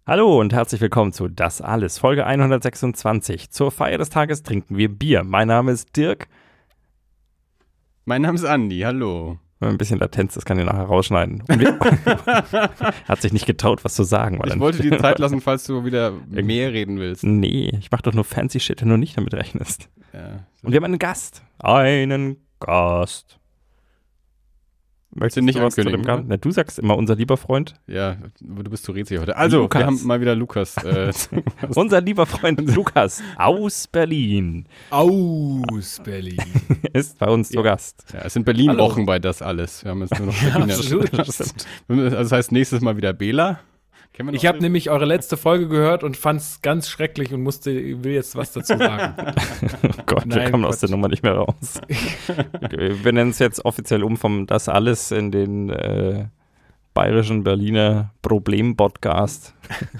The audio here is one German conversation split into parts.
Hallo und herzlich willkommen zu Das Alles, Folge 126. Zur Feier des Tages trinken wir Bier. Mein Name ist Dirk. Mein Name ist Andi, hallo. Ein bisschen Latenz, das kann ich nachher rausschneiden. Und hat sich nicht getraut, was zu sagen. Ich wollte dir Zeit lassen, falls du wieder mehr reden willst. Nee, ich mach doch nur fancy Shit, wenn du nicht damit rechnest. Ja. Und wir haben einen Gast. Einen Gast. Möchtest du nicht was zu dem ankündigen, Gast? Na, du sagst immer unser lieber Freund. Ja, du bist zu rätselig heute. Also, Lukas. wir haben mal wieder Lukas. Unser lieber Freund Lukas aus Berlin Aus Berlin. ist bei uns zu Gast. Ja, es sind Berlin-Wochen bei Das Alles. Wir haben jetzt nur noch Berliner. Absolut. Also das heißt nächstes Mal wieder Bela. Kennen wir noch Ich habe den? nämlich eure letzte Folge gehört und fand es ganz schrecklich und will jetzt was dazu sagen. Oh Gott, wir Nein, kommen aus Gott. der Nummer nicht mehr raus. Wir nennen es jetzt offiziell vom Das Alles in den bayerischen Berliner Problem-Podcast.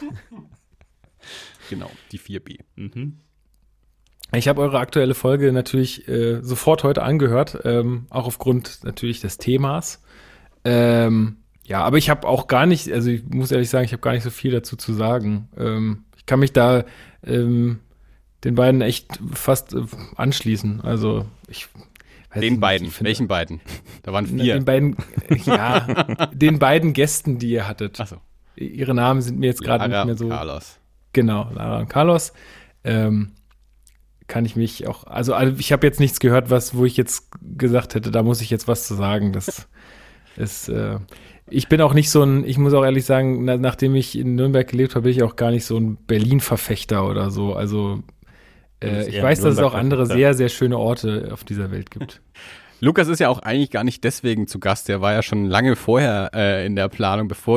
Genau, die 4B. Ich habe eure aktuelle Folge natürlich sofort heute angehört, auch aufgrund natürlich des Themas. Ja, aber ich habe auch gar nicht, also ich muss ehrlich sagen, ich habe gar nicht so viel dazu zu sagen. Ich kann mich da den beiden echt fast anschließen. Also ich weiß Den nicht, beiden. ich finde- Welchen beiden? Da waren Na, 4. Den beiden, ja, den beiden Gästen, die ihr hattet. Achso. Ihre Namen sind mir jetzt gerade nicht mehr so. Carlos. Genau, Lara und Carlos. Kann ich mich auch, also ich habe jetzt nichts gehört, wo ich jetzt gesagt hätte, da muss ich jetzt was zu sagen. Das ist, ich bin auch nicht so ich muss auch ehrlich sagen, nachdem ich in Nürnberg gelebt habe, bin ich auch gar nicht so ein Berlin-Verfechter oder so. Also bist ich eher weiß, dass es auch andere Nürnberg-Verfechter. sehr, sehr schöne Orte auf dieser Welt gibt. Lukas ist ja auch eigentlich gar nicht deswegen zu Gast. Der war ja schon lange vorher in der Planung, bevor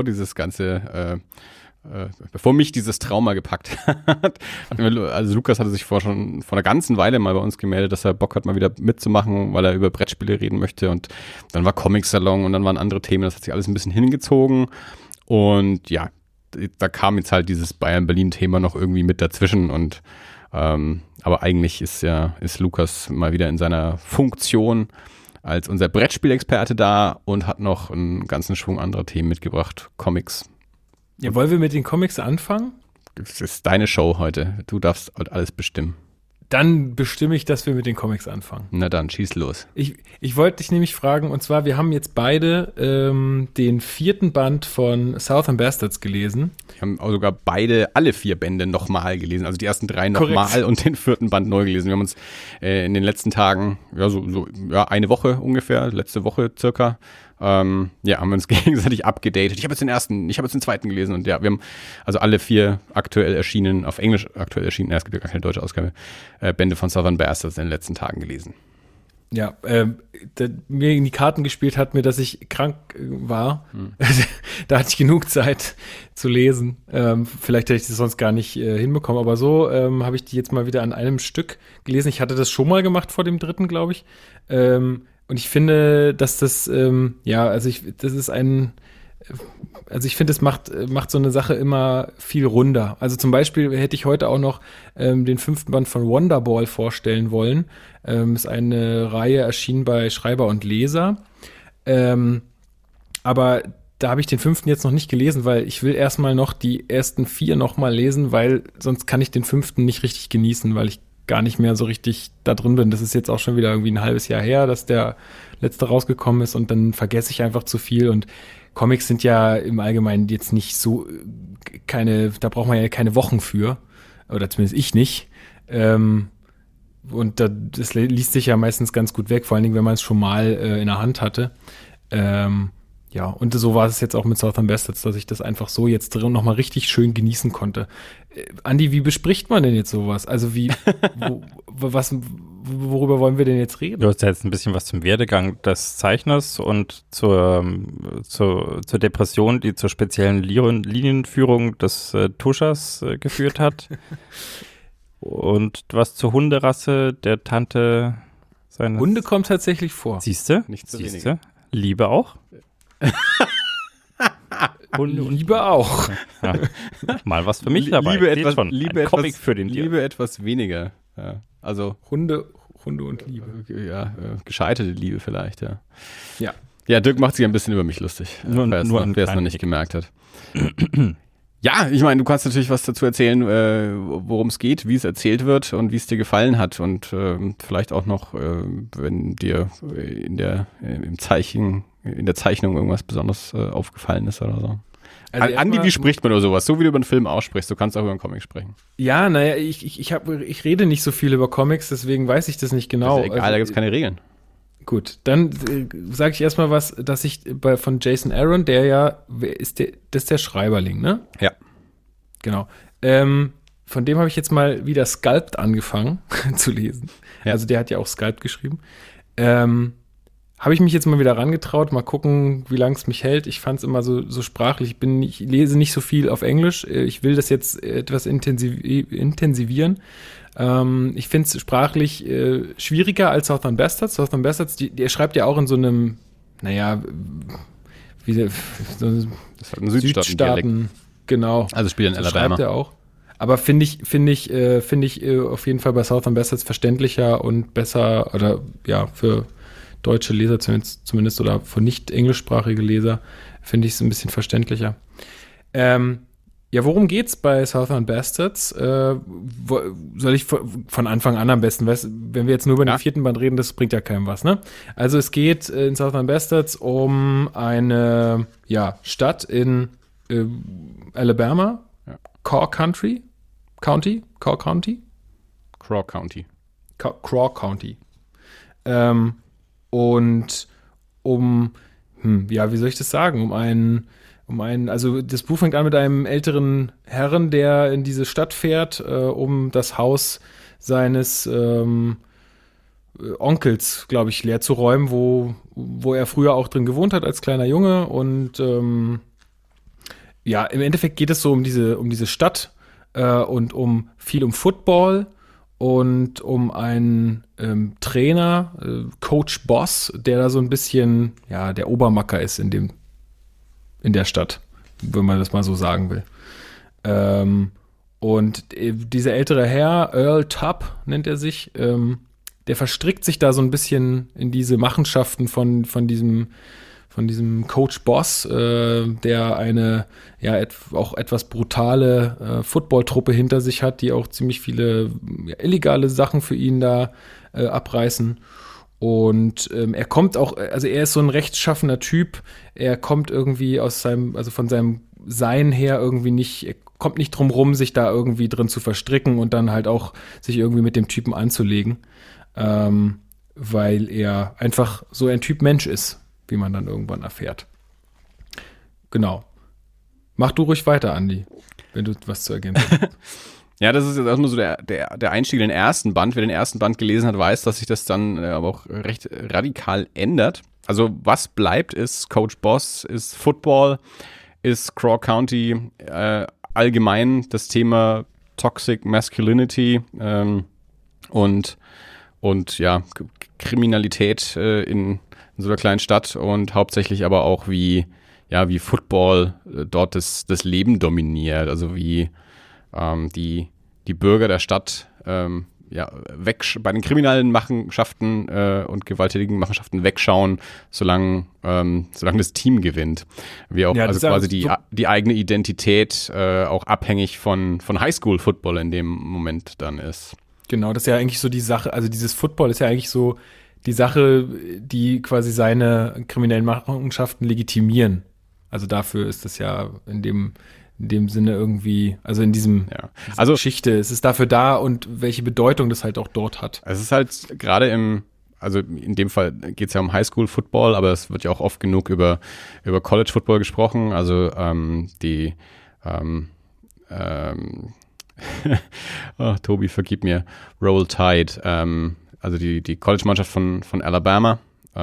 mich dieses Trauma gepackt hat. Also Lukas hatte sich vor einer ganzen Weile mal bei uns gemeldet, dass er Bock hat, mal wieder mitzumachen, weil er über Brettspiele reden möchte. Und dann war Comic-Salon und dann waren andere Themen. Das hat sich alles ein bisschen hingezogen. Und ja, da kam jetzt halt dieses Bayern-Berlin-Thema noch irgendwie mit dazwischen. Und aber eigentlich ist Lukas mal wieder in seiner Funktion als unser Brettspielexperte da und hat noch einen ganzen Schwung anderer Themen mitgebracht. Comics. Ja, wollen wir mit den Comics anfangen? Es ist deine Show heute. Du darfst halt alles bestimmen. Dann bestimme ich, dass wir mit den Comics anfangen. Na dann, schieß los. Ich wollte dich nämlich fragen, und zwar, wir haben jetzt beide den 4. Band von Southern Bastards gelesen. Wir haben auch sogar alle 4 Bände nochmal gelesen. Also die ersten 3 Korrekt. nochmal und den 4. Band neu gelesen. Wir haben uns in den letzten Tagen, eine Woche ungefähr, letzte Woche circa, haben wir uns gegenseitig abgedatet. Ich habe jetzt den 2. gelesen und ja, wir haben also alle 4 aktuell erschienen, auf Englisch aktuell erschienen, es gibt ja gar keine deutsche Ausgabe, Bände von Southern Bastards in den letzten Tagen gelesen. Ja, mir in die Karten gespielt hat mir, dass ich krank war. Da hatte ich genug Zeit zu lesen. Vielleicht hätte ich das sonst gar nicht hinbekommen, aber so habe ich die jetzt mal wieder an einem Stück gelesen. Ich hatte das schon mal gemacht vor dem 3., glaube ich. Und ich finde, dass das, ich finde, es macht so eine Sache immer viel runder. Also zum Beispiel hätte ich heute auch noch den 5. Band von Wonderball vorstellen wollen. Ist eine Reihe erschienen bei Schreiber und Leser. Aber da habe ich den 5. jetzt noch nicht gelesen, weil ich will erstmal noch die ersten 4 noch mal lesen, weil sonst kann ich den 5. nicht richtig genießen, weil ich gar nicht mehr so richtig da drin bin. Das ist jetzt auch schon wieder irgendwie ein halbes Jahr her, dass der letzte rausgekommen ist und dann vergesse ich einfach zu viel und Comics sind ja im Allgemeinen jetzt nicht so da braucht man ja keine Wochen für, oder zumindest ich nicht. Und das liest sich ja meistens ganz gut weg, vor allen Dingen, wenn man es schon mal in der Hand hatte. Ja, und so war es jetzt auch mit Southern Bastards, dass ich das einfach so jetzt drin nochmal richtig schön genießen konnte. Andi, wie bespricht man denn jetzt sowas? Also worüber wollen wir denn jetzt reden? Du hast ja jetzt ein bisschen was zum Werdegang des Zeichners und zur Depression, die zur speziellen Linienführung des Tuschers geführt hat. Und was zur Hunderasse der Tante seines... Hunde kommt tatsächlich vor. Siehste? Nicht so Siehste? Liebe auch? Hunde und Liebe auch. Ja. Mal was für mich dabei. Liebe Seht etwas, schon, Liebe ein Comic etwas, für den Liebe etwas weniger. Ja, also Hunde und Liebe. Gescheiterte Liebe vielleicht, ja. Ja. Ja, Dirk macht sich ein bisschen über mich lustig, Nur wer es ein noch nicht kleinen gemerkt hat. Ja, ich meine, du kannst natürlich was dazu erzählen, worum es geht, wie es erzählt wird und wie es dir gefallen hat und vielleicht auch noch, wenn dir in der Zeichnung irgendwas besonders aufgefallen ist oder so. Also Andi, wie spricht man oder sowas? So wie du über einen Film aussprichst, du kannst auch über einen Comic sprechen. Ja, naja, ich rede nicht so viel über Comics, deswegen weiß ich das nicht genau. Das ist egal, da gibt's keine Regeln. Gut, dann sage ich erstmal was, dass ich von Jason Aaron, das ist der Schreiberling, ne? Ja. Genau. Von dem habe ich jetzt mal wieder Sculpt angefangen zu lesen. Ja. Also der hat ja auch Sculpt geschrieben. Habe ich mich jetzt mal wieder rangetraut, mal gucken, wie lange es mich hält. Ich fand es immer so sprachlich. Ich lese nicht so viel auf Englisch. Ich will das jetzt etwas intensivieren. Ich finde es sprachlich schwieriger als Southern Bastards. Southern Bastards, der schreibt ja auch in so einem, naja, das ist halt ein Südstaaten, genau. Also spielt in Alabama. Schreibt er auch. Aber finde ich auf jeden Fall bei Southern Bastards verständlicher und besser, oder ja, für deutsche Leser zumindest oder für nicht englischsprachige Leser finde ich es ein bisschen verständlicher. Ja, worum geht's bei Southern Bastards? Soll ich von Anfang an am besten, wenn wir jetzt nur über den 4. Band reden, das bringt ja keinem was, ne? Also es geht in Southern Bastards um eine Stadt in Alabama, Craw County. Und wie soll ich das sagen? Also das Buch fängt an mit einem älteren Herrn, der in diese Stadt fährt, um das Haus seines Onkels, glaube ich, leer zu räumen, wo er früher auch drin gewohnt hat als kleiner Junge. Und im Endeffekt geht es so um diese Stadt und um Football und um einen Trainer, Coach Boss, der da so ein bisschen der Obermacker ist in der Stadt, wenn man das mal so sagen will. Und dieser ältere Herr, Earl Tubb nennt er sich, der verstrickt sich da so ein bisschen in diese Machenschaften von diesem Coach Boss, der eine auch etwas brutale Footballtruppe hinter sich hat, die auch ziemlich viele illegale Sachen für ihn da abreißen. Und er kommt auch, also er ist so ein rechtschaffener Typ, er kommt irgendwie von seinem Sein her irgendwie nicht, er kommt nicht drum rum, sich da irgendwie drin zu verstricken und dann halt auch sich irgendwie mit dem Typen anzulegen, weil er einfach so ein Typ Mensch ist, wie man dann irgendwann erfährt. Genau. Mach du ruhig weiter, Andi, wenn du was zu ergänzen hast. Ja, das ist jetzt erstmal so der Einstieg in den ersten Band. Wer den ersten Band gelesen hat, weiß, dass sich das dann aber auch recht radikal ändert. Also was bleibt, ist Coach Boss, ist Football, ist Craw County, allgemein das Thema Toxic Masculinity und Kriminalität in so einer kleinen Stadt und hauptsächlich aber auch wie Football dort das Leben dominiert, also wie die Bürger der Stadt bei den kriminellen Machenschaften und gewalttätigen Machenschaften wegschauen, solange das Team gewinnt. Wie auch quasi die eigene Identität auch abhängig von Highschool-Football in dem Moment dann ist. Genau, das ist ja eigentlich so die Sache, also dieses Football ist ja eigentlich so die Sache, die quasi seine kriminellen Machenschaften legitimieren. Also dafür ist das ja in dem Sinne irgendwie, also in dieser Geschichte, es ist dafür da und welche Bedeutung das halt auch dort hat. Es ist halt gerade in dem Fall geht es ja um Highschool-Football, aber es wird ja auch oft genug über College-Football gesprochen, also Tobi, vergib mir, Roll Tide, also die College-Mannschaft von Alabama,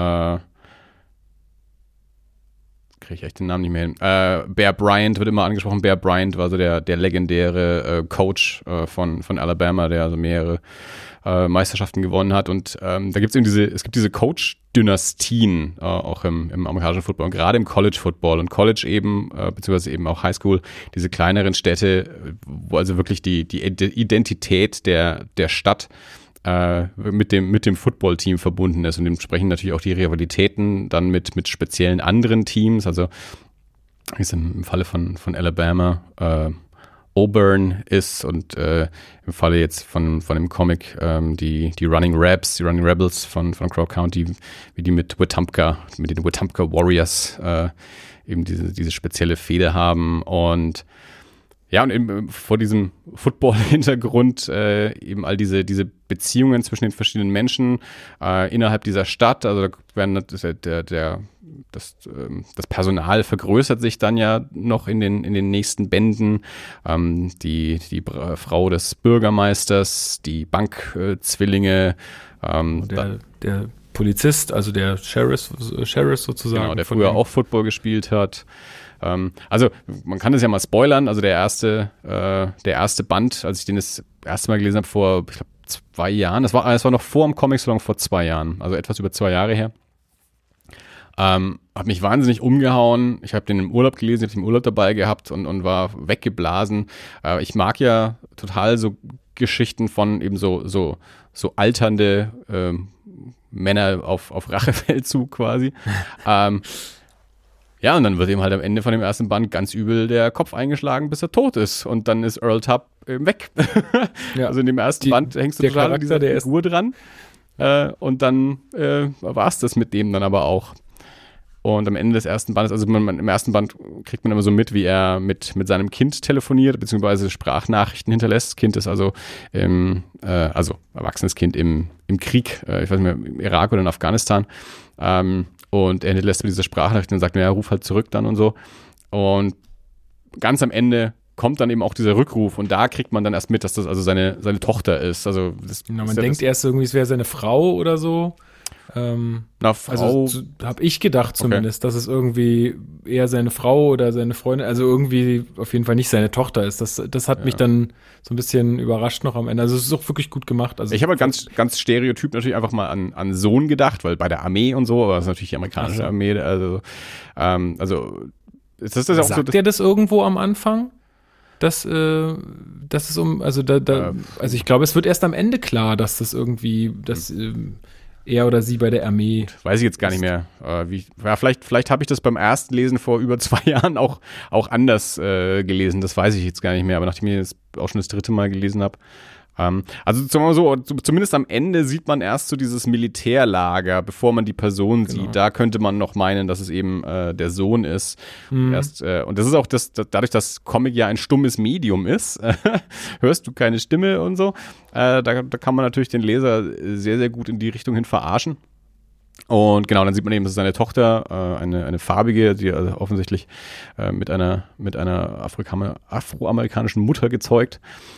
kriege ich echt den Namen nicht mehr hin. Bear Bryant wird immer angesprochen. Bear Bryant war so der legendäre Coach von Alabama, der also mehrere Meisterschaften gewonnen hat. Und da gibt es diese Coach-Dynastien auch im amerikanischen Football und gerade im College-Football und College eben, beziehungsweise eben auch Highschool, diese kleineren Städte, wo also wirklich die Identität der Stadt mit dem Football-Team verbunden ist und entsprechend natürlich auch die Rivalitäten dann mit speziellen anderen Teams. Also ist im Falle von Alabama Auburn ist und im Falle jetzt von dem Comic die Running Rebels von Crow County, wie die mit den Wetumpka Warriors eben diese spezielle Fehde haben. Und ja, und eben vor diesem Football-Hintergrund eben all diese Beziehungen zwischen den verschiedenen Menschen innerhalb dieser Stadt. Also da werden das Personal vergrößert sich dann ja noch in den nächsten Bänden. Die Frau des Bürgermeisters, die Bankzwillinge. Der Polizist, also der Sheriff sozusagen. Genau, der früher auch Football gespielt hat. Also man kann das ja mal spoilern. Also der erste Band, als ich den das erste Mal gelesen habe vor, ich glaube, 2 Jahren. Das war noch vor dem Comic-Salon vor 2 Jahren. Also etwas über 2 Jahre her. Hat mich wahnsinnig umgehauen. Ich habe den im Urlaub gelesen, ich habe den im Urlaub dabei gehabt und war weggeblasen. Ich mag ja total so Geschichten von eben so alternde Männer auf Rachefeldzug quasi. Ja, und dann wird ihm halt am Ende von dem ersten Band ganz übel der Kopf eingeschlagen, bis er tot ist. Und dann ist Earl Tubb weg. Ja. Also in dem ersten Band hängst du total an dieser Figur dran. Und dann war es das mit dem dann aber auch. Und am Ende des ersten Bandes, also im ersten Band kriegt man immer so mit, wie er mit seinem Kind telefoniert, beziehungsweise Sprachnachrichten hinterlässt. Kind ist also erwachsenes Kind im Krieg, ich weiß nicht mehr, im Irak oder in Afghanistan. Und er hinterlässt mir diese Sprachnachrichten und sagt, ja, ruf halt zurück dann und so. Und ganz am Ende kommt dann eben auch dieser Rückruf und da kriegt man dann erst mit, dass das also seine Tochter ist. Also das, genau, man denkt erst irgendwie, es wäre seine Frau oder so. Frau. Also habe ich gedacht zumindest, dass es irgendwie eher seine Frau oder seine Freundin, also irgendwie auf jeden Fall nicht seine Tochter ist. Das hat mich dann so ein bisschen überrascht noch am Ende. Also es ist auch wirklich gut gemacht. Also ich habe halt ganz stereotyp natürlich einfach mal an Sohn gedacht, weil bei der Armee und so, aber das ist natürlich die amerikanische Armee, also ist das auch sagt so, der das irgendwo am Anfang? Das ist also ich glaube, es wird erst am Ende klar, dass das irgendwie, er oder sie bei der Armee. Weiß ich jetzt gar nicht mehr. Vielleicht habe ich das beim ersten Lesen vor über 2 Jahren auch anders gelesen. Das weiß ich jetzt gar nicht mehr. Aber nachdem ich das auch schon das 3. Mal gelesen habe. Also zumindest am Ende sieht man erst so dieses Militärlager, bevor man die Person sieht. Da könnte man noch meinen, dass es eben der Sohn ist. Und das ist auch dadurch, dass Comic ja ein stummes Medium ist, hörst du keine Stimme und so. Da kann man natürlich den Leser sehr, sehr gut in die Richtung hin verarschen. Und genau, dann sieht man eben, das ist seine Tochter, eine farbige, die also offensichtlich mit einer afroamerikanischen Mutter gezeugt.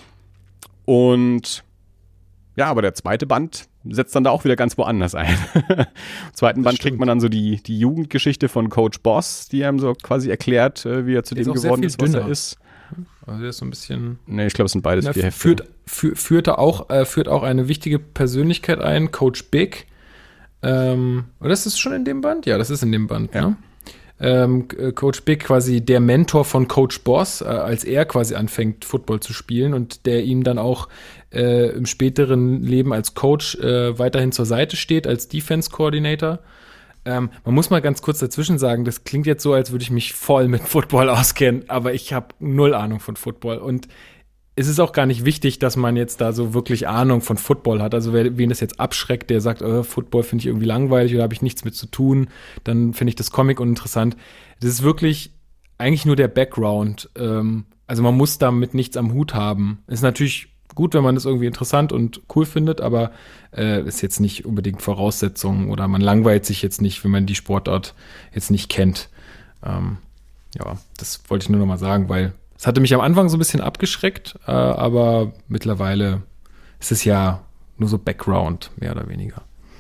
Und ja, aber der zweite Band setzt dann da auch wieder ganz woanders ein. Im zweiten Band kriegt man dann so die Jugendgeschichte von Coach Boss, die einem so quasi erklärt, wie er zu dem geworden ist, was er ist. Also der ist so ein bisschen. Nee, ich glaube, es sind beides 4 Hefte. Führt auch eine wichtige Persönlichkeit ein, Coach Big. Oder ist das schon in dem Band? Ja, das ist in dem Band, ja. Ne? Coach Big quasi der Mentor von Coach Boss, als er quasi anfängt, Football zu spielen und der ihm dann auch im späteren Leben als Coach weiterhin zur Seite steht, als Defense Coordinator. Man muss mal ganz kurz dazwischen sagen, das klingt jetzt so, als würde ich mich voll mit Football auskennen, aber ich habe 0 Ahnung von Football und es ist auch gar nicht wichtig, dass man jetzt da so wirklich Ahnung von Football hat. Also wen das jetzt abschreckt, der sagt, Football finde ich irgendwie langweilig oder habe ich nichts mit zu tun, dann finde ich das Comic uninteressant. Das ist wirklich eigentlich nur der Background. Also man muss damit nichts am Hut haben. Ist natürlich gut, wenn man das irgendwie interessant und cool findet, aber ist jetzt nicht unbedingt Voraussetzung oder man langweilt sich jetzt nicht, wenn man die Sportart jetzt nicht kennt. Ja, das wollte ich nur noch mal sagen, weil es hatte mich am Anfang so ein bisschen abgeschreckt, aber mittlerweile ist es ja nur so Background, mehr oder weniger.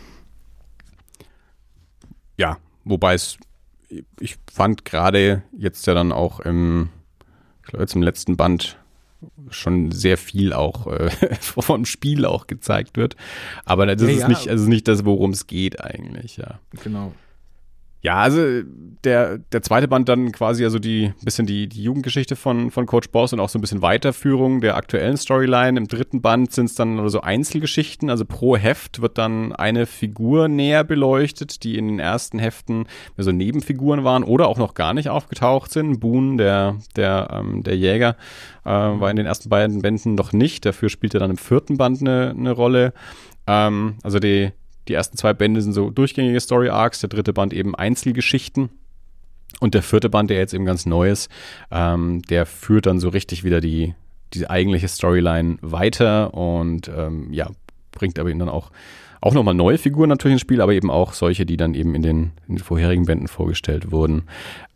Ja, wobei ich fand gerade jetzt ja dann auch ich glaube jetzt im letzten Band schon sehr viel auch vom Spiel auch gezeigt wird. Aber das ist nicht das, worum es geht eigentlich, ja. Genau. Ja, also der zweite Band dann quasi also die Jugendgeschichte von Coach Boss und auch so ein bisschen Weiterführung der aktuellen Storyline. Im dritten Band sind es dann so Einzelgeschichten, also pro Heft wird dann eine Figur näher beleuchtet, die in den ersten Heften mehr so Nebenfiguren waren oder auch noch gar nicht aufgetaucht sind. Boone, der Jäger, war in den ersten beiden Bänden noch nicht, dafür spielt er dann im vierten Band eine Rolle. Also die ersten 2 Bände sind so durchgängige Story-Arcs, der dritte Band eben Einzelgeschichten und der vierte Band, der jetzt eben ganz neu ist, der führt dann so richtig wieder die eigentliche Storyline weiter und bringt aber eben dann auch nochmal neue Figuren natürlich ins Spiel, aber eben auch solche, die dann eben in den vorherigen Bänden vorgestellt wurden.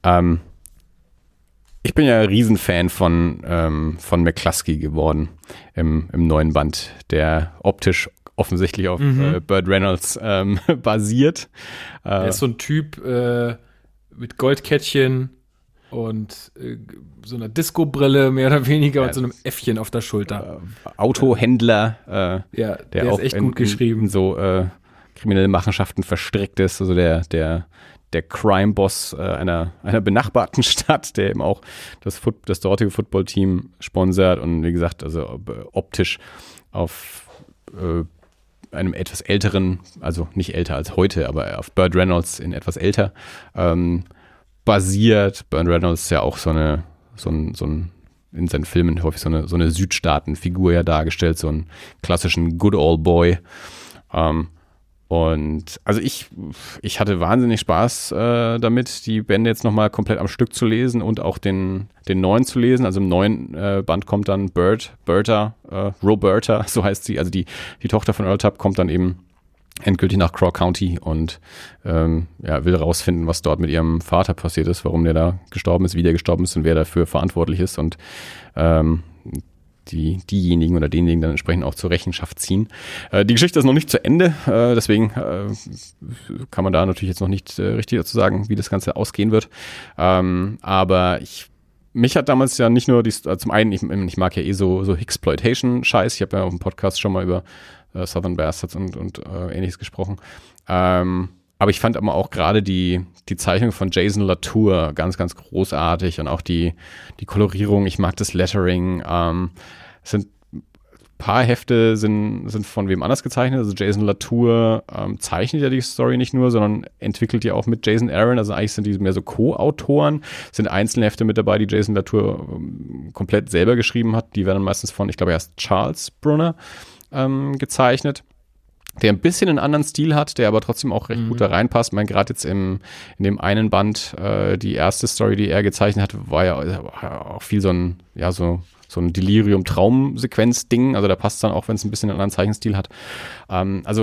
Ich bin ja ein Riesenfan von McCluskey geworden im neuen Band, der optisch offensichtlich auf Burt Reynolds basiert. Der ist so ein Typ mit Goldkettchen und so einer Disco-Brille mehr oder weniger und so einem Äffchen auf der Schulter. Autohändler, der auch ist echt gut geschrieben. In so kriminelle Machenschaften verstrickt ist, also der Crime-Boss einer benachbarten Stadt, der eben auch das dortige Football-Team sponsert und wie gesagt, also optisch auf einem etwas älteren, also nicht älter als heute, aber auf Burt Reynolds in etwas älter basiert. Burt Reynolds ist ja auch so ein in seinen Filmen häufig so eine Südstaaten-Figur ja dargestellt, so einen klassischen Good Old Boy. Und also ich hatte wahnsinnig Spaß damit, die Bände jetzt nochmal komplett am Stück zu lesen und auch den neuen zu lesen. Also im neuen Band kommt dann Roberta, so heißt sie, also die Tochter von Earl Tubb kommt dann eben endgültig nach Crow County und will rausfinden, was dort mit ihrem Vater passiert ist, warum der da gestorben ist, wie der gestorben ist und wer dafür verantwortlich ist und diejenigen oder denjenigen dann entsprechend auch zur Rechenschaft ziehen. Die Geschichte ist noch nicht zu Ende, deswegen kann man da natürlich jetzt noch nicht richtig dazu sagen, wie das Ganze ausgehen wird. Aber mich hat damals ja nicht nur zum einen, ich mag ja so Hicksploitation-Scheiß, ich habe ja auf dem Podcast schon mal über Southern Bastards und Ähnliches gesprochen. Aber ich fand aber auch gerade die Zeichnung von Jason Latour ganz, ganz großartig und auch die Kolorierung. Ich mag das Lettering. Es sind ein paar Hefte sind von wem anders gezeichnet. Also Jason Latour zeichnet ja die Story nicht nur, sondern entwickelt ja auch mit Jason Aaron. Also eigentlich sind die mehr so Co-Autoren. Es sind einzelne Hefte mit dabei, die Jason Latour komplett selber geschrieben hat. Die werden dann meistens von, ich glaube, erst Charles Brunner gezeichnet, der ein bisschen einen anderen Stil hat, der aber trotzdem auch recht gut da reinpasst. Ich meine, gerade jetzt in dem einen Band, die erste Story, die er gezeichnet hat, war ja auch viel so ein Delirium-Traumsequenz-Ding. Also da passt dann auch, wenn es ein bisschen einen anderen Zeichenstil hat. Also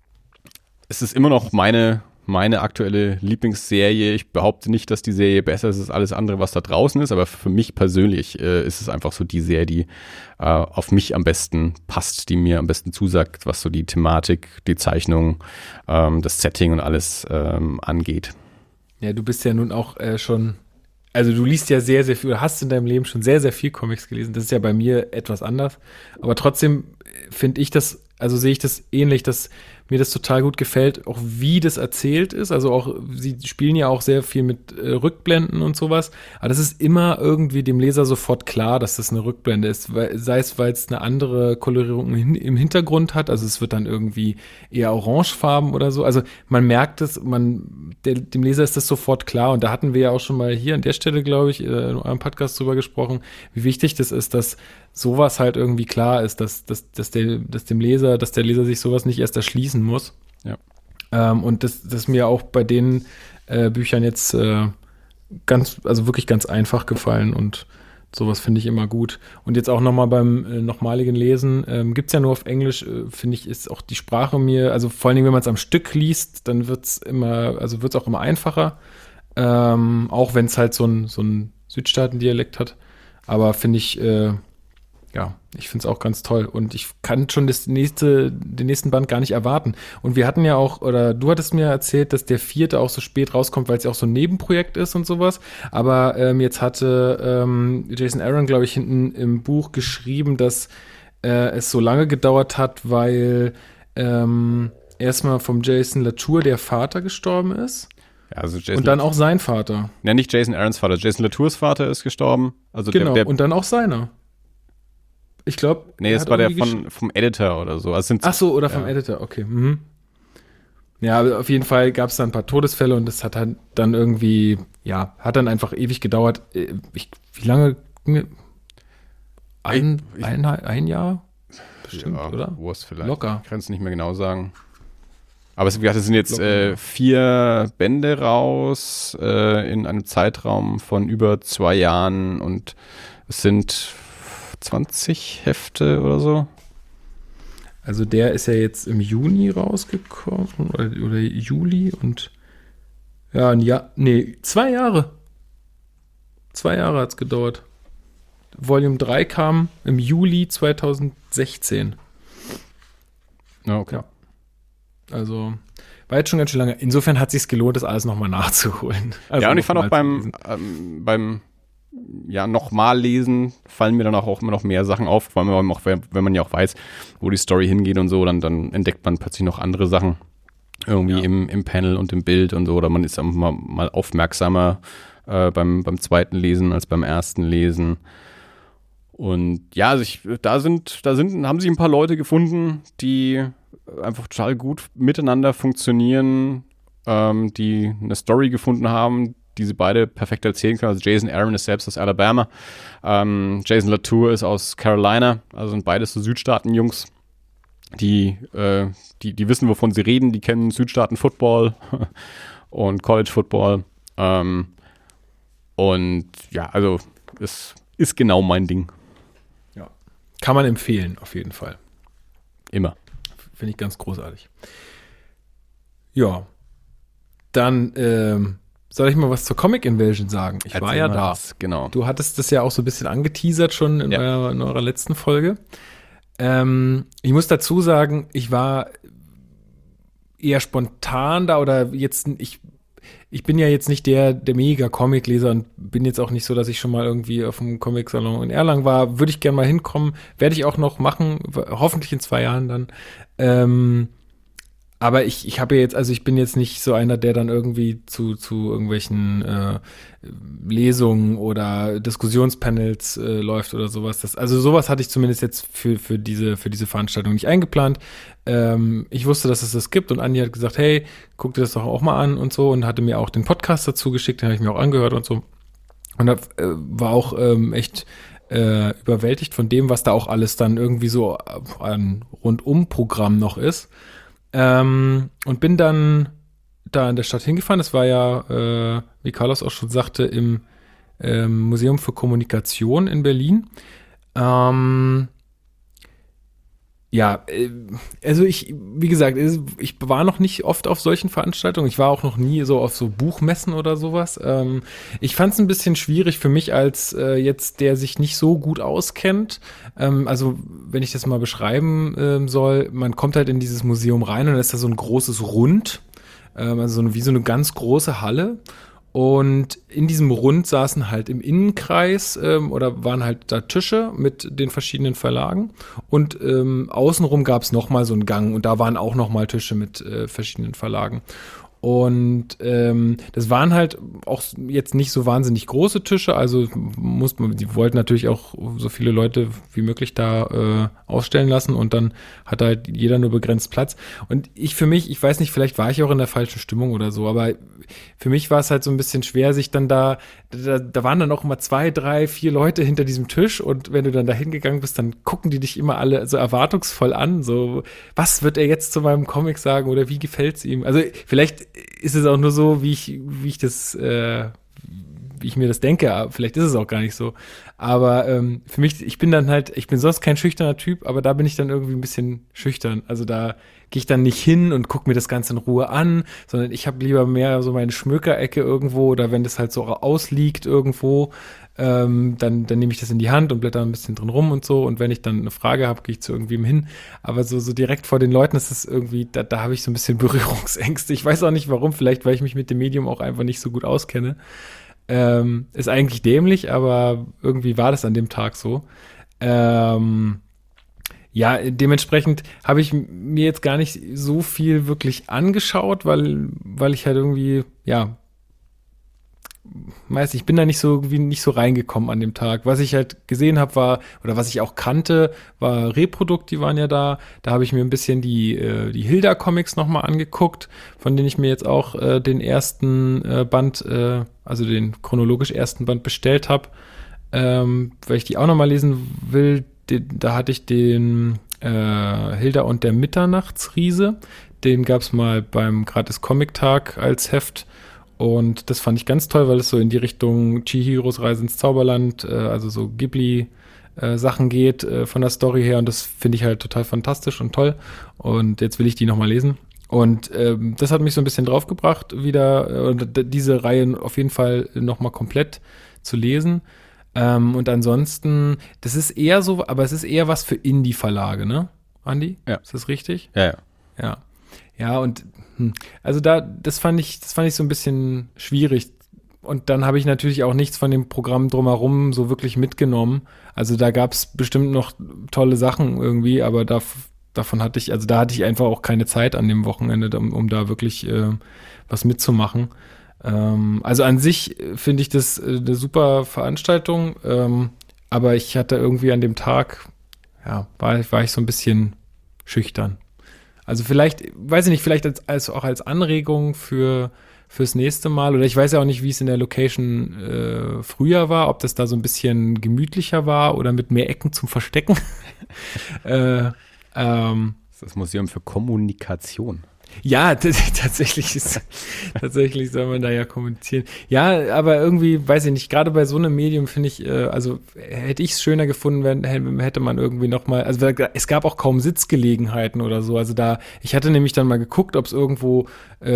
es ist immer noch meine aktuelle Lieblingsserie. Ich behaupte nicht, dass die Serie besser ist als alles andere, was da draußen ist, aber für mich persönlich ist es einfach so die Serie, die auf mich am besten passt, die mir am besten zusagt, was so die Thematik, die Zeichnung, das Setting und alles angeht. Ja, du bist ja nun auch schon, also du liest ja sehr, sehr viel, oder hast in deinem Leben schon sehr, sehr viel Comics gelesen. Das ist ja bei mir etwas anders. Aber trotzdem finde ich das, also sehe ich das ähnlich, dass mir das total gut gefällt, auch wie das erzählt ist. Also auch, sie spielen ja auch sehr viel mit Rückblenden und sowas. Aber das ist immer irgendwie dem Leser sofort klar, dass das eine Rückblende ist. Sei es, weil es eine andere Kolorierung im Hintergrund hat. Also es wird dann irgendwie eher orangefarben oder so. Also man merkt es, dem Leser ist das sofort klar. Und da hatten wir ja auch schon mal hier an der Stelle, glaube ich, in eurem Podcast drüber gesprochen, wie wichtig das ist, dass sowas halt irgendwie klar ist, dass der Leser sich sowas nicht erst erschließen muss. Ja. Und das ist mir auch bei den Büchern jetzt wirklich ganz einfach gefallen und sowas finde ich immer gut. Und jetzt auch nochmal beim nochmaligen Lesen, gibt's ja nur auf Englisch, finde ich, ist auch die Sprache mir, also vor allen Dingen, wenn man es am Stück liest, dann wird's auch immer einfacher. Auch wenn es halt so ein Südstaaten-Dialekt hat. Aber finde ich, ich finde es auch ganz toll und ich kann schon den nächsten Band gar nicht erwarten. Und wir hatten ja auch, oder du hattest mir erzählt, dass der 4. auch so spät rauskommt, weil es ja auch so ein Nebenprojekt ist und sowas. Aber jetzt hatte Jason Aaron, glaube ich, hinten im Buch geschrieben, dass es so lange gedauert hat, weil erstmal vom Jason Latour der Vater gestorben ist. Ja, also Jason, und dann auch sein Vater. Ja, nicht Jason Aarons Vater. Jason Latours Vater ist gestorben. Also Genau, und dann auch seiner. Ich glaube. Nee, es war der vom Editor oder so. Also ach so, oder vom Editor, okay. Mhm. Ja, aber auf jeden Fall gab es da ein paar Todesfälle und das hat dann irgendwie, ja, hat dann einfach ewig gedauert. Wie lange? Ein Jahr? Bestimmt, ja, oder? Wurst vielleicht. Locker. Ich kann es nicht mehr genau sagen. Aber es sind jetzt 4 Bände raus in einem Zeitraum von über 2 Jahren und es sind 20 Hefte oder so. Also der ist ja jetzt im Juni rausgekommen oder Juli und 2 Jahre. 2 Jahre hat es gedauert. Volume 3 kam im Juli 2016. Okay. Ja. Also war jetzt schon ganz schön lange. Insofern hat es sich gelohnt, das alles nochmal nachzuholen. Also ja, und ich fand auch beim nochmal lesen, fallen mir dann auch immer noch mehr Sachen auf, vor allem auch, wenn man ja auch weiß, wo die Story hingeht und so, dann entdeckt man plötzlich noch andere Sachen irgendwie im Panel und im Bild und so, oder man ist einfach mal aufmerksamer beim zweiten Lesen als beim ersten Lesen. Und ja, also haben sich ein paar Leute gefunden, die einfach total gut miteinander funktionieren, die eine Story gefunden haben, die sie beide perfekt erzählen können. Also Jason Aaron ist selbst aus Alabama, Jason Latour ist aus Carolina, also sind beides so Südstaaten-Jungs, die wissen, wovon sie reden, die kennen Südstaaten-Football und College-Football. Und ja, also es ist genau mein Ding. Ja. Kann man empfehlen, auf jeden Fall. Immer. Finde ich ganz großartig. Ja. Dann soll ich mal was zur Comic Invasion sagen? Ich war ja da. Genau. Du hattest das ja auch so ein bisschen angeteasert schon in eurer letzten Folge. Ich muss dazu sagen, ich war eher spontan da oder jetzt, ich bin ja jetzt nicht der mega Comicleser und bin jetzt auch nicht so, dass ich schon mal irgendwie auf dem Comic-Salon in Erlangen war. Würde ich gerne mal hinkommen. Werde ich auch noch machen, hoffentlich in 2 Jahren dann. Aber ich habe jetzt, also ich bin jetzt nicht so einer, der dann irgendwie zu irgendwelchen Lesungen oder Diskussionspanels läuft oder sowas. Also sowas hatte ich zumindest jetzt für diese Veranstaltung nicht eingeplant. Ich wusste, dass es das gibt und Andi hat gesagt, hey, guck dir das doch auch mal an und so und hatte mir auch den Podcast dazu geschickt, den habe ich mir auch angehört und so. Und da war auch echt überwältigt von dem, was da auch alles dann irgendwie so ein Rundum-Programm noch ist. Und bin dann da in der Stadt hingefahren. Das war ja, wie Carlos auch schon sagte, im Museum für Kommunikation in Berlin. Also wie gesagt, ich war noch nicht oft auf solchen Veranstaltungen. Ich war auch noch nie so auf so Buchmessen oder sowas. Ich fand es ein bisschen schwierig für mich als jetzt, der sich nicht so gut auskennt. Also wenn ich das mal beschreiben soll, man kommt halt in dieses Museum rein und da ist da so ein großes Rund, also wie so eine ganz große Halle. Und in diesem Rund saßen halt im Innenkreis oder waren halt da Tische mit den verschiedenen Verlagen und außenrum gab es nochmal so einen Gang und da waren auch nochmal Tische mit verschiedenen Verlagen. Und das waren halt auch jetzt nicht so wahnsinnig große Tische, also die wollten natürlich auch so viele Leute wie möglich da ausstellen lassen und dann hat halt jeder nur begrenzt Platz. Und ich weiß nicht, vielleicht war ich auch in der falschen Stimmung oder so, aber für mich war es halt so ein bisschen schwer, sich dann da waren dann auch immer 2, 3, 4 Leute hinter diesem Tisch und wenn du dann da hingegangen bist, dann gucken die dich immer alle so erwartungsvoll an, so, was wird er jetzt zu meinem Comic sagen oder wie gefällt's ihm? Also vielleicht ist es auch nur so, wie ich mir das denke, vielleicht ist es auch gar nicht so, aber für mich, ich bin sonst kein schüchterner Typ, aber da bin ich dann irgendwie ein bisschen schüchtern, also da gehe ich dann nicht hin und gucke mir das Ganze in Ruhe an, sondern ich habe lieber mehr so meine Schmökerecke irgendwo oder wenn das halt so ausliegt irgendwo, dann nehme ich das in die Hand und blätter ein bisschen drin rum und so und wenn ich dann eine Frage habe, gehe ich zu irgendwem hin, aber so direkt vor den Leuten ist das irgendwie, da habe ich so ein bisschen Berührungsängste. Ich weiß auch nicht warum, vielleicht weil ich mich mit dem Medium auch einfach nicht so gut auskenne. Ist eigentlich dämlich, aber irgendwie war das an dem Tag so. Ja, dementsprechend habe ich mir jetzt gar nicht so viel wirklich angeschaut, weil ich halt irgendwie, ja, weiß ich bin da nicht so reingekommen an dem Tag. Was ich halt gesehen habe oder was ich auch kannte, war Reprodukt, die waren ja da. Da habe ich mir ein bisschen die Hilda-Comics nochmal angeguckt, von denen ich mir jetzt auch den ersten Band, also den chronologisch ersten Band bestellt habe, weil ich die auch nochmal lesen will. Da hatte ich den Hilda und der Mitternachtsriese. Den gab es mal beim Gratis Comic-Tag als Heft. Und das fand ich ganz toll, weil es so in die Richtung Chihiros Reise ins Zauberland, also so Ghibli-Sachen geht von der Story her. Und das finde ich halt total fantastisch und toll. Und jetzt will ich die nochmal lesen. Und das hat mich so ein bisschen draufgebracht, wieder diese Reihe auf jeden Fall nochmal komplett zu lesen. Und ansonsten, das ist eher so, aber es ist eher was für Indie-Verlage, ne, Andi? Ja. Ist das richtig? Ja. Ja, und also das fand ich so ein bisschen schwierig. Und dann habe ich natürlich auch nichts von dem Programm drumherum so wirklich mitgenommen. Also da gab es bestimmt noch tolle Sachen irgendwie, aber da hatte ich einfach auch keine Zeit an dem Wochenende, um da wirklich was mitzumachen. Also an sich finde ich das eine super Veranstaltung, aber ich hatte irgendwie an dem Tag, war ich so ein bisschen schüchtern. Also vielleicht, weiß ich nicht, vielleicht auch als Anregung fürs nächste Mal. Oder ich weiß ja auch nicht, wie es in der Location früher war, ob das da so ein bisschen gemütlicher war oder mit mehr Ecken zum Verstecken. Das ist das Museum für Kommunikation. Ja, tatsächlich soll man da ja kommunizieren. Ja, aber irgendwie, weiß ich nicht, gerade bei so einem Medium finde ich, also hätte ich es schöner gefunden, hätte man irgendwie nochmal, also es gab auch kaum Sitzgelegenheiten oder so. Also ich hatte nämlich dann mal geguckt, ob es irgendwo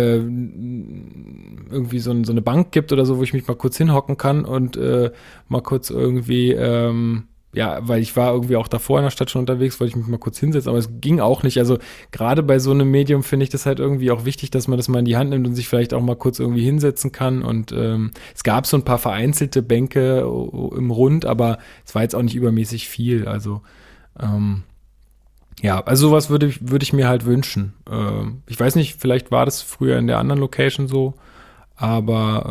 irgendwie so eine Bank gibt oder so, wo ich mich mal kurz hinhocken kann und mal kurz irgendwie weil ich war irgendwie auch davor in der Stadt schon unterwegs, wollte ich mich mal kurz hinsetzen, aber es ging auch nicht. Also gerade bei so einem Medium finde ich das halt irgendwie auch wichtig, dass man das mal in die Hand nimmt und sich vielleicht auch mal kurz irgendwie hinsetzen kann. Und es gab so ein paar vereinzelte Bänke im Rund, aber es war jetzt auch nicht übermäßig viel. Also also sowas würde ich mir halt wünschen. Ich weiß nicht, vielleicht war das früher in der anderen Location so, aber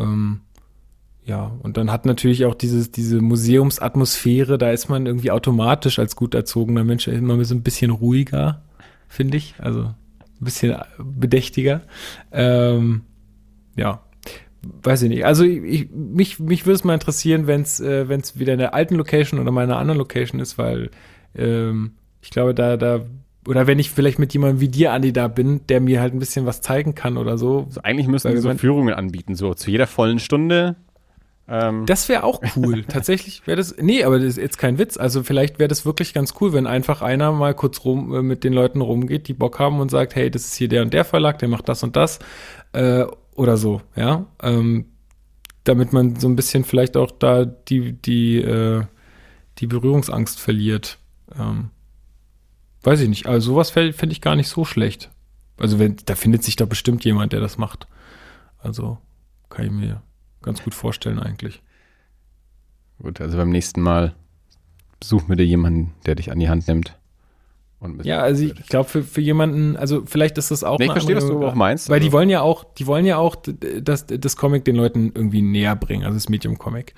und dann hat natürlich auch diese Museumsatmosphäre, da ist man irgendwie automatisch als gut erzogener Mensch immer so ein bisschen ruhiger, finde ich. Also ein bisschen bedächtiger. Weiß ich nicht. Also mich würde es mal interessieren, wenn es wieder in der alten Location oder mal in einer anderen Location ist, weil ich glaube, da oder wenn ich vielleicht mit jemandem wie dir, Andi, da bin, der mir halt ein bisschen was zeigen kann oder so. Also eigentlich müssen wir so Führungen anbieten, so zu jeder vollen Stunde. Das wäre auch cool. Tatsächlich wäre das, aber das ist jetzt kein Witz. Also vielleicht wäre das wirklich ganz cool, wenn einfach einer mal kurz mit den Leuten rumgeht, die Bock haben und sagt, hey, das ist hier der und der Verlag, der macht das und das, oder so, ja. Damit man so ein bisschen vielleicht auch da die Berührungsangst verliert. Weiß ich nicht. Also sowas finde ich gar nicht so schlecht. Also da findet sich doch bestimmt jemand, der das macht. Also kann ich mir ganz gut vorstellen eigentlich. Gut, also beim nächsten Mal suchen wir dir jemanden, der dich an die Hand nimmt. Also ich glaube für jemanden, also vielleicht ist das auch. Ich verstehe, was du auch meinst. Weil die wollen ja auch das Comic den Leuten irgendwie näher bringen, also das Medium-Comic.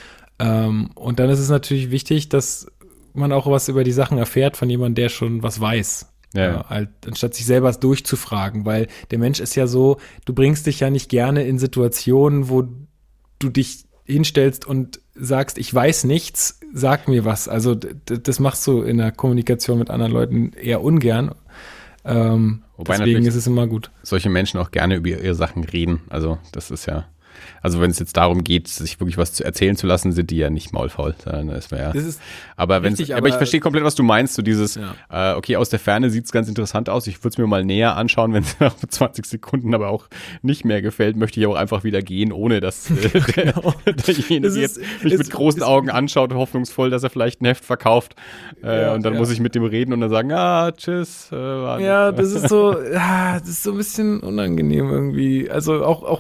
Und dann ist es natürlich wichtig, dass man auch was über die Sachen erfährt von jemandem, der schon was weiß. Ja. Anstatt sich selber durchzufragen, weil der Mensch ist ja so, du bringst dich ja nicht gerne in Situationen, wo du dich hinstellst und sagst, ich weiß nichts, sag mir was. Also das machst du in der Kommunikation mit anderen Leuten eher ungern. Deswegen ist es immer gut. Solche Menschen auch gerne über ihre Sachen reden. Also das ist ja, also wenn es jetzt darum geht, sich wirklich was erzählen zu lassen, sind die ja nicht maulfaul. Aber ich verstehe komplett, was du meinst. So dieses, okay, aus der Ferne sieht es ganz interessant aus. Ich würde es mir mal näher anschauen, wenn es nach 20 Sekunden aber auch nicht mehr gefällt, möchte ich auch einfach wieder gehen, ohne dass derjenige jetzt mich mit großen Augen anschaut, hoffnungsvoll, dass er vielleicht ein Heft verkauft. Und dann muss ich mit dem reden und dann sagen, tschüss. Das ist so ein bisschen unangenehm irgendwie. Also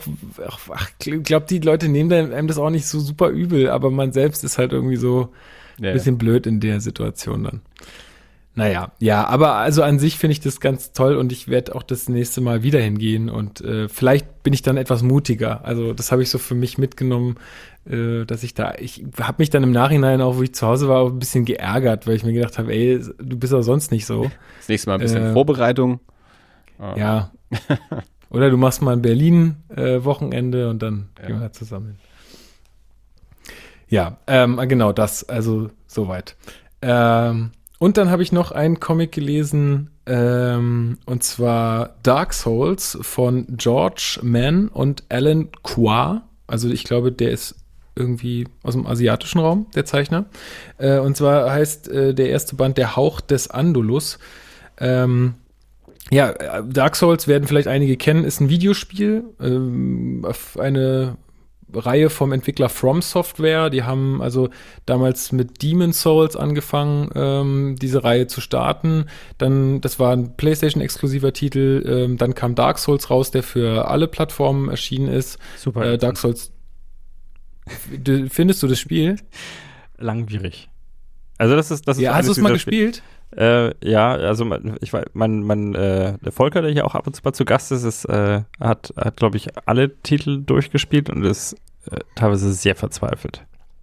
ich glaube, die Leute nehmen einem das auch nicht so super übel, aber man selbst ist halt irgendwie so ein bisschen blöd in der Situation dann. Naja, ja, aber also an sich finde ich das ganz toll und ich werde auch das nächste Mal wieder hingehen und vielleicht bin ich dann etwas mutiger. Also das habe ich so für mich mitgenommen, dass ich habe mich dann im Nachhinein auch, wo ich zu Hause war, auch ein bisschen geärgert, weil ich mir gedacht habe, ey, du bist doch sonst nicht so. Das nächste Mal ein bisschen Vorbereitung. Ja. Oder du machst mal ein Berlin-Wochenende und dann gehen wir zusammen. Ja, genau das, also soweit. Und dann habe ich noch einen Comic gelesen, und zwar Dark Souls von George Mann und Alan Qua. Also ich glaube, der ist irgendwie aus dem asiatischen Raum, der Zeichner. Und zwar heißt der erste Band Der Hauch des Andalus. Ja, Dark Souls werden vielleicht einige kennen, ist ein Videospiel, auf eine Reihe vom Entwickler From Software. Die haben also damals mit Demon's Souls angefangen, diese Reihe zu starten. Dann, das war ein PlayStation-exklusiver Titel. Dann kam Dark Souls raus, der für alle Plattformen erschienen ist. Super. Dark Souls. Findest du das Spiel? Langwierig. Also das ist ja, hast du es mal gespielt? Ja, also der Volker, der hier auch ab und zu mal zu Gast ist, hat glaube ich, alle Titel durchgespielt und ist teilweise sehr verzweifelt.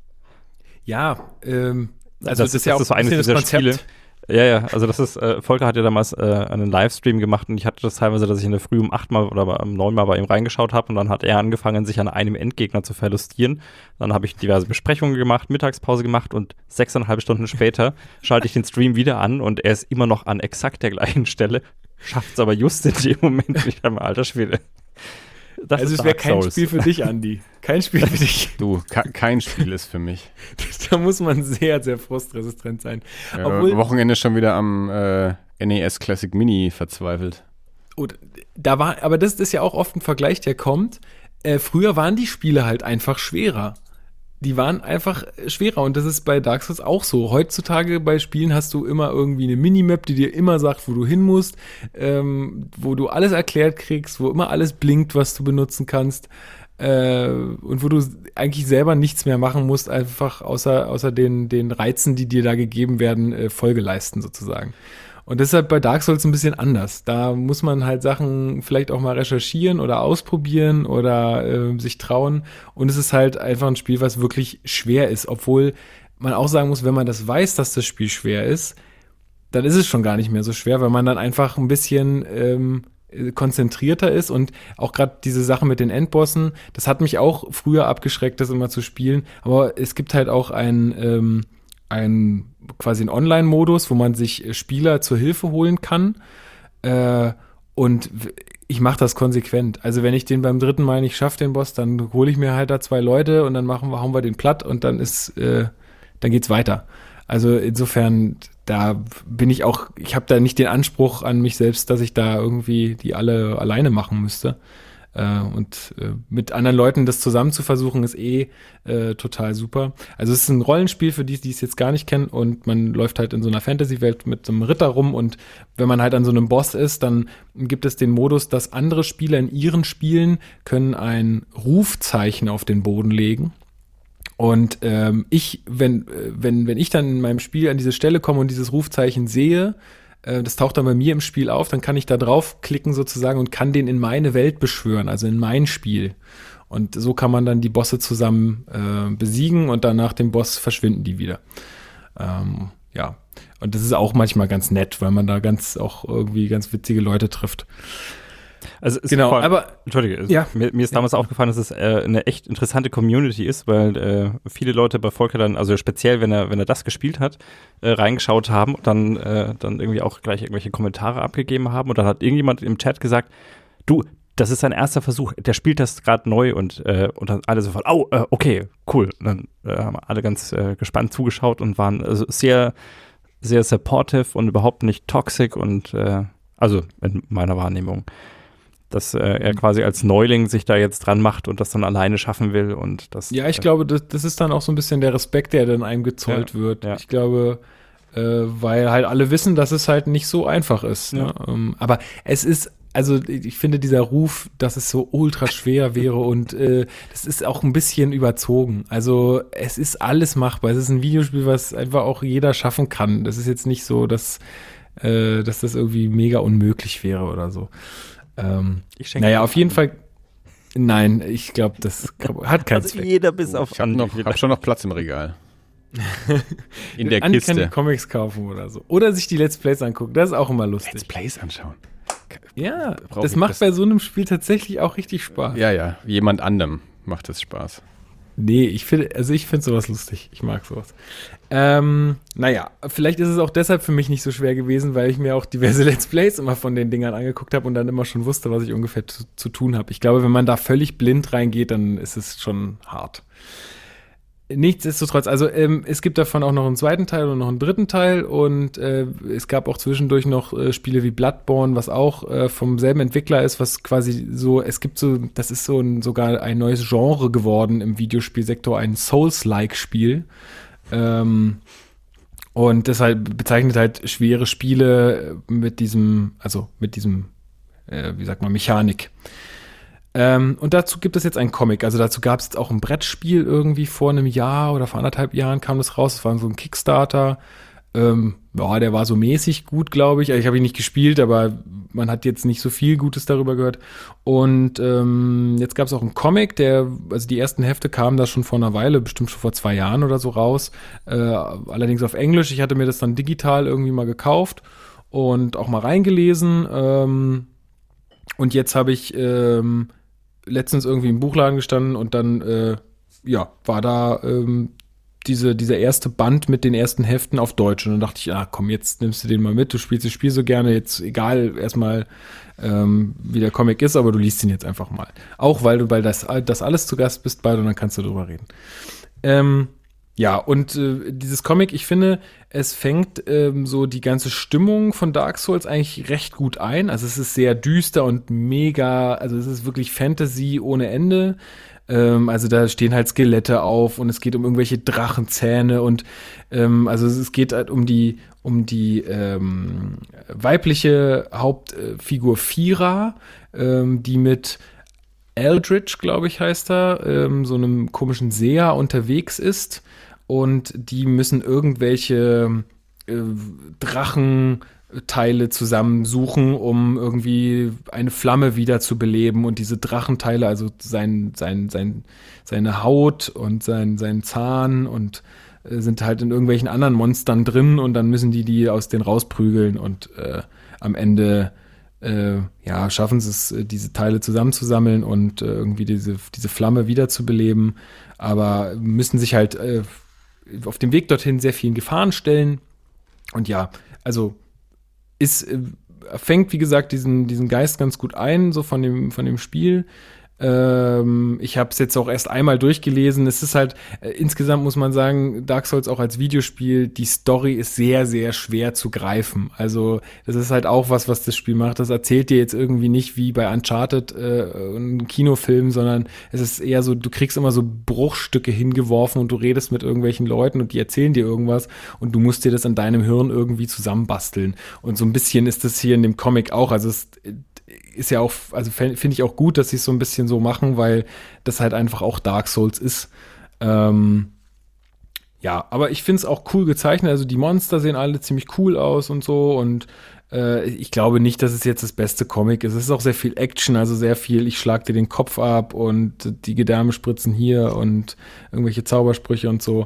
Ja, also das ist ja auch so eines dieser Spiele. Ja, also das ist, Volker hat ja damals einen Livestream gemacht und ich hatte das teilweise, dass ich in der Früh um 8 Mal oder um 9 Mal bei ihm reingeschaut habe und dann hat er angefangen, sich an einem Endgegner zu verlustieren. Dann habe ich diverse Besprechungen gemacht, Mittagspause gemacht und 6,5 Stunden später schalte ich den Stream wieder an und er ist immer noch an exakt der gleichen Stelle, schafft es aber just in dem Moment nicht einmal, alter Schwede. Also es wäre kein Spiel für dich, Andi. Kein Spiel für dich. Du, kein Spiel ist für mich. Da muss man sehr, sehr frustresistent sein. Obwohl, Wochenende schon wieder am NES Classic Mini verzweifelt. Aber das ist ja auch oft ein Vergleich, der kommt. Früher waren die Spiele halt einfach schwerer. Die waren einfach schwerer und das ist bei Dark Souls auch so. Heutzutage bei Spielen hast du immer irgendwie eine Minimap, die dir immer sagt, wo du hin musst, wo du alles erklärt kriegst, wo immer alles blinkt, was du benutzen kannst, und wo du eigentlich selber nichts mehr machen musst, einfach außer den Reizen, die dir da gegeben werden, Folge leisten sozusagen. Und deshalb bei Dark Souls ein bisschen anders. Da muss man halt Sachen vielleicht auch mal recherchieren oder ausprobieren oder sich trauen. Und es ist halt einfach ein Spiel, was wirklich schwer ist. Obwohl man auch sagen muss, wenn man das weiß, dass das Spiel schwer ist, dann ist es schon gar nicht mehr so schwer, weil man dann einfach ein bisschen konzentrierter ist. Und auch gerade diese Sache mit den Endbossen, das hat mich auch früher abgeschreckt, das immer zu spielen. Aber es gibt halt auch quasi einen Online-Modus, wo man sich Spieler zur Hilfe holen kann. Und ich mache das konsequent. Also wenn ich den beim 3. Mal nicht schaffe, den Boss, dann hole ich mir halt da 2 Leute und dann hauen wir den platt und dann geht's weiter. Also insofern, da bin ich auch, ich habe da nicht den Anspruch an mich selbst, dass ich da irgendwie die alle alleine machen müsste. Und mit anderen Leuten das zusammen zu versuchen, ist total super. Also es ist ein Rollenspiel für die es jetzt gar nicht kennen und man läuft halt in so einer Fantasy-Welt mit so einem Ritter rum und wenn man halt an so einem Boss ist, dann gibt es den Modus, dass andere Spieler in ihren Spielen können ein Rufzeichen auf den Boden legen. Und wenn ich dann in meinem Spiel an diese Stelle komme und dieses Rufzeichen sehe, das taucht dann bei mir im Spiel auf, dann kann ich da draufklicken sozusagen und kann den in meine Welt beschwören, also in mein Spiel. Und so kann man dann die Bosse zusammen besiegen und dann nach dem Boss verschwinden die wieder. Ja, und das ist auch manchmal ganz nett, weil man da auch irgendwie ganz witzige Leute trifft. Also genau, aber Entschuldige, ja, mir ist damals aufgefallen, dass es eine echt interessante Community ist, weil viele Leute bei Volker dann, also speziell, wenn er das gespielt hat, reingeschaut haben und dann irgendwie auch gleich irgendwelche Kommentare abgegeben haben und dann hat irgendjemand im Chat gesagt, du, das ist sein erster Versuch, der spielt das gerade neu und dann alle sofort, okay, cool. Und dann haben alle ganz gespannt zugeschaut und waren also sehr, sehr supportive und überhaupt nicht toxic und also in meiner Wahrnehmung, dass er quasi als Neuling sich da jetzt dran macht und das dann alleine schaffen will und das. Ja, ich glaube, das ist dann auch so ein bisschen der Respekt, der dann einem gezollt wird. Ja. Ich glaube, weil halt alle wissen, dass es halt nicht so einfach ist. Ja. Ne? Aber es ist also ich finde dieser Ruf, dass es so ultra schwer wäre und das ist auch ein bisschen überzogen. Also es ist alles machbar. Es ist ein Videospiel, was einfach auch jeder schaffen kann. Das ist jetzt nicht so, dass das irgendwie mega unmöglich wäre oder so. Naja, auf jeden Fall. Nein, ich glaube, das hat keinen Zweck. Jeder bis auf Ich hab schon noch Platz im Regal. In der Andi kann Kiste. Comics kaufen oder so. Oder sich die Let's Plays angucken. Das ist auch immer lustig. Let's Plays anschauen. Ja, Brauch das ich macht das- bei so einem Spiel tatsächlich auch richtig Spaß. Ja, jemand anderem macht es Spaß. Nee, ich finde sowas lustig. Ich mag sowas. Naja, vielleicht ist es auch deshalb für mich nicht so schwer gewesen, weil ich mir auch diverse Let's Plays immer von den Dingern angeguckt habe und dann immer schon wusste, was ich ungefähr zu tun habe. Ich glaube, wenn man da völlig blind reingeht, dann ist es schon hart. Nichtsdestotrotz, also es gibt davon auch noch einen zweiten Teil und noch einen dritten Teil und es gab auch zwischendurch noch Spiele wie Bloodborne, was auch vom selben Entwickler ist, was quasi so, es gibt so, das ist so sogar ein neues Genre geworden im Videospielsektor, ein Souls-like-Spiel. Und deshalb bezeichnet halt schwere Spiele mit diesem, wie sagt man, Mechanik. Und dazu gibt es jetzt einen Comic. Also dazu gab es jetzt auch ein Brettspiel irgendwie vor einem Jahr oder vor 1,5 Jahren kam das raus. Das war so ein Kickstarter. Ja, der war so mäßig gut, glaube ich. Also ich habe ihn nicht gespielt, aber man hat jetzt nicht so viel Gutes darüber gehört. Und jetzt gab es auch einen Comic, also die ersten Hefte kamen da schon vor einer Weile, bestimmt schon vor 2 Jahren oder so raus. Allerdings auf Englisch. Ich hatte mir das dann digital irgendwie mal gekauft und auch mal reingelesen. Und jetzt habe ich letztens irgendwie im Buchladen gestanden und dann war da dieser erste Band mit den ersten Heften auf Deutsch. Und dann dachte ich, komm, jetzt nimmst du den mal mit, du spielst das Spiel so gerne, jetzt egal erstmal, wie der Comic ist, aber du liest ihn jetzt einfach mal. Auch weil du bei das alles zu Gast bist bald und dann kannst du drüber reden. Ja, und dieses Comic, ich finde, es fängt so die ganze Stimmung von Dark Souls eigentlich recht gut ein. Also es ist sehr düster und mega, also es ist wirklich Fantasy ohne Ende. Also da stehen halt Skelette auf und es geht um irgendwelche Drachenzähne und also es geht halt um die weibliche Hauptfigur Fira, die mit Eldritch, glaube ich, heißt er, so einem komischen Seher unterwegs ist und die müssen irgendwelche Drachenteile zusammensuchen, um irgendwie eine Flamme wieder zu beleben und diese Drachenteile, also seine Haut und sein Zahn und sind halt in irgendwelchen anderen Monstern drin und dann müssen die aus denen rausprügeln und am Ende schaffen sie es, diese Teile zusammenzusammeln und irgendwie diese Flamme wiederzubeleben, aber müssen sich halt auf dem Weg dorthin sehr vielen Gefahren stellen. Und ja, also fängt, wie gesagt, diesen Geist ganz gut ein, so von dem Spiel. Ich habe es jetzt auch erst einmal durchgelesen. Es ist halt, insgesamt muss man sagen, Dark Souls auch als Videospiel, die Story ist sehr, sehr schwer zu greifen. Also das ist halt auch was das Spiel macht. Das erzählt dir jetzt irgendwie nicht wie bei Uncharted ein Kinofilm, sondern es ist eher so, du kriegst immer so Bruchstücke hingeworfen und du redest mit irgendwelchen Leuten und die erzählen dir irgendwas und du musst dir das in deinem Hirn irgendwie zusammenbasteln. Und so ein bisschen ist das hier in dem Comic auch. Also es ist ja auch, also finde ich auch gut, dass sie es so ein bisschen so machen, weil das halt einfach auch Dark Souls ist. Ja, aber ich finde es auch cool gezeichnet. Also die Monster sehen alle ziemlich cool aus und so und ich glaube nicht, dass es jetzt das beste Comic ist. Es ist auch sehr viel Action, also sehr viel, ich schlag dir den Kopf ab und die Gedärme spritzen hier und irgendwelche Zaubersprüche und so.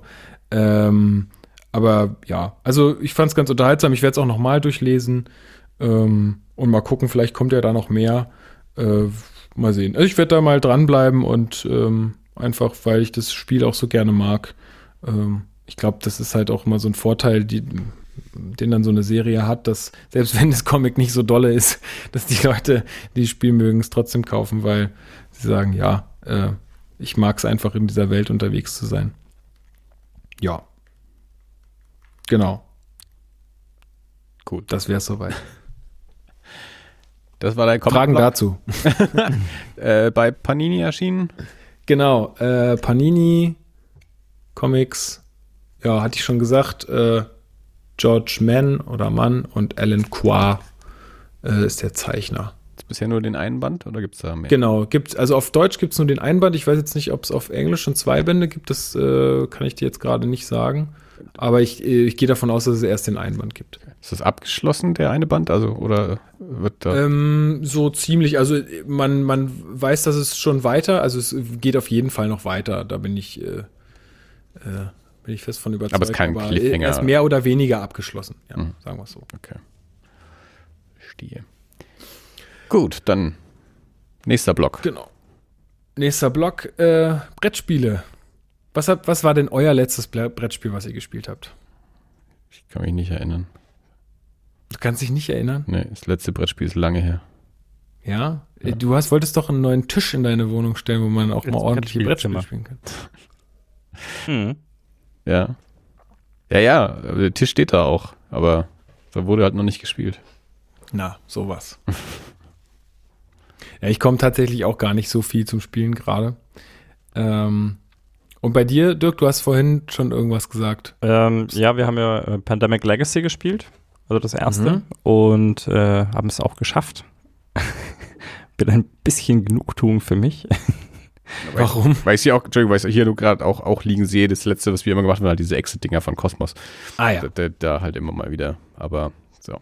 Aber ja, also ich fand es ganz unterhaltsam. Ich werde es auch nochmal durchlesen. Und mal gucken, vielleicht kommt ja da noch mehr. Mal sehen. Also ich werde da mal dranbleiben und einfach, weil ich das Spiel auch so gerne mag. Ich glaube, das ist halt auch immer so ein Vorteil, den dann so eine Serie hat, dass selbst wenn das Comic nicht so dolle ist, dass die Leute, die das Spiel mögen, es trotzdem kaufen, weil sie sagen, ja, ich mag es einfach in dieser Welt unterwegs zu sein. Ja. Genau. Gut. Das wäre es soweit. Das war dein Fragen dazu. Bei Panini erschienen? Genau, Panini Comics, ja, hatte ich schon gesagt, George Mann und Alan Quah ist der Zeichner. es bisher nur den einen Band oder gibt es da mehr? Genau, also auf Deutsch gibt es nur den einen Band. Ich weiß jetzt nicht, ob es auf Englisch schon 2 Bände gibt. Das kann ich dir jetzt gerade nicht sagen. Aber ich gehe davon aus, dass es erst den einen Band gibt. Ist das abgeschlossen, der eine Band? Also, oder wird da. So ziemlich. Also man weiß, dass es schon weiter, also es geht auf jeden Fall noch weiter. Da bin ich fest von überzeugt. Aber es ist kein Cliffhanger. Er ist mehr oder weniger abgeschlossen. Ja, sagen wir es so. Okay. Verstehe. Gut, dann nächster Block. Genau. Nächster Block, Brettspiele. Was war denn euer letztes Brettspiel, was ihr gespielt habt? Ich kann mich nicht erinnern. Du kannst dich nicht erinnern? Nee, das letzte Brettspiel ist lange her. Ja? Du wolltest doch einen neuen Tisch in deine Wohnung stellen, wo man auch mal ordentliche Brettspiele spielen kann. Ja. Ja, der Tisch steht da auch, aber da wurde halt noch nicht gespielt. Na, sowas. Ja, ich komme tatsächlich auch gar nicht so viel zum Spielen gerade. Und bei dir, Dirk, du hast vorhin schon irgendwas gesagt. Ja, wir haben ja Pandemic Legacy gespielt, also das erste, und haben es auch geschafft. Bin ein bisschen Genugtuung für mich. Warum? Weil ich hier du gerade auch liegen sehe, das letzte, was wir immer gemacht haben, halt diese Exit-Dinger von Cosmos. Ah ja. Da halt immer mal wieder, aber so.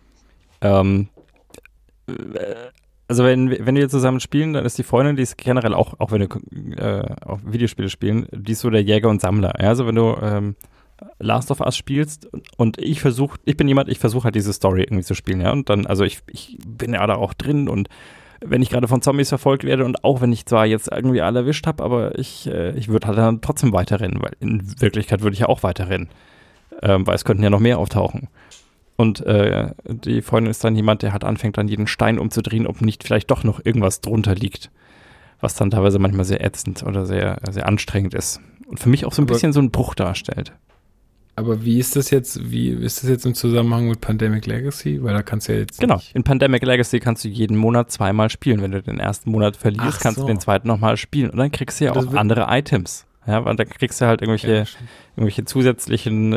Also wenn wir zusammen spielen, dann ist die Freundin, die ist generell auch wenn wir auch Videospiele spielen, die ist so der Jäger und Sammler. Ja? Also wenn du Last of Us spielst und ich versuche halt diese Story irgendwie zu spielen, ja, und dann, also ich bin ja da auch drin und wenn ich gerade von Zombies verfolgt werde und auch wenn ich zwar jetzt irgendwie alle erwischt habe, aber ich würde halt dann trotzdem weiterrennen, weil in Wirklichkeit würde ich ja auch weiterrennen, weil es könnten ja noch mehr auftauchen. Und die Freundin ist dann jemand, der halt anfängt, dann jeden Stein umzudrehen, ob nicht vielleicht doch noch irgendwas drunter liegt, was dann teilweise manchmal sehr ätzend oder sehr, sehr anstrengend ist. Und für mich auch so ein bisschen so einen Bruch darstellt. Aber wie ist das jetzt im Zusammenhang mit Pandemic Legacy? Weil da kannst du ja jetzt Genau, nicht. in Pandemic Legacy kannst du jeden Monat 2-mal spielen. Wenn du den ersten Monat verlierst, kannst du den zweiten nochmal spielen. Und dann kriegst du ja auch andere Items. Ja, weil dann kriegst du halt irgendwelche zusätzlichen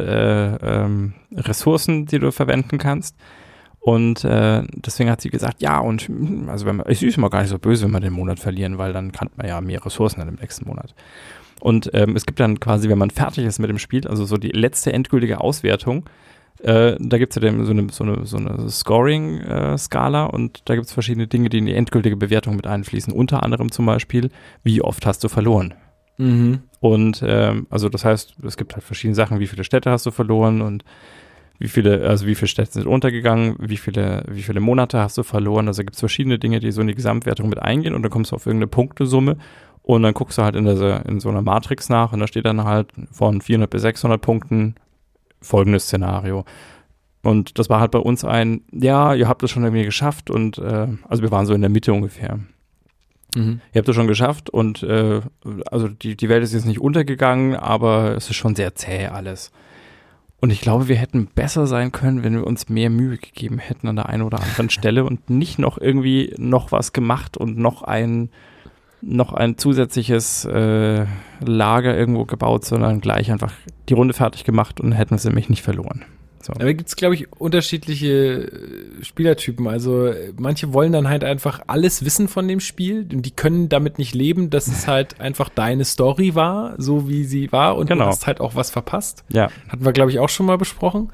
Ressourcen, die du verwenden kannst. Und deswegen hat sie gesagt, ja, und also es ist immer gar nicht so böse, wenn wir den Monat verlieren, weil dann kann man ja mehr Ressourcen dann im nächsten Monat. Und es gibt dann quasi, wenn man fertig ist mit dem Spiel, also so die letzte endgültige Auswertung, da gibt es ja so eine Scoring-Skala und da gibt es verschiedene Dinge, die in die endgültige Bewertung mit einfließen. Unter anderem zum Beispiel, wie oft hast du verloren? Mhm. Und also das heißt, es gibt halt verschiedene Sachen, wie viele Städte hast du verloren und wie viele Städte sind untergegangen, wie viele Monate hast du verloren. Also gibt es verschiedene Dinge, die so in die Gesamtwertung mit eingehen und dann kommst du auf irgendeine Punktesumme und dann guckst du halt in so einer Matrix nach und da steht dann halt von 400 bis 600 Punkten folgendes Szenario. Und das war halt bei uns ja, ihr habt es schon irgendwie geschafft und also wir waren so in der Mitte ungefähr. Mhm. Ihr habt es schon geschafft und also die Welt ist jetzt nicht untergegangen, aber es ist schon sehr zäh alles. Und ich glaube, wir hätten besser sein können, wenn wir uns mehr Mühe gegeben hätten an der einen oder anderen Stelle und nicht noch irgendwie noch was gemacht und noch ein zusätzliches Lager irgendwo gebaut, sondern gleich einfach die Runde fertig gemacht und hätten wir sie nämlich nicht verloren. So. Aber gibt es, glaube ich, unterschiedliche Spielertypen. Also manche wollen dann halt einfach alles wissen von dem Spiel und die können damit nicht leben, dass es halt einfach deine Story war, so wie sie war und du hast halt auch was verpasst. Ja. Hatten wir, glaube ich, auch schon mal besprochen.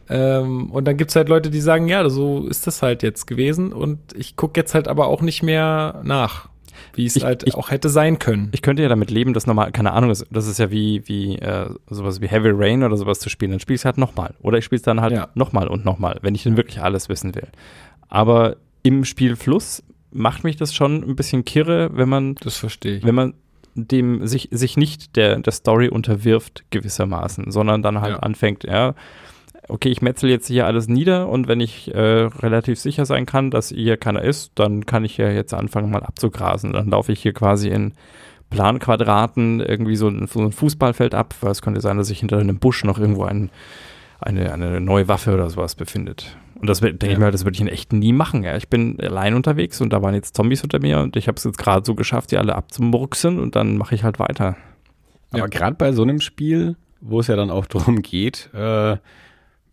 Und dann gibt es halt Leute, die sagen, ja, so ist das halt jetzt gewesen und ich gucke jetzt halt aber auch nicht mehr nach, wie es halt auch hätte sein können. Ich könnte ja damit leben, dass nochmal, keine Ahnung, das ist ja wie sowas wie Heavy Rain oder sowas zu spielen. Dann spiele ich es halt nochmal. Oder ich spiele es dann halt nochmal und nochmal, wenn ich denn wirklich alles wissen will. Aber im Spielfluss macht mich das schon ein bisschen kirre, wenn man das verstehe ich. Wenn man dem sich nicht der Story unterwirft gewissermaßen, sondern dann halt anfängt, okay, ich metzel jetzt hier alles nieder und wenn ich relativ sicher sein kann, dass hier keiner ist, dann kann ich ja jetzt anfangen, mal abzugrasen. Dann laufe ich hier quasi in Planquadraten irgendwie so ein Fußballfeld ab, weil es könnte sein, dass sich hinter einem Busch noch irgendwo eine neue Waffe oder sowas befindet. Und das denke ich mir, das würde ich in echt nie machen. Ja. Ich bin allein unterwegs und da waren jetzt Zombies unter mir und ich habe es jetzt gerade so geschafft, die alle abzumurksen und dann mache ich halt weiter. Aber gerade bei so einem Spiel, wo es ja dann auch darum geht,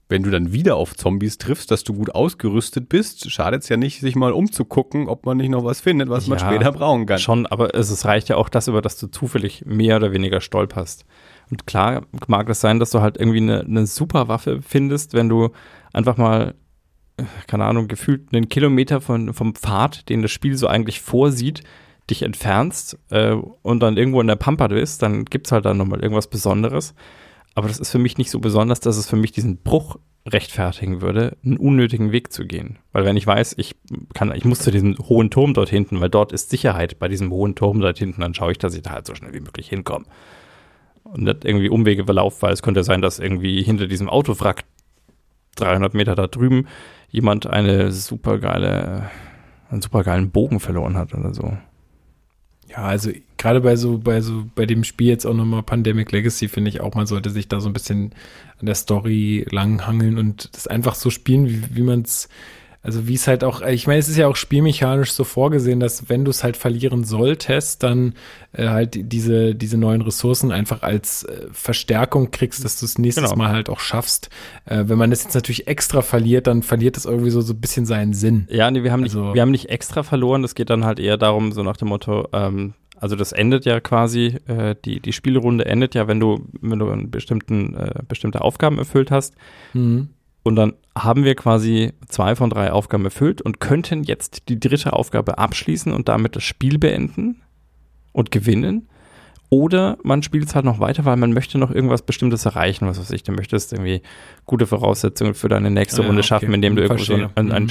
wenn du dann wieder auf Zombies triffst, dass du gut ausgerüstet bist, schadet es ja nicht, sich mal umzugucken, ob man nicht noch was findet, was man später brauchen kann. Schon, aber es reicht ja auch das, über das du zufällig mehr oder weniger stolperst. Und klar mag es sein, dass du halt irgendwie eine super Waffe findest, wenn du einfach mal, keine Ahnung, gefühlt einen Kilometer vom Pfad, den das Spiel so eigentlich vorsieht, dich entfernst und dann irgendwo in der Pampa bist, dann gibt es halt dann nochmal irgendwas Besonderes. Aber das ist für mich nicht so besonders, dass es für mich diesen Bruch rechtfertigen würde, einen unnötigen Weg zu gehen. Weil wenn ich weiß, ich muss zu diesem hohen Turm dort hinten, weil dort ist Sicherheit bei diesem hohen Turm dort hinten, dann schaue ich, dass ich da halt so schnell wie möglich hinkomme. Und nicht irgendwie Umwege verlaufe, weil es könnte sein, dass irgendwie hinter diesem Autowrack 300 Meter da drüben jemand einen supergeilen Bogen verloren hat oder so. Ja, also gerade bei dem Spiel jetzt auch nochmal Pandemic Legacy finde ich auch, man sollte sich da so ein bisschen an der Story langhangeln und das einfach so spielen, wie man es, also wie es halt auch, ich meine, es ist ja auch spielmechanisch so vorgesehen, dass wenn du es halt verlieren solltest, dann halt diese neuen Ressourcen einfach als Verstärkung kriegst, dass du es nächstes Mal halt auch schaffst. Wenn man das jetzt natürlich extra verliert, dann verliert es irgendwie so ein bisschen seinen Sinn. Ja, nee, wir haben nicht extra verloren, das geht dann halt eher darum, so nach dem Motto, also das endet ja quasi, die Spielrunde endet ja, wenn du bestimmte Aufgaben erfüllt hast. Mhm. Und dann haben wir quasi 2 von 3 Aufgaben erfüllt und könnten jetzt die 3. Aufgabe abschließen und damit das Spiel beenden und gewinnen. Oder man spielt es halt noch weiter, weil man möchte noch irgendwas Bestimmtes erreichen, was weiß ich. Du möchtest irgendwie gute Voraussetzungen für deine nächste Runde schaffen, indem du irgendwo so einen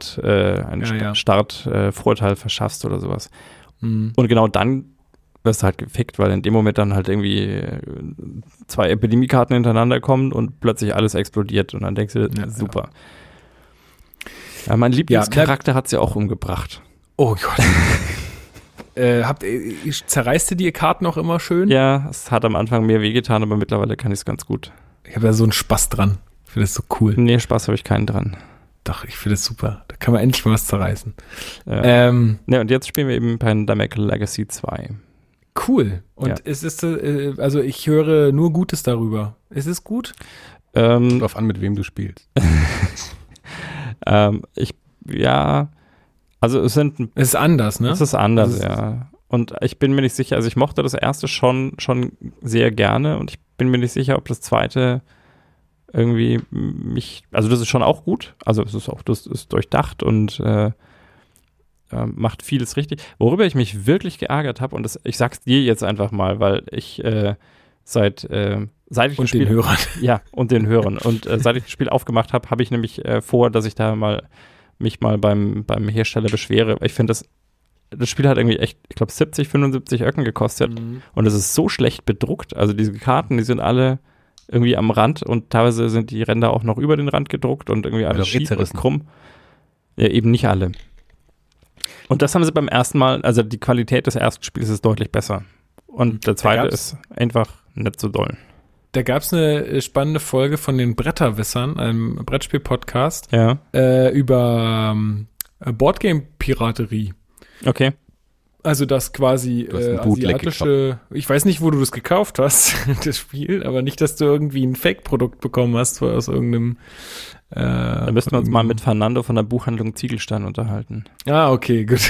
Startvorteil verschaffst oder sowas. Und genau dann wirst du halt gefickt, weil in dem Moment dann halt irgendwie 2 Epidemiekarten hintereinander kommen und plötzlich alles explodiert und dann denkst du, super. Ja, mein Lieblingscharakter hat sie auch umgebracht. Oh Gott. Zerreißt ihr die Karten auch immer schön? Ja, es hat am Anfang mehr wehgetan, aber mittlerweile kann ich es ganz gut. Ich habe da so einen Spaß dran. Ich finde das so cool. Nee, Spaß habe ich keinen dran. Doch, ich finde das super. Da kann man endlich mal was zerreißen. Ja. Und jetzt spielen wir eben Pandemic Legacy 2. Cool. Und es ist, also ich höre nur Gutes darüber. Ist es gut? Drauf an, mit wem du spielst. Also es ist anders, ne? Es ist anders, ja. Und ich bin mir nicht sicher, also ich mochte das erste schon sehr gerne und ich bin mir nicht sicher, ob das zweite irgendwie also das ist schon auch gut. Also das ist durchdacht und macht vieles richtig. Worüber ich mich wirklich geärgert habe, und ich sag's dir jetzt einfach mal, weil ich seit ich das Spiel... Hörern. Ja, und den Hörern. Und seit ich das Spiel aufgemacht habe, habe ich nämlich vor, dass ich da mich mal beim Hersteller beschwere. Ich finde, das Spiel hat irgendwie echt, ich glaube, 70, 75 Öcken gekostet. Und es ist so schlecht bedruckt. Also diese Karten, die sind alle irgendwie am Rand und teilweise sind die Ränder auch noch über den Rand gedruckt und irgendwie alles schief und krumm. Ja, eben nicht alle. Und das haben sie beim ersten Mal, also die Qualität des ersten Spiels ist deutlich besser. Und der zweite ist einfach nicht so doll. Da gab es eine spannende Folge von den Bretterwissern, einem Brettspiel-Podcast, über Boardgame-Piraterie. Okay. Also das quasi asiatische, ich weiß nicht, wo du das gekauft hast, das Spiel, aber nicht, dass du irgendwie ein Fake-Produkt bekommen hast aus irgendeinem Da müssten wir uns mal mit Fernando von der Buchhandlung Ziegelstein unterhalten. Ah, okay, gut.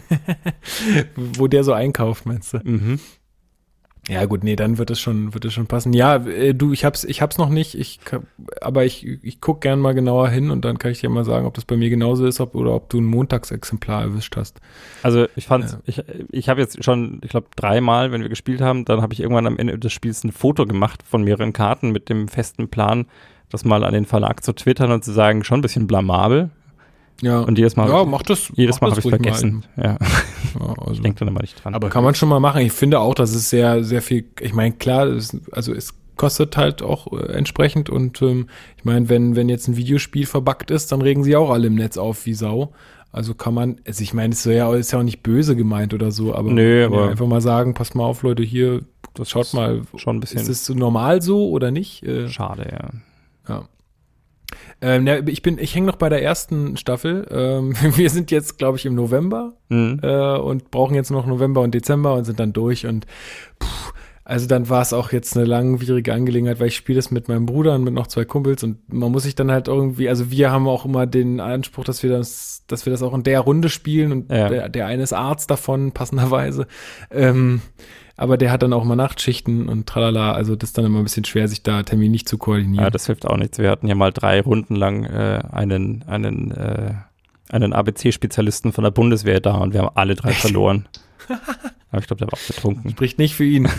Wo der so einkauft, meinst du? Mhm. Ja gut, nee, dann wird es schon passen. Ja, ich hab's noch nicht, aber ich guck gern mal genauer hin und dann kann ich dir mal sagen, ob das bei mir genauso ist, oder ob du ein Montagsexemplar erwischt hast. Also ich fand's, ich habe jetzt schon, ich glaube 3-mal, wenn wir gespielt haben, dann habe ich irgendwann am Ende des Spiels ein Foto gemacht von mehreren Karten mit dem festen Plan, das mal an den Verlag zu twittern und zu sagen, schon ein bisschen blamabel. Ja, und jedes Mal habe ich es vergessen. Ja. Also, ich denke dann aber nicht dran. Aber kann man schon mal machen. Ich finde auch, dass es sehr, sehr viel, ich meine, klar, es kostet halt auch entsprechend und ich meine, wenn jetzt ein Videospiel verbuggt ist, dann regen sie auch alle im Netz auf wie Sau. Also kann man, also ich meine, es ist ja auch nicht böse gemeint oder so, aber, aber einfach mal sagen, passt mal auf, Leute, hier, das schaut mal, schon ein bisschen. Ist es so normal so oder nicht? Schade, ja. Ja. Ich hänge noch bei der ersten Staffel. Wir sind jetzt, glaube ich, im November und brauchen jetzt noch November und Dezember und sind dann durch und Also dann war es auch jetzt eine langwierige Angelegenheit, weil ich spiele das mit meinem Bruder und mit noch 2 Kumpels und man muss sich dann halt irgendwie, also wir haben auch immer den Anspruch, dass wir das auch in der Runde spielen und der eine ist Arzt davon, passenderweise. Aber der hat dann auch immer Nachtschichten und tralala, also das ist dann immer ein bisschen schwer, sich da terminlich zu koordinieren. Ja, das hilft auch nichts. Wir hatten ja mal 3 Runden lang einen ABC-Spezialisten von der Bundeswehr da und wir haben alle 3 verloren. Aber ich glaube, der war auch betrunken. Spricht nicht für ihn.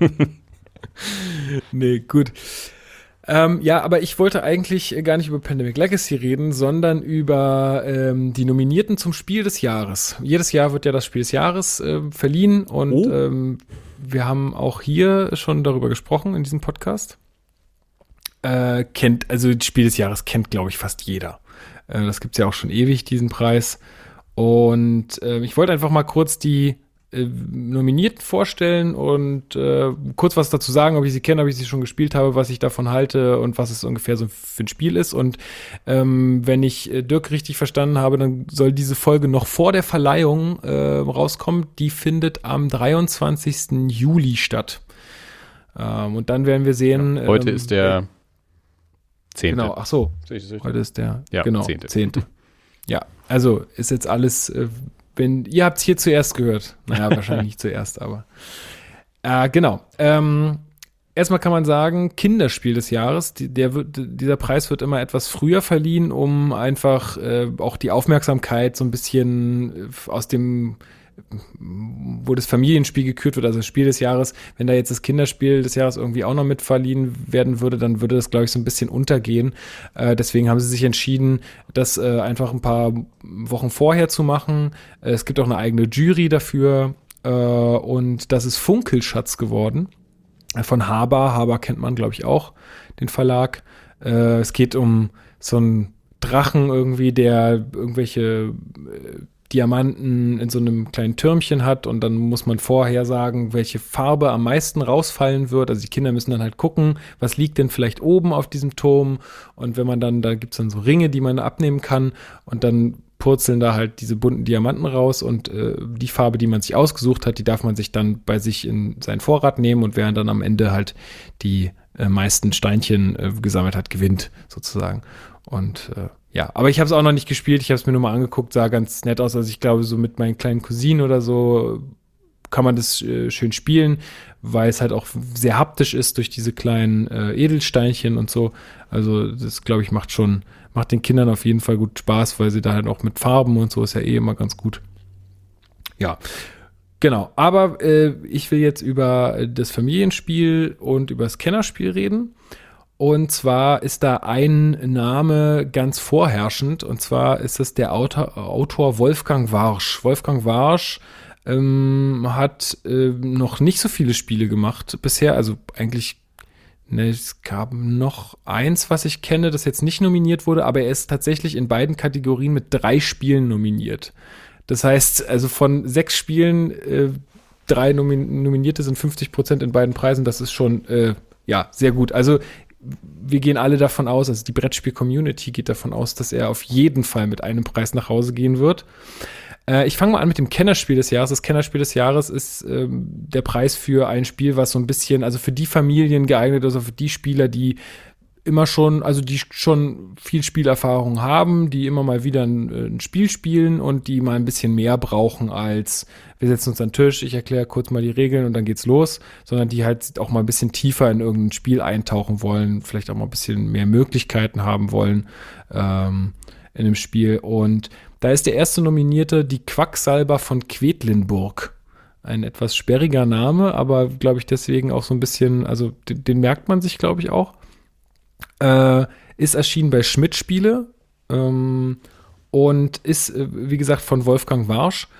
Nee, gut. Ja, aber ich wollte eigentlich gar nicht über Pandemic Legacy reden, sondern über die Nominierten zum Spiel des Jahres. Jedes Jahr wird ja das Spiel des Jahres verliehen und wir haben auch hier schon darüber gesprochen in diesem Podcast. Also das Spiel des Jahres kennt, glaube ich, fast jeder. Das gibt's ja auch schon ewig, diesen Preis. Und ich wollte einfach mal kurz die Nominierten vorstellen und kurz was dazu sagen, ob ich sie kenne, ob ich sie schon gespielt habe, was ich davon halte und was es ungefähr so für ein Spiel ist. Und wenn ich Dirk richtig verstanden habe, dann soll diese Folge noch vor der Verleihung rauskommen. Die findet am 23. Juli statt. Und dann werden wir sehen. Ja, heute ist der 10. Genau, ach so. Heute ist der, genau, 10. Ja, also ist jetzt alles... ihr habt es hier zuerst gehört. Naja, wahrscheinlich nicht zuerst, aber. Genau. Erstmal kann man sagen, Kinderspiel des Jahres. Dieser Preis wird immer etwas früher verliehen, um einfach auch die Aufmerksamkeit so ein bisschen aus dem, wo das Familienspiel gekürt wird, also das Spiel des Jahres, wenn da jetzt das Kinderspiel des Jahres irgendwie auch noch mit verliehen werden würde, dann würde das, glaube ich, so ein bisschen untergehen. Deswegen haben sie sich entschieden, das einfach ein paar Wochen vorher zu machen. Es gibt auch eine eigene Jury dafür und das ist Funkelschatz geworden von Haber. Haber kennt man, glaube ich, auch, den Verlag. Es geht um so einen Drachen irgendwie, der irgendwelche Diamanten in so einem kleinen Türmchen hat und dann muss man vorher sagen, welche Farbe am meisten rausfallen wird. Also die Kinder müssen dann halt gucken, was liegt denn vielleicht oben auf diesem Turm und wenn man dann, da gibt's dann so Ringe, die man abnehmen kann und dann purzeln da halt diese bunten Diamanten raus und die Farbe, die man sich ausgesucht hat, die darf man sich dann bei sich in seinen Vorrat nehmen und wer dann am Ende halt die meisten Steinchen gesammelt hat, gewinnt sozusagen. Und ja, aber ich habe es auch noch nicht gespielt, ich habe es mir nur mal angeguckt, sah ganz nett aus. Also ich glaube, so mit meinen kleinen Cousinen oder so kann man das schön spielen, weil es halt auch sehr haptisch ist durch diese kleinen Edelsteinchen und so. Also das, glaube ich, macht den Kindern auf jeden Fall gut Spaß, weil sie da halt auch mit Farben und so ist ja immer ganz gut. Ja, genau. Aber ich will jetzt über das Familienspiel und über das Kennerspiel reden. Und zwar ist da ein Name ganz vorherrschend, und zwar ist es der Autor Wolfgang Warsch. Wolfgang Warsch hat noch nicht so viele Spiele gemacht bisher, also eigentlich, es gab noch eins, was ich kenne, das jetzt nicht nominiert wurde, aber er ist tatsächlich in beiden Kategorien mit 3 Spielen nominiert. Das heißt, also von 6 Spielen, 3 Nominierte sind 50% in beiden Preisen, das ist schon, sehr gut. Also wir gehen alle davon aus, also die Brettspiel-Community geht davon aus, dass er auf jeden Fall mit einem Preis nach Hause gehen wird. Ich fange mal an mit dem Kennerspiel des Jahres. Das Kennerspiel des Jahres ist der Preis für ein Spiel, was so ein bisschen, also für die Familien geeignet ist, also für die Spieler, die immer schon, also die schon viel Spielerfahrung haben, die immer mal wieder ein Spiel spielen und die mal ein bisschen mehr brauchen als wir setzen uns an den Tisch, ich erkläre kurz mal die Regeln und dann geht's los, sondern die halt auch mal ein bisschen tiefer in irgendein Spiel eintauchen wollen, vielleicht auch mal ein bisschen mehr Möglichkeiten haben wollen in dem Spiel. Und da ist der erste Nominierte die Quacksalber von Quedlinburg. Ein etwas sperriger Name, aber glaube ich deswegen auch so ein bisschen, also den merkt man sich, glaube ich, auch. Ist erschienen bei Schmidt Spiele und ist, wie gesagt, von Wolfgang Warsch.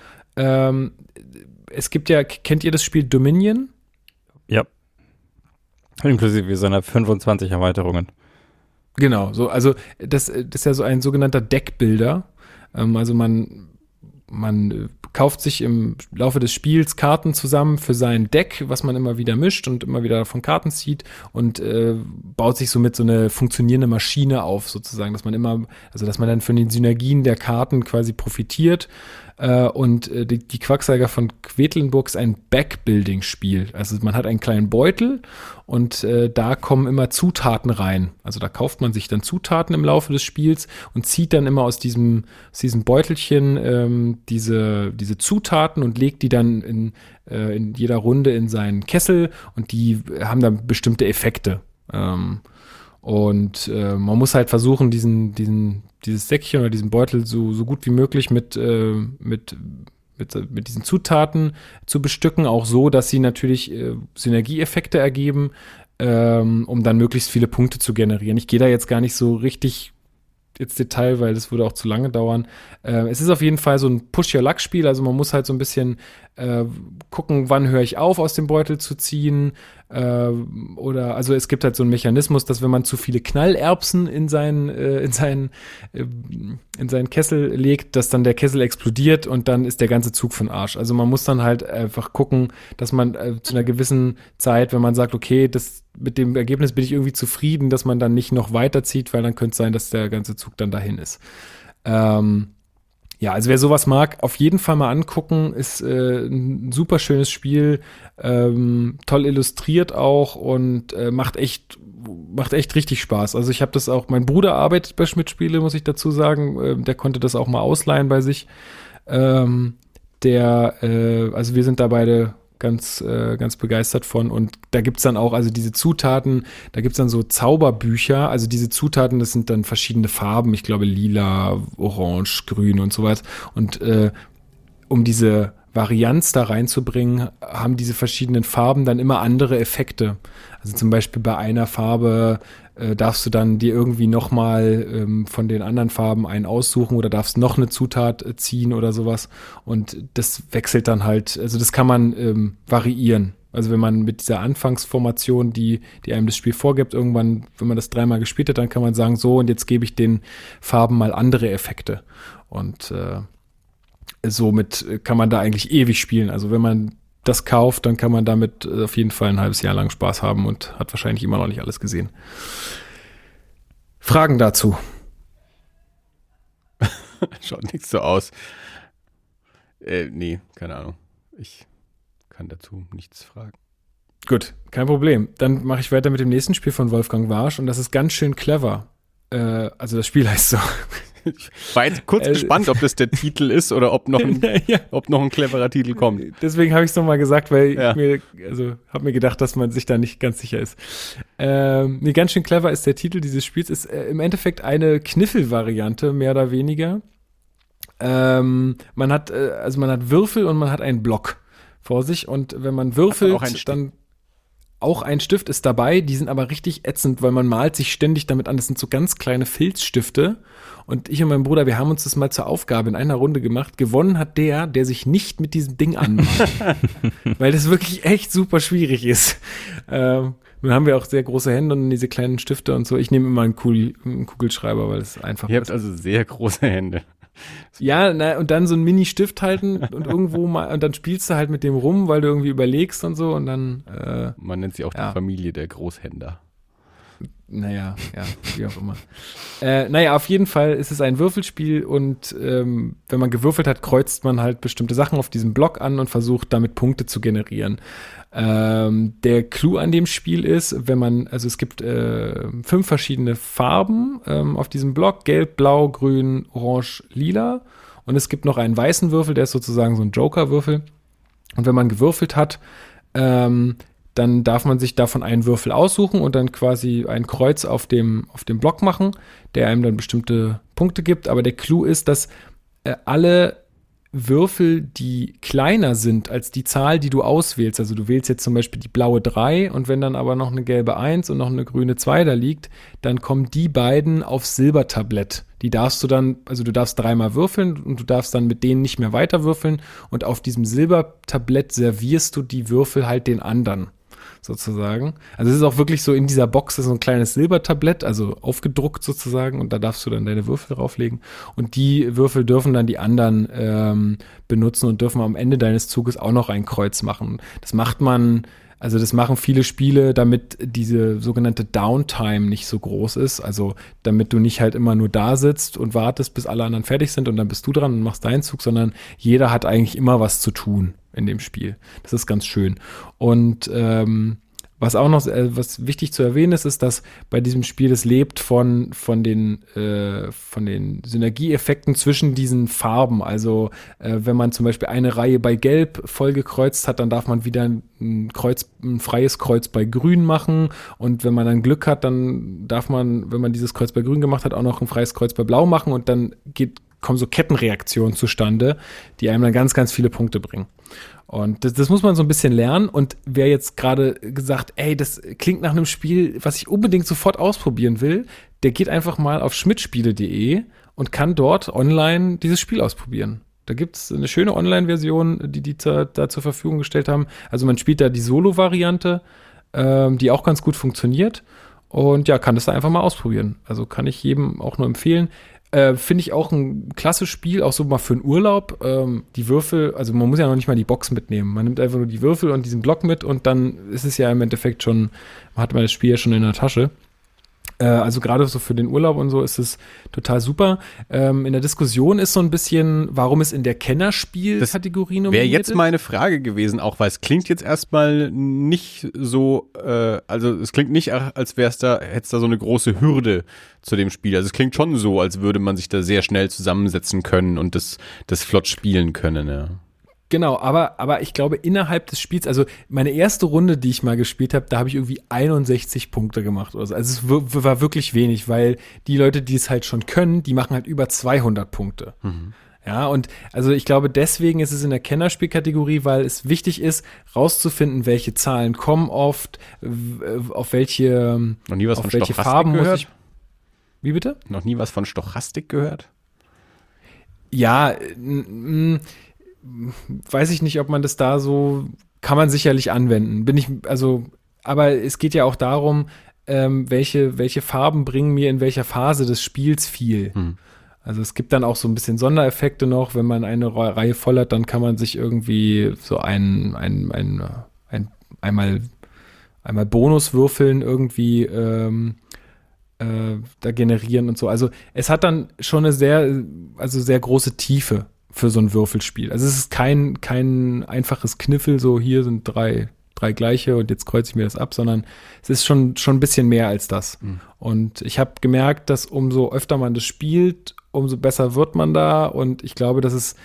Es gibt ja, kennt ihr das Spiel Dominion? Ja. Inklusive seiner 25 Erweiterungen. Genau, so, also das ist ja so ein sogenannter Deckbuilder. Also man kauft sich im Laufe des Spiels Karten zusammen für sein Deck, was man immer wieder mischt und immer wieder davon Karten zieht und baut sich somit so eine funktionierende Maschine auf, sozusagen, dass man dann von den Synergien der Karten quasi profitiert. Die Quacksalber von Quedlinburg ist ein Backbuilding-Spiel. Also man hat einen kleinen Beutel und da kommen immer Zutaten rein. Also da kauft man sich dann Zutaten im Laufe des Spiels und zieht dann immer aus diesem Beutelchen diese Zutaten und legt die dann in jeder Runde in seinen Kessel und die haben dann bestimmte Effekte. Man muss halt versuchen, dieses Säckchen oder diesen Beutel so gut wie möglich mit diesen Zutaten zu bestücken, auch so, dass sie natürlich Synergieeffekte ergeben, um dann möglichst viele Punkte zu generieren. Ich gehe da jetzt gar nicht so richtig ins Detail, weil das würde auch zu lange dauern. Es ist auf jeden Fall so ein Push-Your-Luck-Spiel, also man muss halt so ein bisschen gucken, wann höre ich auf, aus dem Beutel zu ziehen. Also es gibt halt so einen Mechanismus, dass wenn man zu viele Knallerbsen in seinen Kessel legt, dass dann der Kessel explodiert und dann ist der ganze Zug von Arsch. Also man muss dann halt einfach gucken, dass man zu einer gewissen Zeit, wenn man sagt, okay, mit dem Ergebnis bin ich irgendwie zufrieden, dass man dann nicht noch weiterzieht, weil dann könnte es sein, dass der ganze Zug dann dahin ist. Ja, also wer sowas mag, auf jeden Fall mal angucken. Ist ein super schönes Spiel, toll illustriert auch und macht echt richtig Spaß. Also ich habe das auch, mein Bruder arbeitet bei Schmidt Spiele, muss ich dazu sagen. Der konnte das auch mal ausleihen bei sich. Also wir sind da beide ganz begeistert von. Und da gibt's dann auch, also diese Zutaten, da gibt's dann so Zauberbücher. Also diese Zutaten, das sind dann verschiedene Farben. Ich glaube lila, orange, grün und sowas. Und um diese Varianz da reinzubringen, haben diese verschiedenen Farben dann immer andere Effekte. Also zum Beispiel bei einer Farbe darfst du dann dir irgendwie nochmal von den anderen Farben einen aussuchen oder darfst noch eine Zutat ziehen oder sowas. Und das wechselt dann halt, also das kann man variieren. Also wenn man mit dieser Anfangsformation, die einem das Spiel vorgibt, irgendwann, wenn man das 3-mal gespielt hat, dann kann man sagen, so und jetzt gebe ich den Farben mal andere Effekte. Und somit kann man da eigentlich ewig spielen. Also wenn man das kauft, dann kann man damit auf jeden Fall ein halbes Jahr lang Spaß haben und hat wahrscheinlich immer noch nicht alles gesehen. Fragen dazu? Schaut nicht so aus. Nee, keine Ahnung. Ich kann dazu nichts fragen. Gut, kein Problem. Dann mache ich weiter mit dem nächsten Spiel von Wolfgang Warsch und das ist ganz schön clever. Also das Spiel heißt so. Ich war jetzt kurz gespannt, ob das der Titel ist oder ob noch ein cleverer Titel kommt. Deswegen habe ich es nochmal gesagt, weil ich habe mir gedacht, dass man sich da nicht ganz sicher ist. Ganz schön clever ist der Titel dieses Spiels. Ist im Endeffekt eine Kniffel-Variante, mehr oder weniger. Man hat Würfel und man hat einen Block vor sich und wenn man würfelt, dann auch ein Stift ist dabei, die sind aber richtig ätzend, weil man malt sich ständig damit an. Das sind so ganz kleine Filzstifte. Und ich und mein Bruder, wir haben uns das mal zur Aufgabe in einer Runde gemacht. Gewonnen hat der sich nicht mit diesem Ding anmalt. Weil das wirklich echt super schwierig ist. Nun haben wir auch sehr große Hände und diese kleinen Stifte und so. Ich nehme immer einen Kugelschreiber, weil es einfach ist. Ihr habt also sehr große Hände. Ja, und dann so einen Mini-Stift halten und irgendwo mal, und dann spielst du halt mit dem rum, weil du irgendwie überlegst und so und dann. Man nennt sie auch die Familie der Großhänder. Naja, ja, wie auch immer. Auf jeden Fall ist es ein Würfelspiel und wenn man gewürfelt hat, kreuzt man halt bestimmte Sachen auf diesem Block an und versucht damit Punkte zu generieren. Der Clou an dem Spiel ist, es gibt 5 verschiedene Farben auf diesem Block, gelb, blau, grün, orange, lila und es gibt noch einen weißen Würfel, der ist sozusagen so ein Joker-Würfel und wenn man gewürfelt hat, dann darf man sich davon einen Würfel aussuchen und dann quasi ein Kreuz auf dem Block machen, der einem dann bestimmte Punkte gibt. Aber der Clou ist, dass alle Würfel, die kleiner sind als die Zahl, die du auswählst, also du wählst jetzt zum Beispiel die blaue 3 und wenn dann aber noch eine gelbe 1 und noch eine grüne 2 da liegt, dann kommen die beiden aufs Silbertablett. Die darfst du dann, also du darfst 3-mal würfeln und du darfst dann mit denen nicht mehr weiter würfeln und auf diesem Silbertablett servierst du die Würfel halt den anderen. Sozusagen. Also es ist auch wirklich so, in dieser Box ist so ein kleines Silbertablett, also aufgedruckt sozusagen und da darfst du dann deine Würfel drauflegen und die Würfel dürfen dann die anderen benutzen und dürfen am Ende deines Zuges auch noch ein Kreuz machen. Das macht man Also das machen viele Spiele, damit diese sogenannte Downtime nicht so groß ist. Also damit du nicht halt immer nur da sitzt und wartest, bis alle anderen fertig sind und dann bist du dran und machst deinen Zug, sondern jeder hat eigentlich immer was zu tun in dem Spiel. Das ist ganz schön. Und was auch noch, was wichtig zu erwähnen ist, ist, dass bei diesem Spiel es lebt von den Synergieeffekten zwischen diesen Farben. Also wenn man zum Beispiel eine Reihe bei Gelb vollgekreuzt hat, dann darf man wieder ein freies Kreuz bei Grün machen. Und wenn man dann Glück hat, dann darf man, wenn man dieses Kreuz bei Grün gemacht hat, auch noch ein freies Kreuz bei Blau machen. Und dann kommen so Kettenreaktionen zustande, die einem dann ganz, ganz viele Punkte bringen. Und das muss man so ein bisschen lernen. Und wer jetzt gerade gesagt, ey, das klingt nach einem Spiel, was ich unbedingt sofort ausprobieren will, der geht einfach mal auf schmidtspiele.de und kann dort online dieses Spiel ausprobieren. Da gibt's eine schöne Online-Version, die da zur Verfügung gestellt haben. Also man spielt da die Solo-Variante, die auch ganz gut funktioniert. Und ja, kann das da einfach mal ausprobieren. Also kann ich jedem auch nur empfehlen. Finde ich auch ein klasse Spiel, auch so mal für einen Urlaub. Die Würfel, also man muss ja noch nicht mal die Box mitnehmen. Man nimmt einfach nur die Würfel und diesen Block mit und dann ist es ja im Endeffekt schon, man hat das Spiel ja schon in der Tasche. Also gerade so für den Urlaub und so ist es total super. In der Diskussion ist so ein bisschen, warum es in der Kennerspiel-Kategorie nominiert ist. Wäre jetzt meine Frage gewesen, auch weil es klingt jetzt erstmal nicht so, also es klingt nicht, als hätte es da so eine große Hürde zu dem Spiel. Also es klingt schon so, als würde man sich da sehr schnell zusammensetzen können und das flott spielen können, ja. Genau, aber ich glaube, innerhalb des Spiels, also meine erste Runde, die ich mal gespielt habe, da habe ich irgendwie 61 Punkte gemacht oder so. Also es war wirklich wenig, weil die Leute, die es halt schon können, die machen halt über 200 Punkte. Mhm. Ja, und also ich glaube, deswegen ist es in der Kennerspielkategorie, weil es wichtig ist, rauszufinden, welche Zahlen kommen oft, auf welche Farben gehört? muss ich. Wie bitte? Noch nie was von Stochastik gehört? Ja, weiß ich nicht, ob man das da so, kann man sicherlich anwenden. Aber es geht ja auch darum, welche Farben bringen mir in welcher Phase des Spiels viel. Also es gibt dann auch so ein bisschen Sondereffekte noch, wenn man eine Reihe voll hat, dann kann man sich irgendwie so einmal Bonuswürfeln irgendwie da generieren und so. Also es hat dann schon eine sehr große Tiefe für so ein Würfelspiel. Also es ist kein einfaches Kniffel, so hier sind drei gleiche und jetzt kreuze ich mir das ab, sondern es ist schon ein bisschen mehr als das. Und ich habe gemerkt, dass umso öfter man das spielt, umso besser wird man da und ich glaube, dass es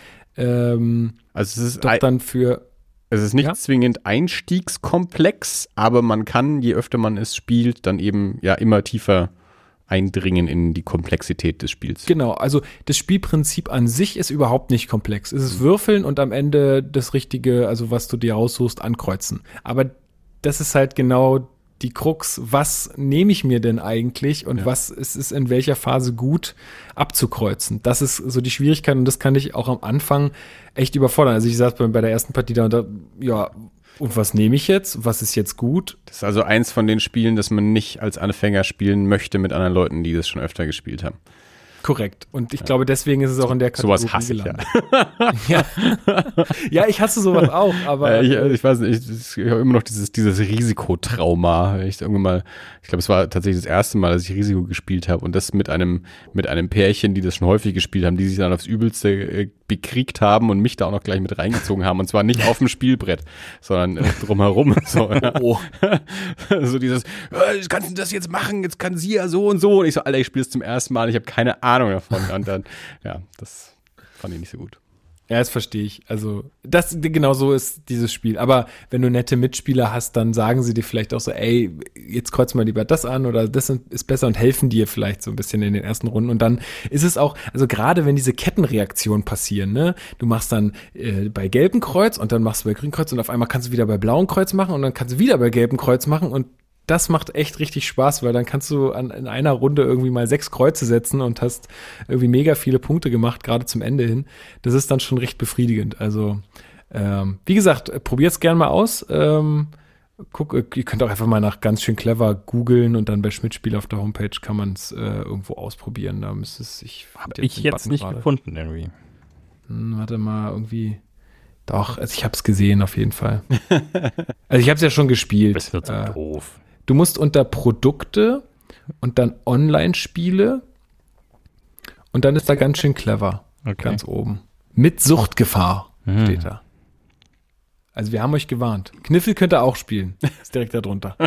dann für es ist nicht zwingend einstiegskomplex, aber man kann, je öfter man es spielt, dann eben ja immer tiefer eindringen in die Komplexität des Spiels. Genau, also das Spielprinzip an sich ist überhaupt nicht komplex. Es ist Würfeln und am Ende das Richtige, also was du dir aussuchst, ankreuzen. Aber das ist halt genau die Krux, was nehme ich mir denn eigentlich und was ist es in welcher Phase gut abzukreuzen. Das ist so die Schwierigkeit und das kann dich auch am Anfang echt überfordern. Also ich saß bei der ersten Partie da und und was nehme ich jetzt? Was ist jetzt gut? Das ist also eins von den Spielen, das man nicht als Anfänger spielen möchte mit anderen Leuten, die das schon öfter gespielt haben. Korrekt. Und ich glaube, deswegen ist es auch in der Kategorie sowas hasse ich, gelandet. Ja, ich hasse sowas auch, aber ich weiß nicht, ich habe immer noch dieses Risikotrauma. Ich glaube, es war tatsächlich das erste Mal, dass ich Risiko gespielt habe und das mit einem Pärchen, die das schon häufig gespielt haben, die sich dann aufs Übelste bekriegt haben und mich da auch noch gleich mit reingezogen haben und zwar nicht auf dem Spielbrett, sondern drumherum. So, so dieses, kannst du das jetzt machen? Jetzt kann sie ja so und so. Und ich so, Alter, ich spiele es zum ersten Mal, ich habe keine Ahnung davon. Und dann, das fand ich nicht so gut. Ja, das verstehe ich. Also, genau so ist dieses Spiel. Aber wenn du nette Mitspieler hast, dann sagen sie dir vielleicht auch so, ey, jetzt kreuz mal lieber das an oder das ist besser und helfen dir vielleicht so ein bisschen in den ersten Runden. Und dann ist es auch, also gerade wenn diese Kettenreaktionen passieren, ne, du machst dann bei gelbem Kreuz und dann machst du bei grünem Kreuz und auf einmal kannst du wieder bei blauem Kreuz machen und dann kannst du wieder bei gelbem Kreuz machen und das macht echt richtig Spaß, weil dann kannst du in einer Runde irgendwie mal 6 Kreuze setzen und hast irgendwie mega viele Punkte gemacht, gerade zum Ende hin. Das ist dann schon recht befriedigend. Also, wie gesagt, probiert's gern mal aus. Ihr könnt auch einfach mal nach ganz schön clever googeln und dann bei Schmidtspiele auf der Homepage kann man es irgendwo ausprobieren. Da müsste es, Hab ich jetzt nicht gefunden irgendwie. Warte mal, irgendwie Doch, also ich habe es gesehen auf jeden Fall. Also ich habe es ja schon gespielt. Das wird so doof. Du musst unter Produkte und dann Online-Spiele und dann ist da ganz schön clever. Okay. Ganz oben. Mit Suchtgefahr steht da. Also wir haben euch gewarnt. Kniffel könnt ihr auch spielen. Ist direkt da drunter.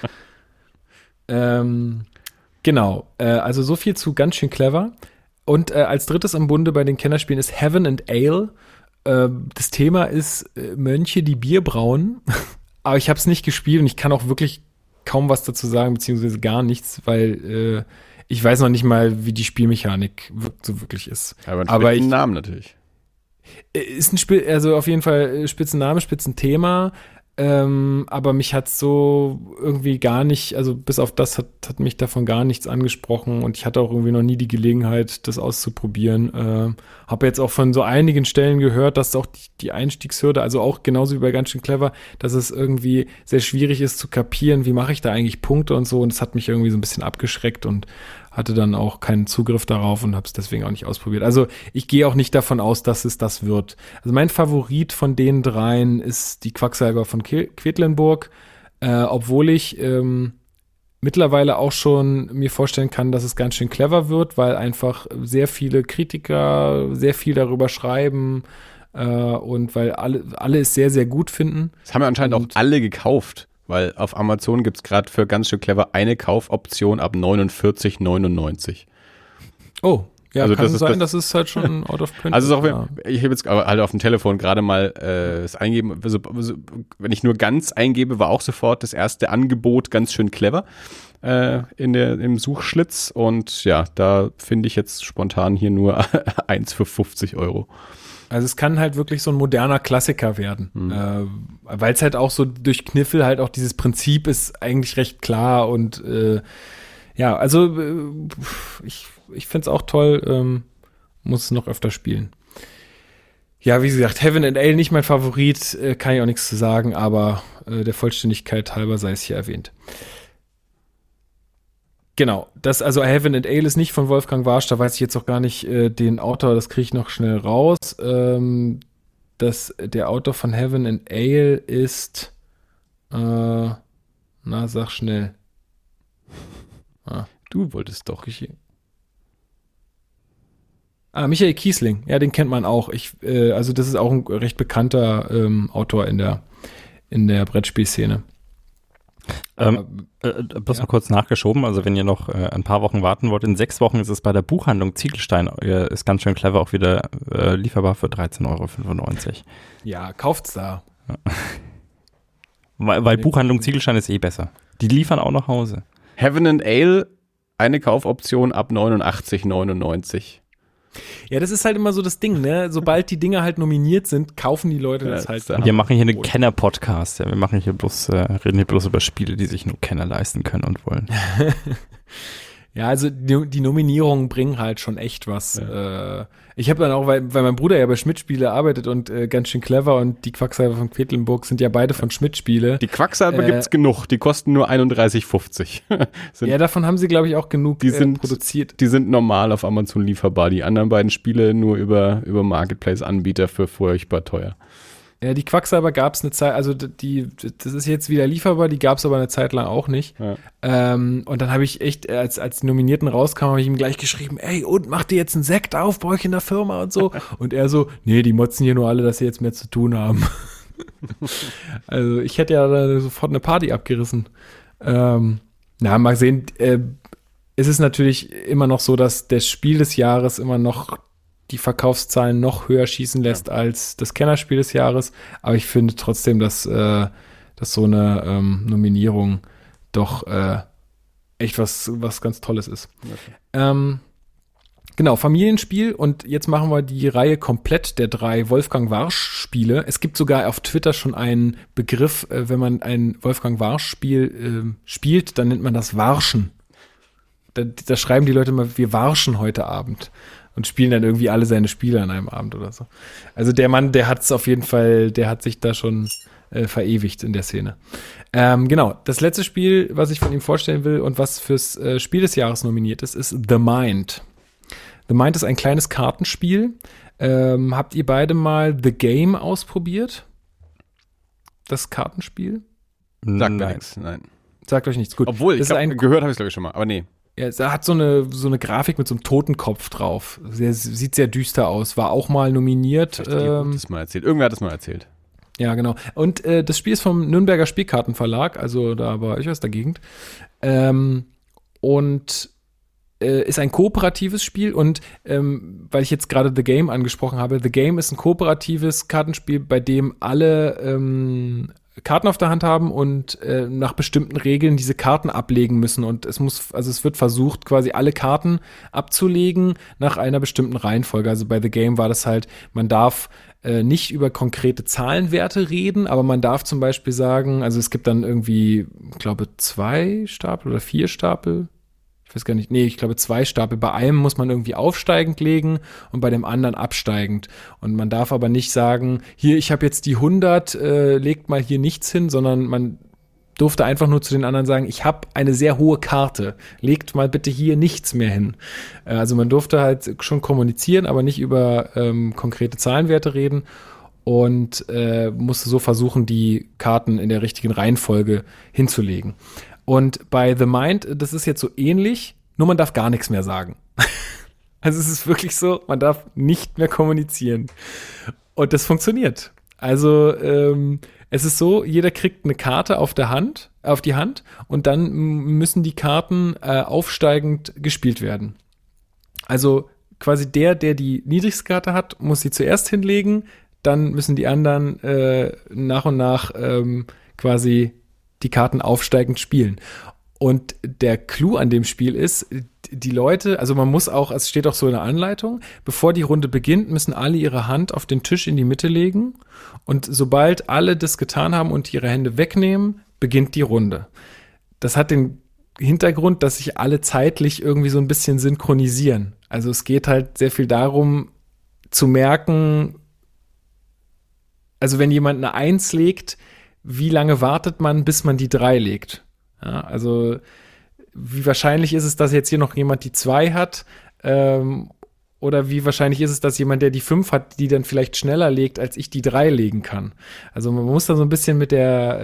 Genau. Also so viel zu ganz schön clever. Und als drittes im Bunde bei den Kennerspielen ist Heaven and Ale. Das Thema ist Mönche, die Bier brauen. Aber ich habe es nicht gespielt und ich kann auch wirklich kaum was dazu sagen, beziehungsweise gar nichts, weil ich weiß noch nicht mal, wie die Spielmechanik so wirklich ist. Aber einen Namen natürlich. Ist ein Spiel, also auf jeden Fall Spitzenname, Spitzenthema, aber mich hat so irgendwie gar nicht, also bis auf das hat mich davon gar nichts angesprochen und ich hatte auch irgendwie noch nie die Gelegenheit, das auszuprobieren. Habe jetzt auch von so einigen Stellen gehört, dass auch die Einstiegshürde, also auch genauso wie bei ganz schön clever, dass es irgendwie sehr schwierig ist zu kapieren, wie mache ich da eigentlich Punkte und so, und das hat mich irgendwie so ein bisschen abgeschreckt und hatte dann auch keinen Zugriff darauf und habe es deswegen auch nicht ausprobiert. Also ich gehe auch nicht davon aus, dass es das wird. Also mein Favorit von den dreien ist die Quacksalber von Quedlinburg, obwohl ich mittlerweile auch schon mir vorstellen kann, dass es ganz schön clever wird, weil einfach sehr viele Kritiker sehr viel darüber schreiben und weil alle es sehr, sehr gut finden. Das haben ja anscheinend auch alle gekauft. Weil auf Amazon gibt es gerade für ganz schön clever eine Kaufoption ab 49,99. Oh, ja, also kann das sein, das ist halt schon out of print. Also ich habe jetzt aber halt auf dem Telefon gerade mal das eingeben, also, wenn ich nur ganz eingebe, war auch sofort das erste Angebot ganz schön clever im Suchschlitz, und ja, da finde ich jetzt spontan hier nur eins für 50 Euro. Also es kann halt wirklich so ein moderner Klassiker werden, weil es halt auch so durch Kniffel halt auch dieses Prinzip ist eigentlich recht klar und ja, also ich finde es auch toll, muss es noch öfter spielen. Ja, wie gesagt, Heaven and Ale nicht mein Favorit, kann ich auch nichts zu sagen, aber der Vollständigkeit halber sei es hier erwähnt. Genau, das, also Heaven and Ale ist nicht von Wolfgang Warsch, da weiß ich jetzt auch gar nicht den Autor, das kriege ich noch schnell raus. Der Autor von Heaven and Ale ist, sag schnell. Du wolltest doch. Michael Kiesling, ja, den kennt man auch. Also das ist auch ein recht bekannter Autor in der Brettspielszene. Bloß noch kurz nachgeschoben, also wenn ihr noch ein paar Wochen warten wollt, in 6 Wochen ist es bei der Buchhandlung Ziegelstein, ist ganz schön clever auch wieder lieferbar für 13,95 €. Ja, kauft's da. Weil Buchhandlung Ziegelstein ist besser. Die liefern auch nach Hause. Heaven and Ale, eine Kaufoption ab 89,99 €. Ja, das ist halt immer so das Ding, ne? Sobald die Dinger halt nominiert sind, kaufen die Leute das halt. Wir machen hier einen Kenner-Podcast, ja. Wir machen hier reden hier bloß über Spiele, die sich nur Kenner leisten können und wollen. Ja, also die Nominierungen bringen halt schon echt was. Ja. Ich habe dann auch, weil mein Bruder ja bei Schmidt-Spiele arbeitet und ganz schön clever, und die Quacksalber von Quedlinburg sind ja beide von Schmidt-Spiele. Die Quacksalber gibt's genug, die kosten nur 31,50 €. Ja, davon haben sie, glaube ich, auch genug produziert. Die sind normal auf Amazon lieferbar. Die anderen beiden Spiele nur über Marketplace-Anbieter für furchtbar teuer. Ja, die Quacksalber gab es eine Zeit, also das ist jetzt wieder lieferbar, die gab es aber eine Zeit lang auch nicht. Ja. Und dann habe ich echt, als die Nominierten rauskamen, habe ich ihm gleich geschrieben, ey, und macht ihr jetzt einen Sekt auf bei euch in der Firma und so? Und er so, nee, die motzen hier nur alle, dass sie jetzt mehr zu tun haben. Also ich hätte ja da sofort eine Party abgerissen. Mal sehen, es ist natürlich immer noch so, dass das Spiel des Jahres immer noch die Verkaufszahlen noch höher schießen lässt als das Kennerspiel des Jahres. Aber ich finde trotzdem, dass so eine Nominierung doch echt was ganz Tolles ist. Okay. Genau, Familienspiel. Und jetzt machen wir die Reihe komplett der 3 Wolfgang Warsch-Spiele. Es gibt sogar auf Twitter schon einen Begriff, wenn man ein Wolfgang Warsch-Spiel spielt, dann nennt man das Warschen. Da schreiben die Leute immer, wir warschen heute Abend. Und spielen dann irgendwie alle seine Spiele an einem Abend oder so. Also der Mann, der hat es auf jeden Fall, der hat sich da schon verewigt in der Szene. Genau, das letzte Spiel, was ich von ihm vorstellen will und was fürs Spiel des Jahres nominiert ist The Mind. The Mind ist ein kleines Kartenspiel. Habt ihr beide mal The Game ausprobiert? Das Kartenspiel? Sagt mir nichts, nein. Sagt euch nichts, gut. Obwohl, gehört habe ich es glaube ich schon mal, aber nee. Ja, es hat so eine Grafik mit so einem Totenkopf drauf. Sieht sehr düster aus. War auch mal nominiert. Das mal erzählt. Irgendwer hat das mal erzählt. Ja, genau. Und das Spiel ist vom Nürnberger Spielkartenverlag, also da war ich aus der Gegend. Und ist ein kooperatives Spiel und weil ich jetzt gerade The Game angesprochen habe, The Game ist ein kooperatives Kartenspiel, bei dem alle Karten auf der Hand haben und nach bestimmten Regeln diese Karten ablegen müssen und es wird versucht, quasi alle Karten abzulegen nach einer bestimmten Reihenfolge. Also bei The Game war das halt, man darf nicht über konkrete Zahlenwerte reden, aber man darf zum Beispiel sagen, also es gibt dann irgendwie, ich glaube, 2 Stapel oder 4 Stapel. Ich weiß gar nicht, ich glaube 2 Stapel. Bei einem muss man irgendwie aufsteigend legen und bei dem anderen absteigend. Und man darf aber nicht sagen, hier, ich habe jetzt die 100, legt mal hier nichts hin, sondern man durfte einfach nur zu den anderen sagen, ich habe eine sehr hohe Karte, legt mal bitte hier nichts mehr hin. Also man durfte halt schon kommunizieren, aber nicht über konkrete Zahlenwerte reden und musste so versuchen, die Karten in der richtigen Reihenfolge hinzulegen. Und bei The Mind, das ist jetzt so ähnlich, nur man darf gar nichts mehr sagen. Also es ist wirklich so, man darf nicht mehr kommunizieren. Und das funktioniert. Also es ist so, jeder kriegt eine Karte auf die Hand und dann müssen die Karten aufsteigend gespielt werden. Also quasi der die niedrigste Karte hat, muss sie zuerst hinlegen, dann müssen die anderen nach und nach quasi die Karten aufsteigend spielen. Und der Clou an dem Spiel ist, die Leute, also man muss auch, es steht auch so in der Anleitung, bevor die Runde beginnt, müssen alle ihre Hand auf den Tisch in die Mitte legen und sobald alle das getan haben und ihre Hände wegnehmen, beginnt die Runde. Das hat den Hintergrund, dass sich alle zeitlich irgendwie so ein bisschen synchronisieren. Also es geht halt sehr viel darum, zu merken, also wenn jemand eine 1 legt, wie lange wartet man, bis man die 3 legt? Ja, also wie wahrscheinlich ist es, dass jetzt hier noch jemand die 2 hat? Oder wie wahrscheinlich ist es, dass jemand, der die 5 hat, die dann vielleicht schneller legt, als ich die 3 legen kann? Also man muss da so ein bisschen mit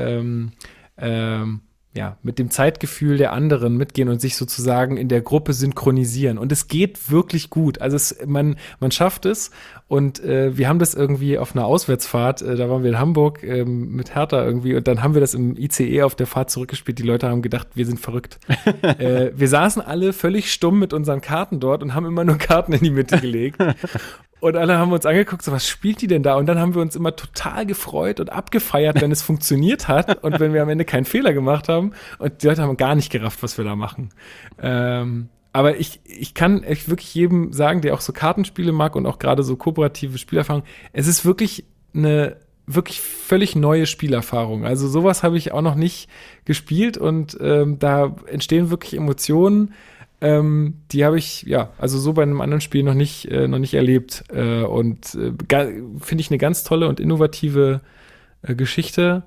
mit dem Zeitgefühl der anderen mitgehen und sich sozusagen in der Gruppe synchronisieren. Und es geht wirklich gut. Also man schafft es. Und wir haben das irgendwie auf einer Auswärtsfahrt, da waren wir in Hamburg mit Hertha irgendwie und dann haben wir das im ICE auf der Fahrt zurückgespielt. Die Leute haben gedacht, wir sind verrückt. Wir saßen alle völlig stumm mit unseren Karten dort und haben immer nur Karten in die Mitte gelegt. Und alle haben uns angeguckt, so, was spielt die denn da? Und dann haben wir uns immer total gefreut und abgefeiert, wenn es funktioniert hat und wenn wir am Ende keinen Fehler gemacht haben. Und die Leute haben gar nicht gerafft, was wir da machen. Aber ich kann echt wirklich jedem sagen, der auch so Kartenspiele mag und auch gerade so kooperative Spielerfahrung, es ist wirklich eine wirklich völlig neue Spielerfahrung. Also sowas habe ich auch noch nicht gespielt und da entstehen wirklich Emotionen, die habe ich, also so bei einem anderen Spiel noch nicht erlebt. Und finde ich eine ganz tolle und innovative Geschichte.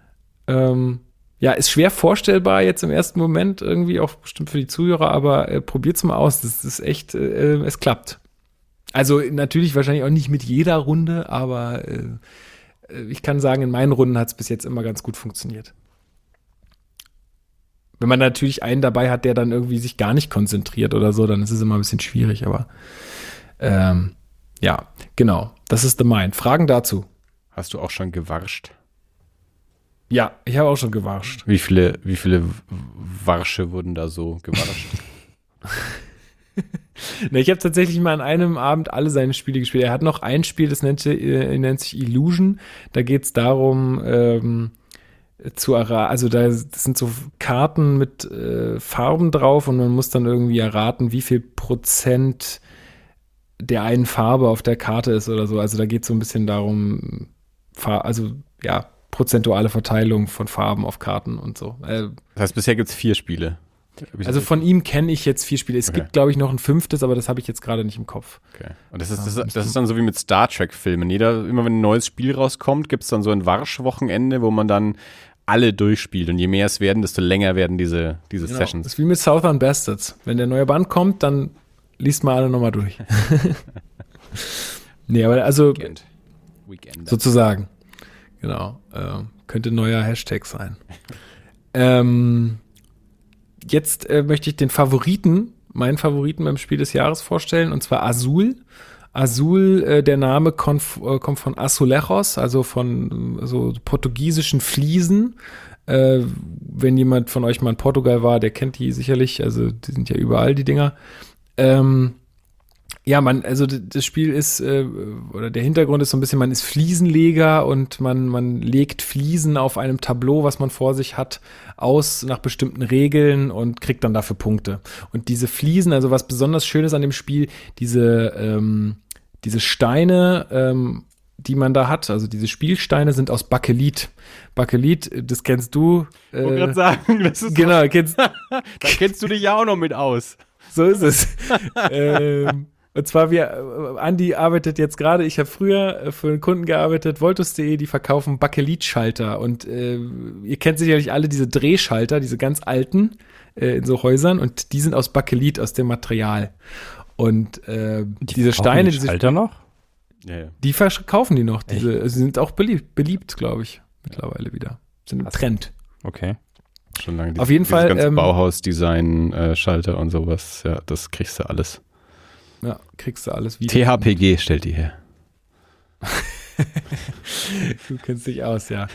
Ist schwer vorstellbar jetzt im ersten Moment, irgendwie auch bestimmt für die Zuhörer, aber probiert's mal aus. Das ist echt, es klappt. Also natürlich wahrscheinlich auch nicht mit jeder Runde, aber ich kann sagen, in meinen Runden hat's bis jetzt immer ganz gut funktioniert. Wenn man natürlich einen dabei hat, der dann irgendwie sich gar nicht konzentriert oder so, dann ist es immer ein bisschen schwierig, aber genau. Das ist The Mind. Fragen dazu? Hast du auch schon gewarscht? Ja, ich habe auch schon gewarscht. Wie viele Warsche wurden da so gewarscht? Ich habe tatsächlich mal an einem Abend alle seine Spiele gespielt. Er hat noch ein Spiel, das nennt sich Illusion. Da geht es darum, also das sind so Karten mit Farben drauf und man muss dann irgendwie erraten, wie viel Prozent der einen Farbe auf der Karte ist oder so. Also da geht es so ein bisschen darum, prozentuale Verteilung von Farben auf Karten und so. Das heißt, bisher gibt es 4 Spiele. Also von ihm kenne ich jetzt 4 Spiele. Es gibt, glaube ich, noch ein 5., aber das habe ich jetzt gerade nicht im Kopf. Okay. Und das ist dann so wie mit Star Trek-Filmen. Immer wenn ein neues Spiel rauskommt, gibt es dann so ein Warsch-Wochenende, wo man dann alle durchspielt. Und je mehr es werden, desto länger werden diese Sessions. Das ist wie mit Southern Bastards. Wenn der neue Band kommt, dann liest mal alle nochmal durch. Nee, aber also Weekend. sozusagen. Genau. Könnte ein neuer Hashtag sein. Jetzt möchte ich meinen Favoriten beim Spiel des Jahres vorstellen, und zwar Azul. Azul, der Name kommt von Azulejos, also von so portugiesischen Fliesen. Wenn jemand von euch mal in Portugal war, der kennt die sicherlich, also die sind ja überall, die Dinger. Also das Spiel ist, oder der Hintergrund ist so ein bisschen, man ist Fliesenleger und man legt Fliesen auf einem Tableau, was man vor sich hat, aus nach bestimmten Regeln und kriegt dann dafür Punkte. Und diese Fliesen, also was besonders schön ist an dem Spiel, diese Steine, die man da hat, also diese Spielsteine sind aus Bakelit. Bakelit, das kennst du. Ich wollte gerade sagen, das ist genau, da kennst du dich ja auch noch mit aus. So ist es. Und zwar, Andi arbeitet jetzt gerade, ich habe früher für einen Kunden gearbeitet, Voltus.de, die verkaufen Bakelit-Schalter. Und ihr kennt sicherlich alle diese Drehschalter, diese ganz alten in so Häusern. Und die sind aus Bakelit, aus dem Material. Und diese Steine, die Schalter noch? Ja. Die verkaufen die noch. Diese sind auch beliebt, glaube ich, mittlerweile wieder. Sind im Trend. Okay. Schon lange. Auf jeden Fall. Ganze Bauhaus-Design, Schalter und sowas, ja, das kriegst du alles. Ja, kriegst du alles wieder. THPG stellt die her. Du kennst dich aus, ja.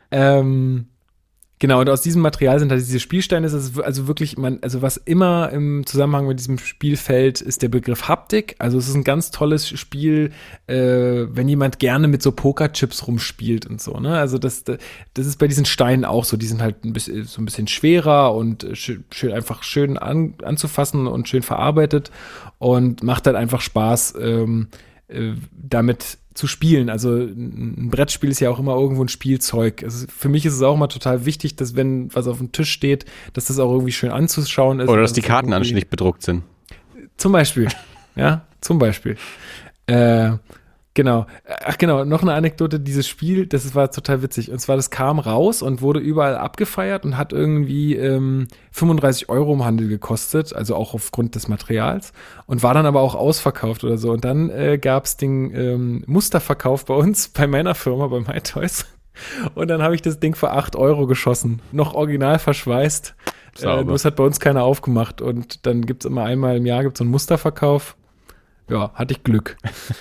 Genau, und aus diesem Material sind halt diese Spielsteine. Das ist also wirklich, was immer im Zusammenhang mit diesem Spiel fällt, ist der Begriff Haptik. Also es ist ein ganz tolles Spiel, wenn jemand gerne mit so Pokerchips rumspielt und so, ne? Also das ist bei diesen Steinen auch so. Die sind halt so ein bisschen schwerer und schön anzufassen und schön verarbeitet und macht halt einfach Spaß, damit zu spielen. Also ein Brettspiel ist ja auch immer irgendwo ein Spielzeug. Für mich ist es auch mal total wichtig, dass wenn was auf dem Tisch steht, dass das auch irgendwie schön anzuschauen ist. Oder dass die Karten anständig bedruckt sind. Zum Beispiel. Ja, zum Beispiel. Genau. Ach genau, noch eine Anekdote, dieses Spiel, das war total witzig. Und zwar, das kam raus und wurde überall abgefeiert und hat irgendwie 35 € im Handel gekostet, also auch aufgrund des Materials, und war dann aber auch ausverkauft oder so. Und dann gab es den Musterverkauf bei uns, bei meiner Firma, bei MyToys. Und dann habe ich das Ding für 8 € geschossen. Noch original verschweißt. Nur es hat bei uns keiner aufgemacht. Und dann gibt's immer einmal im Jahr so einen Musterverkauf. Ja, hatte ich Glück.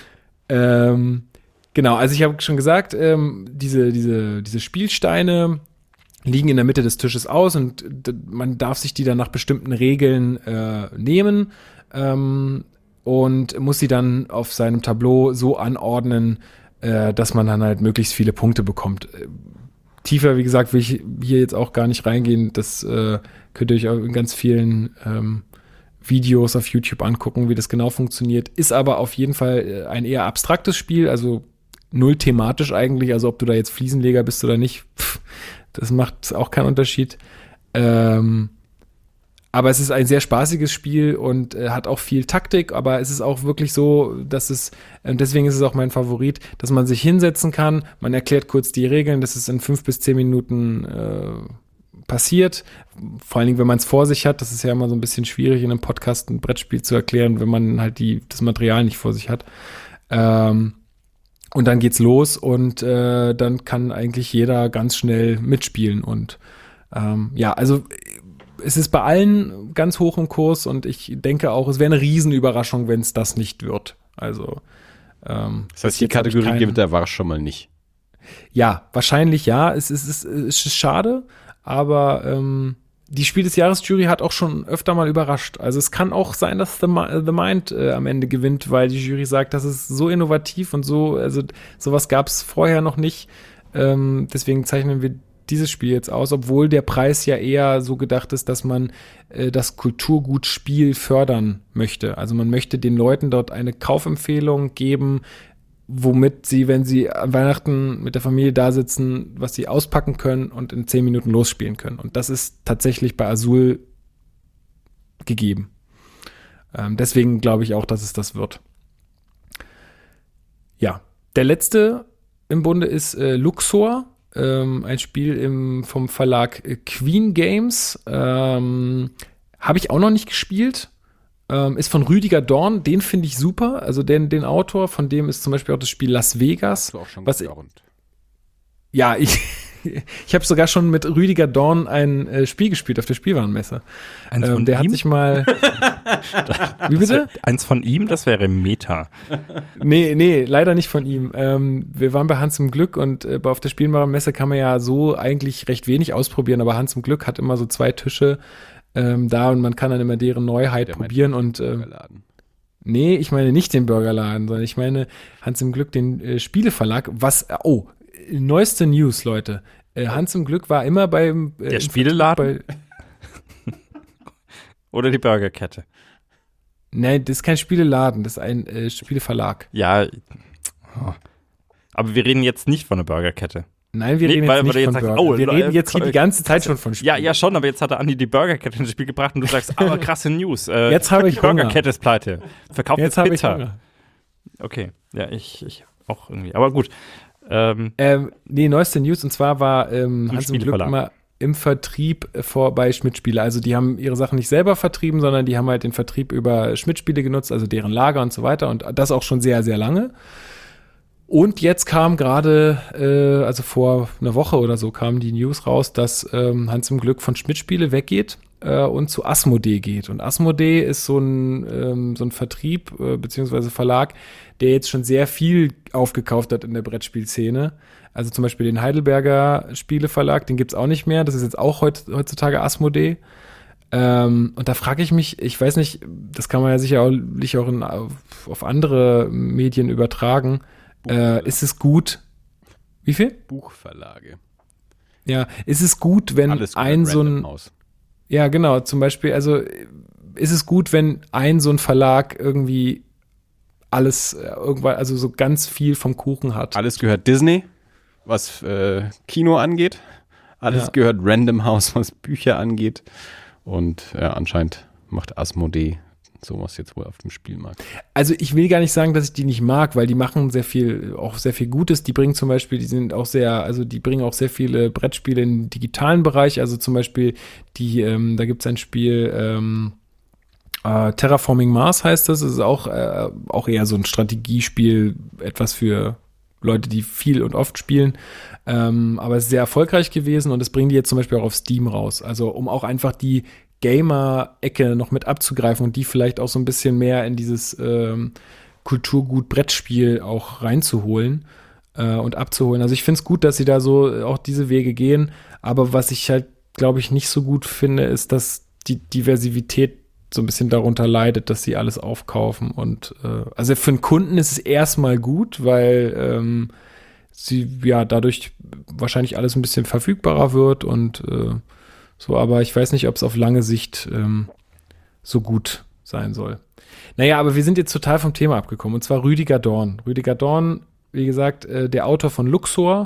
Genau, also ich habe schon gesagt, diese Spielsteine liegen in der Mitte des Tisches aus und man darf sich die dann nach bestimmten Regeln nehmen und muss sie dann auf seinem Tableau so anordnen, dass man dann halt möglichst viele Punkte bekommt. Tiefer, wie gesagt, will ich hier jetzt auch gar nicht reingehen. Das könnt ihr euch auch in ganz vielen Videos auf YouTube angucken, wie das genau funktioniert. Ist aber auf jeden Fall ein eher abstraktes Spiel, also null thematisch eigentlich. Also ob du da jetzt Fliesenleger bist oder nicht, das macht auch keinen Unterschied. Aber es ist ein sehr spaßiges Spiel und hat auch viel Taktik, aber es ist auch wirklich so, dass deswegen ist es auch mein Favorit, dass man sich hinsetzen kann, man erklärt kurz die Regeln, das ist in 5 bis 10 Minuten passiert, vor allen Dingen, wenn man es vor sich hat. Das ist ja immer so ein bisschen schwierig, in einem Podcast ein Brettspiel zu erklären, wenn man halt das Material nicht vor sich hat. Und dann geht's los und dann kann eigentlich jeder ganz schnell mitspielen. Und also es ist bei allen ganz hoch im Kurs und ich denke auch, es wäre eine Riesenüberraschung, wenn es das nicht wird. Also das heißt, die Kategorie gibt der war schon mal nicht. Ja, wahrscheinlich ja. Es ist schade. Aber die Spiel des Jahres-Jury hat auch schon öfter mal überrascht. Also es kann auch sein, dass The Mind am Ende gewinnt, weil die Jury sagt, das ist so innovativ und so, also sowas gab es vorher noch nicht. Deswegen zeichnen wir dieses Spiel jetzt aus, obwohl der Preis ja eher so gedacht ist, dass man das Kulturgutspiel fördern möchte. Also man möchte den Leuten dort eine Kaufempfehlung geben, womit sie, wenn sie an Weihnachten mit der Familie da sitzen, was sie auspacken können und in 10 Minuten losspielen können. Und das ist tatsächlich bei Azul gegeben. Deswegen glaube ich auch, dass es das wird. Ja, der letzte im Bunde ist Luxor, ein Spiel vom Verlag Queen Games. Habe ich auch noch nicht gespielt. Ist von Rüdiger Dorn, den finde ich super. Also den Autor, von dem ist zum Beispiel auch das Spiel Las Vegas. Hast du auch schon was gelernt. Ja, ich habe sogar schon mit Rüdiger Dorn ein Spiel gespielt auf der Spielwarenmesse. Der hat sich mal. Wie bitte? Eins von ihm, das wäre Meta. Nee, leider nicht von ihm. Wir waren bei Hans im Glück und auf der Spielwarenmesse kann man ja so eigentlich recht wenig ausprobieren, aber Hans im Glück hat immer so 2 Tische da und man kann dann immer deren Neuheit probieren und nee, ich meine nicht den Burgerladen, sondern ich meine Hans im Glück den Spieleverlag, neueste News, Leute. Hans im Glück war immer beim der Spieleladen? Oder die Burgerkette? Nein, das ist kein Spieleladen, das ist ein Spieleverlag. Ja, aber wir reden jetzt nicht von der Burgerkette. Nein, wir reden jetzt nicht von Burger. Wir reden jetzt hier die ganze Zeit schon von Spielen. Ja, schon, aber jetzt hat der Andi die Burgerkette ins Spiel gebracht und du sagst, aber krasse News. Jetzt habe ich die Burgerkette ist pleite. Verkauft jetzt Pizza. Okay, ja, ich auch irgendwie. Aber gut. Neueste News, und zwar war Hans im Glück immer im Vertrieb bei Schmidt-Spiele. Also die haben ihre Sachen nicht selber vertrieben, sondern die haben halt den Vertrieb über Schmidt-Spiele genutzt, also deren Lager und so weiter. Und das auch schon sehr, sehr lange. Und jetzt kam gerade, also vor einer Woche oder so, kam die News raus, dass Hans im Glück von Schmidt-Spiele weggeht und zu Asmodee geht. Und Asmodee ist so ein Vertrieb beziehungsweise Verlag, der jetzt schon sehr viel aufgekauft hat in der Brettspielszene. Also zum Beispiel den Heidelberger Spieleverlag, den gibt's auch nicht mehr. Das ist jetzt auch heutzutage Asmodee. Und da frage ich mich, ich weiß nicht, das kann man ja sicherlich auch auf andere Medien übertragen. Ist es gut? Wie viel? Buchverlage. Ja, ist es gut, wenn ein so ein Ja, genau, zum Beispiel, also ist es gut, wenn ein so ein Verlag irgendwie alles irgendwann, also so ganz viel vom Kuchen hat. Alles gehört Disney, was Kino angeht. Alles gehört Random House, was Bücher angeht. Und ja, anscheinend macht Asmodee sowas jetzt wohl auf dem Spielmarkt. Also ich will gar nicht sagen, dass ich die nicht mag, weil die machen sehr viel Gutes. Die bringen zum Beispiel, die bringen auch sehr viele Brettspiele in den digitalen Bereich. Also zum Beispiel da gibt es ein Spiel, Terraforming Mars heißt das. Das ist auch eher so ein Strategiespiel, etwas für Leute, die viel und oft spielen. Aber es ist sehr erfolgreich gewesen und das bringen die jetzt zum Beispiel auch auf Steam raus. Also um auch einfach die Gamer-Ecke noch mit abzugreifen und die vielleicht auch so ein bisschen mehr in dieses Kulturgut-Brettspiel auch reinzuholen und abzuholen. Also ich finde es gut, dass sie da so auch diese Wege gehen, aber was ich halt, glaube ich, nicht so gut finde, ist, dass die Diversität so ein bisschen darunter leidet, dass sie alles aufkaufen und also für einen Kunden ist es erstmal gut, weil sie ja dadurch wahrscheinlich alles ein bisschen verfügbarer wird und so, aber ich weiß nicht, ob es auf lange Sicht so gut sein soll. Naja, aber wir sind jetzt total vom Thema abgekommen, und zwar Rüdiger Dorn. Rüdiger Dorn, wie gesagt, der Autor von Luxor.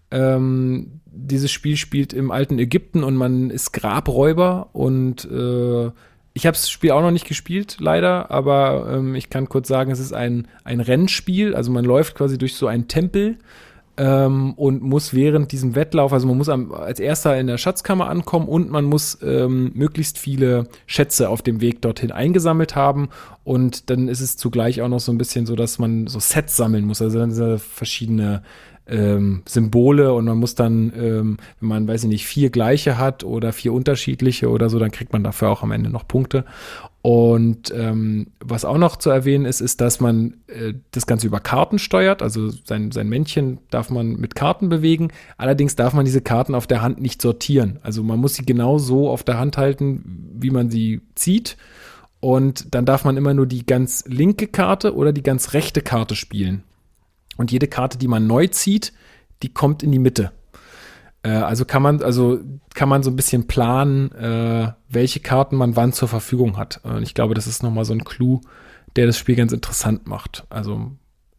Dieses Spiel spielt im alten Ägypten und man ist Grabräuber und ich habe das Spiel auch noch nicht gespielt, leider, aber ich kann kurz sagen, es ist ein Rennspiel, also man läuft quasi durch so einen Tempel und muss während diesem Wettlauf, also man muss als erster in der Schatzkammer ankommen und man muss möglichst viele Schätze auf dem Weg dorthin eingesammelt haben, und dann ist es zugleich auch noch so ein bisschen so, dass man so Sets sammeln muss, also dann sind verschiedene Symbole und man muss dann, wenn man, weiß ich nicht, 4 gleiche hat oder 4 unterschiedliche oder so, dann kriegt man dafür auch am Ende noch Punkte. Und was auch noch zu erwähnen ist, dass man das Ganze über Karten steuert, also sein Männchen darf man mit Karten bewegen, allerdings darf man diese Karten auf der Hand nicht sortieren. Also man muss sie genau so auf der Hand halten, wie man sie zieht, und dann darf man immer nur die ganz linke Karte oder die ganz rechte Karte spielen. Und jede Karte, die man neu zieht, die kommt in die Mitte. Also kann man so ein bisschen planen, welche Karten man wann zur Verfügung hat. Und ich glaube, das ist nochmal so ein Clou, der das Spiel ganz interessant macht. Also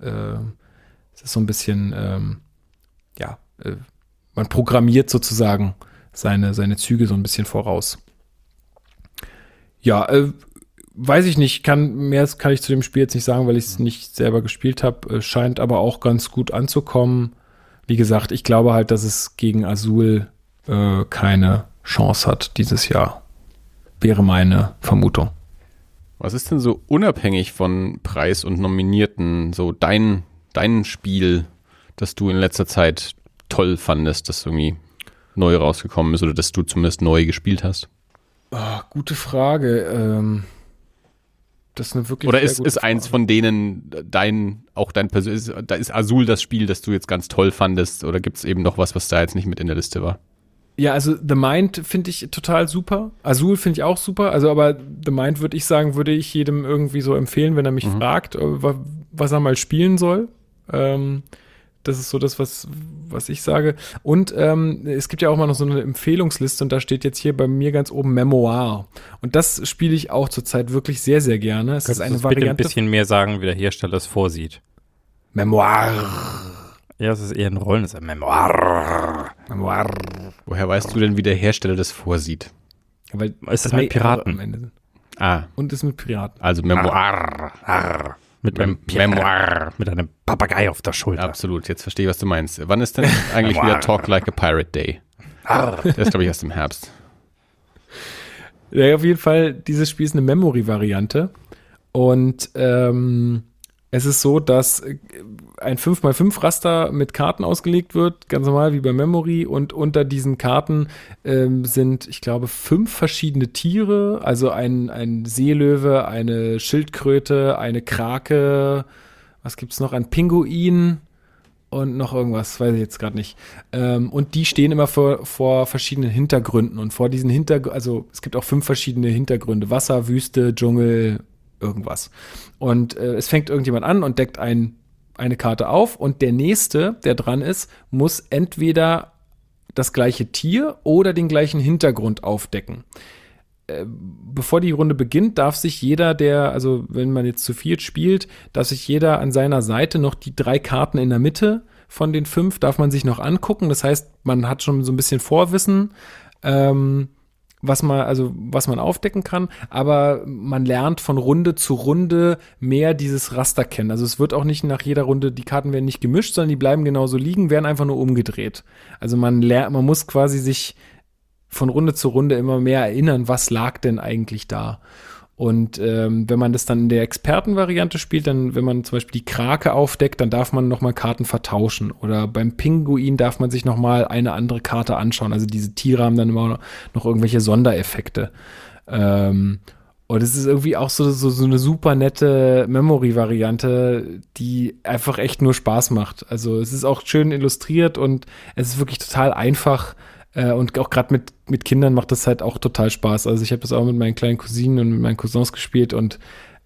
es ist so ein bisschen, man programmiert sozusagen seine Züge so ein bisschen voraus. Ja, weiß ich nicht, mehr kann ich zu dem Spiel jetzt nicht sagen, weil ich es nicht selber gespielt habe. Scheint aber auch ganz gut anzukommen. Wie gesagt, ich glaube halt, dass es gegen Azul keine Chance hat dieses Jahr. Wäre meine Vermutung. Was ist denn so unabhängig von Preis und Nominierten so dein Spiel, das du in letzter Zeit toll fandest, das irgendwie neu rausgekommen ist oder das du zumindest neu gespielt hast? Oh, gute Frage. Das ist eine wirklich Oder sehr ist gute eins Frage. von denen dein persönliches, da ist Azul das Spiel, das du jetzt ganz toll fandest, oder gibt es eben noch was da jetzt nicht mit in der Liste war? Ja, also The Mind finde ich total super. Azul finde ich auch super. Also, aber The Mind würde ich jedem irgendwie so empfehlen, wenn er mich fragt, was er mal spielen soll. Das ist so das, was ich sage. Und es gibt ja auch mal noch so eine Empfehlungsliste und da steht jetzt hier bei mir ganz oben Memoir. Und das spiele ich auch zurzeit wirklich sehr, sehr gerne. Es ist eine Kannst du bitte ein Variante. bisschen mehr sagen, wie der Hersteller es vorsieht? Memoir. Ja, es ist eher ein Rollen, es ist ein Memoir. Memoir. Woher weißt du denn, wie der Hersteller das vorsieht? Weil Ist das 3 mit Piraten? R am Ende sind. Ah, Und ist mit Piraten. also Memoir. Mit einem Memoir. Mit einem Papagei auf der Schulter. Absolut, jetzt verstehe ich, was du meinst. Wann ist denn eigentlich wieder Talk Like a Pirate Day? Der ist, glaube ich, erst im Herbst. Ja, auf jeden Fall, dieses Spiel ist eine Memory-Variante. Und es ist so, dass ein 5x5 Raster mit Karten ausgelegt wird, ganz normal wie bei Memory. Und unter diesen Karten sind, ich glaube, 5 verschiedene Tiere. Also ein Seelöwe, eine Schildkröte, eine Krake. Was gibt's noch? Ein Pinguin. Und noch irgendwas, weiß ich jetzt gerade nicht. Und die stehen immer vor verschiedenen Hintergründen. Und vor diesen also es gibt auch 5 verschiedene Hintergründe. Wasser, Wüste, Dschungel, irgendwas. Und es fängt irgendjemand an und deckt eine Karte auf. Und der Nächste, der dran ist, muss entweder das gleiche Tier oder den gleichen Hintergrund aufdecken. Bevor die Runde beginnt, darf sich jeder, also wenn man jetzt zu viert spielt, darf sich jeder an seiner Seite noch die 3 Karten in der Mitte von den 5 darf man sich noch angucken. Das heißt, man hat schon so ein bisschen Vorwissen, was man aufdecken kann, aber man lernt von Runde zu Runde mehr dieses Raster kennen. Also es wird auch nicht nach jeder Runde, die Karten werden nicht gemischt, sondern die bleiben genauso liegen, werden einfach nur umgedreht. Also man muss quasi sich von Runde zu Runde immer mehr erinnern, was lag denn eigentlich da. Und wenn man das dann in der Expertenvariante spielt, dann, wenn man zum Beispiel die Krake aufdeckt, dann darf man nochmal Karten vertauschen. Oder beim Pinguin darf man sich nochmal eine andere Karte anschauen. Also diese Tiere haben dann immer noch irgendwelche Sondereffekte. Und es ist irgendwie auch so eine super nette Memory-Variante, die einfach echt nur Spaß macht. Also es ist auch schön illustriert und es ist wirklich total einfach. Und auch gerade mit Kindern macht das halt auch total Spaß. Also ich habe das auch mit meinen kleinen Cousinen und mit meinen Cousins gespielt und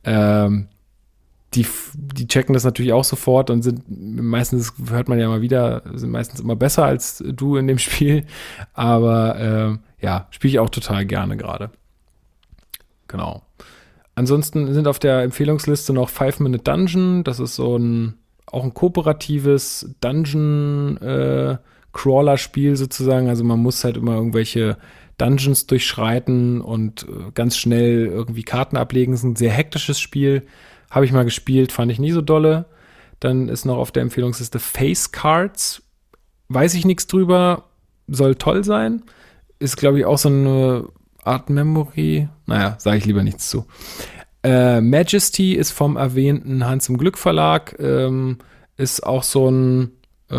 die checken das natürlich auch sofort und sind meistens, hört man ja mal wieder, sind meistens immer besser als du in dem Spiel. Aber spiele ich auch total gerne gerade. Genau. Ansonsten sind auf der Empfehlungsliste noch 5-Minute Dungeon. Das ist auch ein kooperatives Dungeon Crawler-Spiel sozusagen, also man muss halt immer irgendwelche Dungeons durchschreiten und ganz schnell irgendwie Karten ablegen. Es ist ein sehr hektisches Spiel. Habe ich mal gespielt, fand ich nie so dolle. Dann ist noch auf der Empfehlungsliste Face Cards. Weiß ich nichts drüber, soll toll sein. Ist, glaube ich, auch so eine Art Memory. Naja, sage ich lieber nichts zu. Majesty ist vom erwähnten Hans im Glück Verlag. Ist auch so ein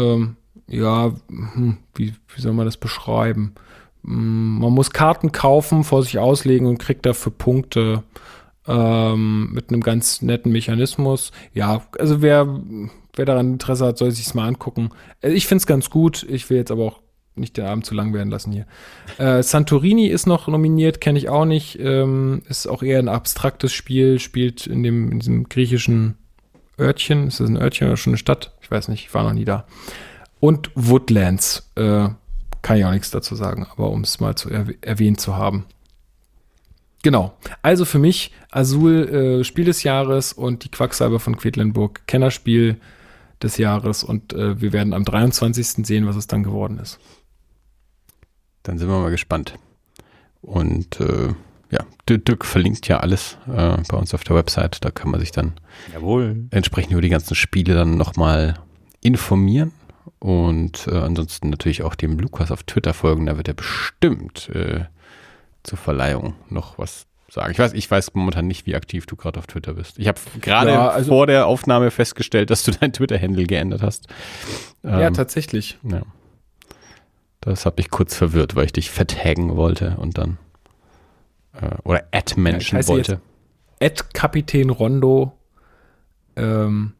wie soll man das beschreiben? Man muss Karten kaufen, vor sich auslegen und kriegt dafür Punkte mit einem ganz netten Mechanismus. Ja, also wer daran Interesse hat, soll sich's mal angucken. Ich find's ganz gut. Ich will jetzt aber auch nicht den Abend zu lang werden lassen hier. Santorini ist noch nominiert, kenne ich auch nicht. Ist auch eher ein abstraktes Spiel, spielt in diesem griechischen Örtchen. Ist das ein Örtchen oder schon eine Stadt? Ich weiß nicht, ich war noch nie da. Und Woodlands, kann ich auch nichts dazu sagen, aber um es mal erwähnt zu haben. Genau, also für mich Azul Spiel des Jahres und die Quacksalber von Quedlinburg Kennerspiel des Jahres und wir werden am 23. sehen, was es dann geworden ist. Dann sind wir mal gespannt. Und Dirk verlinkt ja alles bei uns auf der Website, da kann man sich dann entsprechend über die ganzen Spiele dann nochmal informieren. Und ansonsten natürlich auch dem Lukas auf Twitter folgen, da wird er bestimmt zur Verleihung noch was sagen. Ich weiß momentan nicht, wie aktiv du gerade auf Twitter bist. Ich habe gerade vor der Aufnahme festgestellt, dass du dein Twitter-Handle geändert hast. Ja, tatsächlich. Ja. Das hat mich kurz verwirrt, weil ich dich vertaggen wollte und dann oder @Menschen wollte. @Kapitän Rondo. Genau.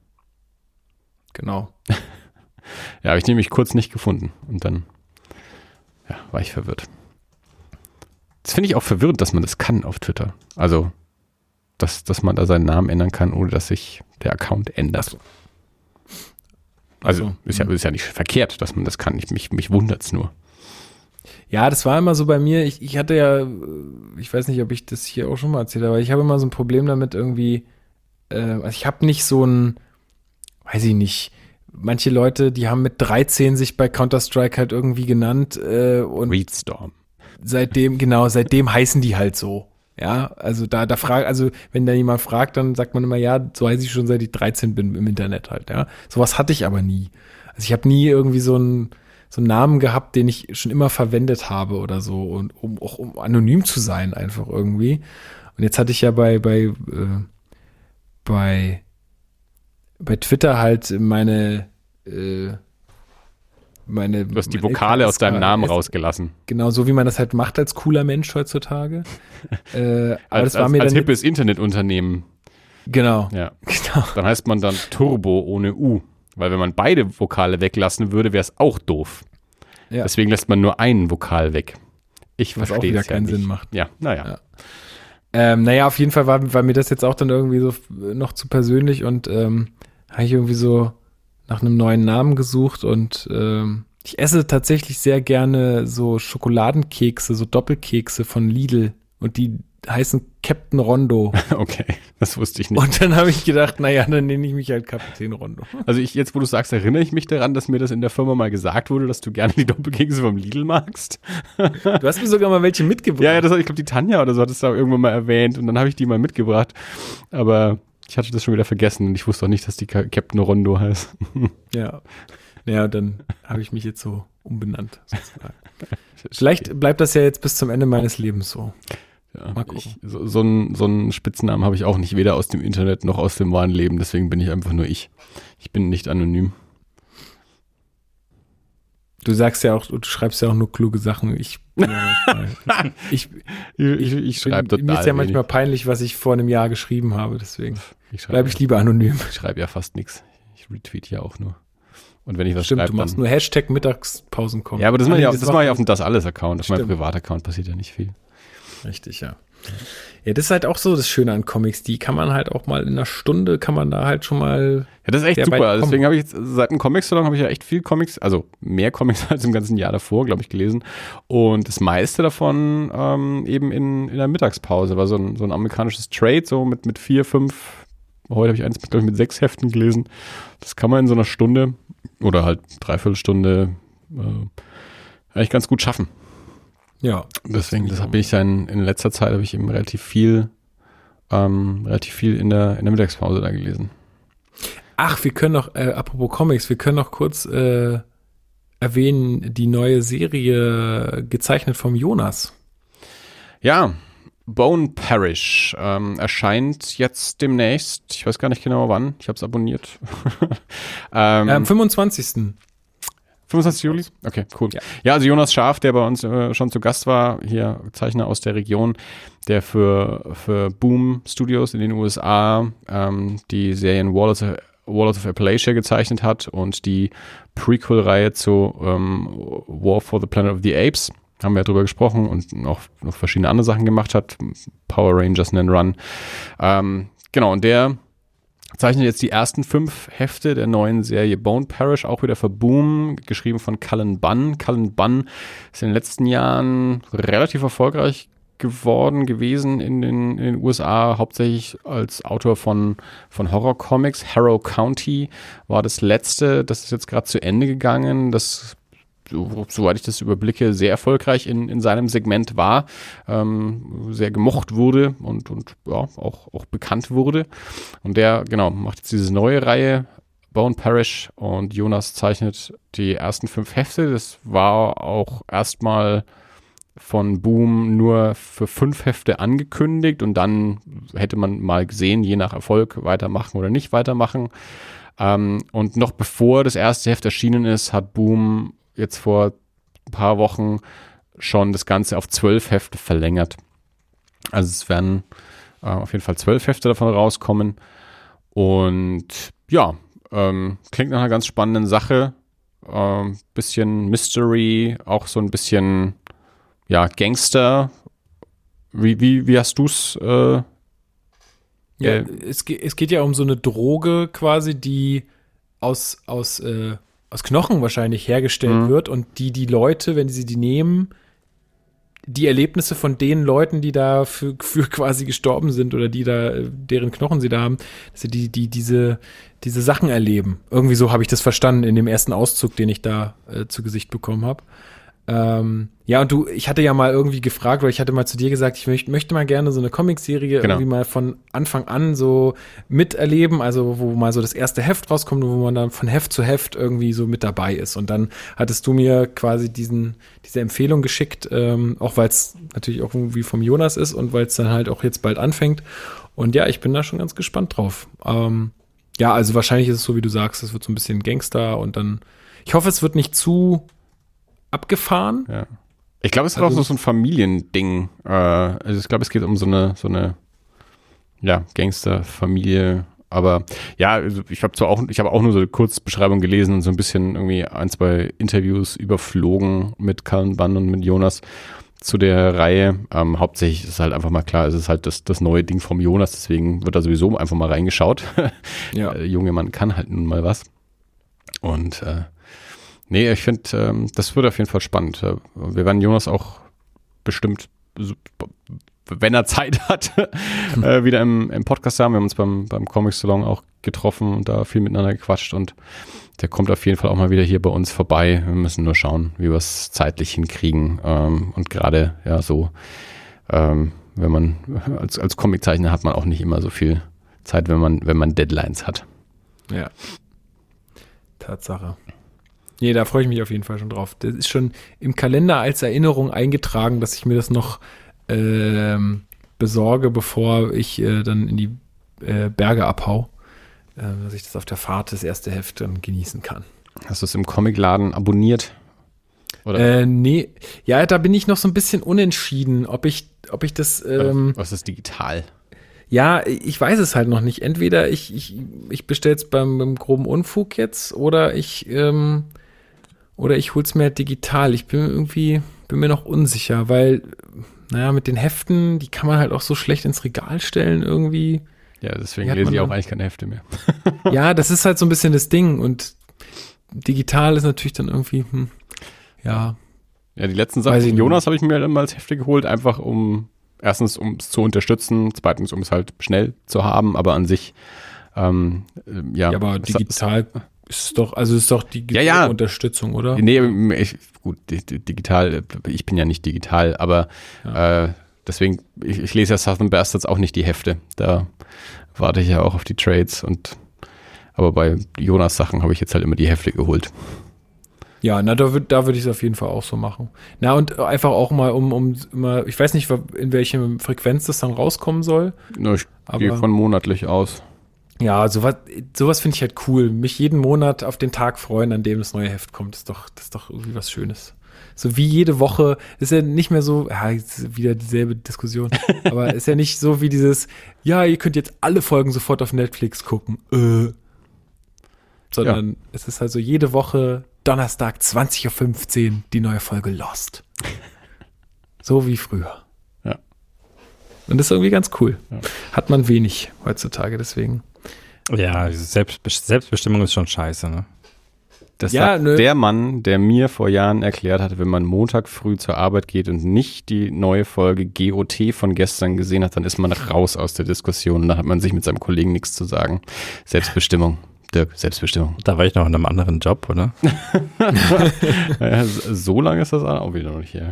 Ja, habe ich nämlich kurz nicht gefunden und dann war ich verwirrt. Das finde ich auch verwirrend, dass man das kann auf Twitter. Also, dass man da seinen Namen ändern kann, ohne dass sich der Account ändert. Also, ist ja nicht verkehrt, dass man das kann. Mich wundert es nur. Ja, das war immer so bei mir. Ich hatte ja, ich weiß nicht, ob ich das hier auch schon mal erzählt habe, aber ich habe immer so ein Problem damit irgendwie, also ich habe nicht so ein, weiß ich nicht, manche Leute, die haben mit 13 sich bei Counter-Strike halt irgendwie genannt und Readstorm. Seitdem heißen die halt so. Ja, also wenn da jemand fragt, dann sagt man immer, ja, so heiße ich schon seit ich 13 bin im Internet halt, ja. Sowas hatte ich aber nie. Also ich habe nie irgendwie so einen Namen gehabt, den ich schon immer verwendet habe oder so, und um anonym zu sein einfach irgendwie. Und jetzt hatte ich ja bei Twitter halt Du hast die Vokale aus deinem Namen rausgelassen. Genau, so wie man das halt macht als cooler Mensch heutzutage. Aber das war mir als dann hippes Internetunternehmen. Genau. Ja. Genau. Dann heißt man dann Turbo ohne U. Weil wenn man beide Vokale weglassen würde, wäre es auch doof. Ja. Deswegen lässt man nur einen Vokal weg. Ich verstehe es. Was auch wieder keinen Sinn macht. Ja, naja. Ja. Auf jeden Fall war mir das jetzt auch dann irgendwie so noch zu persönlich und habe ich irgendwie so nach einem neuen Namen gesucht und ich esse tatsächlich sehr gerne so Schokoladenkekse, so Doppelkekse von Lidl und die heißen Captain Rondo. Okay, das wusste ich nicht. Und dann habe ich gedacht, naja, dann nenne ich mich halt Kapitän Rondo. Also jetzt, wo du sagst, erinnere ich mich daran, dass mir das in der Firma mal gesagt wurde, dass du gerne die Doppelkekse vom Lidl magst. Du hast mir sogar mal welche mitgebracht. Ja, ich glaube, die Tanja oder so hat es da irgendwann mal erwähnt und dann habe ich die mal mitgebracht. Aber ich hatte das schon wieder vergessen und ich wusste auch nicht, dass die Captain Rondo heißt. Ja. Naja, dann habe ich mich jetzt so umbenannt, sozusagen. Vielleicht bleibt das ja jetzt bis zum Ende meines Lebens so. Ja, mal gucken. So einen Spitznamen habe ich auch nicht, weder aus dem Internet noch aus dem wahren Leben, deswegen bin ich einfach nur ich. Ich bin nicht anonym. Du sagst ja auch, du schreibst ja auch nur kluge Sachen. Ich schreibe total. Mir ist ja manchmal peinlich, was ich vor einem Jahr geschrieben habe, deswegen bleibe ich lieber anonym. Ich schreibe ja fast nichts. Ich retweete ja auch nur. Und wenn ich was schreibe, du machst nur Hashtag Mittagspausen kommen. Ja, aber das mache ich auf dem Das Alles-Account. Auf meinem Privataccount passiert ja nicht viel. Richtig, ja. Ja, das ist halt auch so das Schöne an Comics. Die kann man halt auch mal in einer Stunde, kann man da halt schon mal. Ja, das ist echt super. Deswegen habe ich jetzt, seit dem Comic-Salon habe ich ja echt viel Comics, also mehr Comics als im ganzen Jahr davor, glaube ich, gelesen. Und das meiste davon eben in der Mittagspause. War so ein amerikanisches Trade, so mit 4, 5, heute habe ich eins, glaube ich, mit 6 Heften gelesen. Das kann man in so einer Stunde oder halt Dreiviertelstunde eigentlich ganz gut schaffen. Ja. Deswegen, das habe ich dann in letzter Zeit habe ich eben relativ viel in der Mittagspause da gelesen. Ach, wir können noch, apropos Comics, wir können noch kurz erwähnen, die neue Serie gezeichnet vom Jonas. Ja, Bone Parish erscheint jetzt demnächst. Ich weiß gar nicht genau wann. Ich habe es abonniert. Am 25. 25. Juli? Okay, cool. Ja, also Jonas Scharf, der bei uns schon zu Gast war, hier Zeichner aus der Region, der für Boom Studios in den USA die Serien Warlords of Appalachia gezeichnet hat und die Prequel-Reihe zu War for the Planet of the Apes. Haben wir ja drüber gesprochen und noch verschiedene andere Sachen gemacht hat. Power Rangers and Run. Genau, und der zeichnet jetzt die ersten 5 Hefte der neuen Serie Bone Parish, auch wieder für Boom, geschrieben von Cullen Bunn. Cullen Bunn ist in den letzten Jahren relativ erfolgreich gewesen in den USA, hauptsächlich als Autor von Horror-Comics. Harrow County war das letzte, das ist jetzt gerade zu Ende gegangen, das soweit ich das überblicke, sehr erfolgreich in seinem Segment war, sehr gemocht wurde und ja, auch bekannt wurde. Und der, genau, macht jetzt diese neue Reihe, Bone Parish, und Jonas zeichnet die ersten 5 Hefte. Das war auch erstmal von Boom nur für 5 Hefte angekündigt und dann hätte man mal gesehen, je nach Erfolg weitermachen oder nicht weitermachen. Und noch bevor das erste Heft erschienen ist, hat Boom jetzt vor ein paar Wochen schon das Ganze auf 12 Hefte verlängert. Also es werden auf jeden Fall 12 Hefte davon rauskommen. Und ja, klingt nach einer ganz spannenden Sache. Bisschen Mystery, auch so ein bisschen Gangster. Wie hast du's? Es geht ja um so eine Droge quasi, die aus Knochen wahrscheinlich hergestellt wird und die Leute, wenn sie die nehmen, die Erlebnisse von den Leuten, die da für quasi gestorben sind oder die da, deren Knochen sie da haben, dass sie diese Sachen erleben. Irgendwie so habe ich das verstanden in dem ersten Auszug, den ich da zu Gesicht bekommen habe. Und ich hatte ja mal irgendwie gefragt, oder ich hatte mal zu dir gesagt, ich möchte mal gerne so eine Comicserie irgendwie mal von Anfang an so miterleben, also wo mal so das erste Heft rauskommt und wo man dann von Heft zu Heft irgendwie so mit dabei ist. Und dann hattest du mir quasi diese Empfehlung geschickt, auch weil es natürlich auch irgendwie vom Jonas ist und weil es dann halt auch jetzt bald anfängt. Und ja, ich bin da schon ganz gespannt drauf. Also wahrscheinlich ist es so, wie du sagst, es wird so ein bisschen Gangster und dann, ich hoffe, es wird nicht zu abgefahren. Ja. Ich glaube, es ist auch so ein Familiending. Also ich glaube, es geht um so eine Gangsterfamilie. Aber ja, also ich habe auch nur so eine Kurzbeschreibung gelesen und so ein bisschen irgendwie 1, 2 Interviews überflogen mit Cullen Bunn und mit Jonas zu der Reihe. Hauptsächlich ist halt einfach mal klar, es ist halt das neue Ding vom Jonas, deswegen wird da sowieso einfach mal reingeschaut. Ja. Der junge Mann kann halt nun mal was. Und nee, ich finde, das wird auf jeden Fall spannend. Wir werden Jonas auch bestimmt, wenn er Zeit hat, wieder im Podcast haben. Wir haben uns beim Comic-Salon auch getroffen und da viel miteinander gequatscht und der kommt auf jeden Fall auch mal wieder hier bei uns vorbei. Wir müssen nur schauen, wie wir es zeitlich hinkriegen. Und gerade, wenn man als Comiczeichner hat man auch nicht immer so viel Zeit, wenn man Deadlines hat. Ja. Tatsache. Nee, da freue ich mich auf jeden Fall schon drauf. Das ist schon im Kalender als Erinnerung eingetragen, dass ich mir das noch besorge, bevor ich dann in die Berge abhau, dass ich das auf der Fahrt das erste Heft dann genießen kann. Hast du es im Comicladen abonniert? Oder? Nee, ja, da bin ich noch so ein bisschen unentschieden, ob ich das was ist digital? Ja, ich weiß es halt noch nicht. Entweder ich bestelle es beim groben Unfug jetzt oder ich hol's mir halt digital. Ich bin mir noch unsicher, weil, mit den Heften, die kann man halt auch so schlecht ins Regal stellen irgendwie. Ja, deswegen lese ich auch eigentlich keine Hefte mehr. Ja, das ist halt so ein bisschen das Ding und digital ist natürlich dann irgendwie, ja. Ja, die letzten Sachen von Jonas habe ich mir dann mal als Hefte geholt, einfach erstens, um es zu unterstützen, zweitens, um es halt schnell zu haben, aber an sich, Ja, aber digital ist doch die Unterstützung, oder? Nee, digital, ich bin ja nicht digital, aber deswegen, ich lese ja Southern Bastards auch nicht die Hefte. Da warte ich ja auch auf die Trades aber bei Jonas Sachen habe ich jetzt halt immer die Hefte geholt. Ja, da würde ich es auf jeden Fall auch so machen. Na, und einfach auch mal immer, ich weiß nicht, in welcher Frequenz das dann rauskommen soll. Na, ich gehe von monatlich aus. Ja, sowas finde ich halt cool. Mich jeden Monat auf den Tag freuen, an dem das neue Heft kommt. Das ist doch irgendwie was Schönes. So wie jede Woche, ist ja nicht mehr so, ist wieder dieselbe Diskussion, aber ist ja nicht so wie dieses, ihr könnt jetzt alle Folgen sofort auf Netflix gucken. Sondern es ist halt so jede Woche Donnerstag 20:15 Uhr die neue Folge Lost. So wie früher. Ja. Und das ist irgendwie ganz cool. Ja. Hat man wenig heutzutage, deswegen. Ja, Selbstbestimmung ist schon scheiße, ne? Das sagt der Mann, der mir vor Jahren erklärt hat, wenn man Montag früh zur Arbeit geht und nicht die neue Folge GOT von gestern gesehen hat, dann ist man raus aus der Diskussion und dann hat man sich mit seinem Kollegen nichts zu sagen. Selbstbestimmung. Dirk, Selbstbestimmung. Da war ich noch in einem anderen Job, oder? Ja, so lange ist das auch wieder noch nicht her.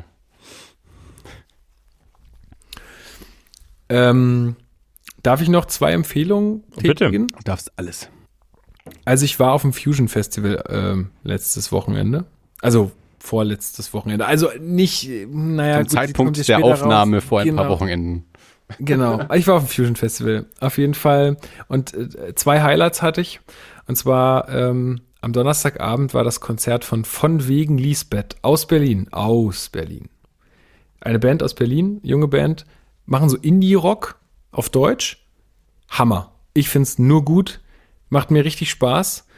Darf ich noch 2 Empfehlungen tätigen? Bitte. Du darfst alles. Also ich war auf dem Fusion Festival letztes Wochenende. Also vorletztes Wochenende. Also nicht, naja, zum Zeitpunkt der Aufnahme vor ein paar Wochenenden. Genau, ich war auf dem Fusion Festival, auf jeden Fall. Und 2 Highlights hatte ich. Und zwar am Donnerstagabend war das Konzert von wegen Lisbeth aus Berlin. Eine Band aus Berlin, junge Band, machen so Indie-Rock auf Deutsch. Hammer. Ich find's nur gut, macht mir richtig Spaß.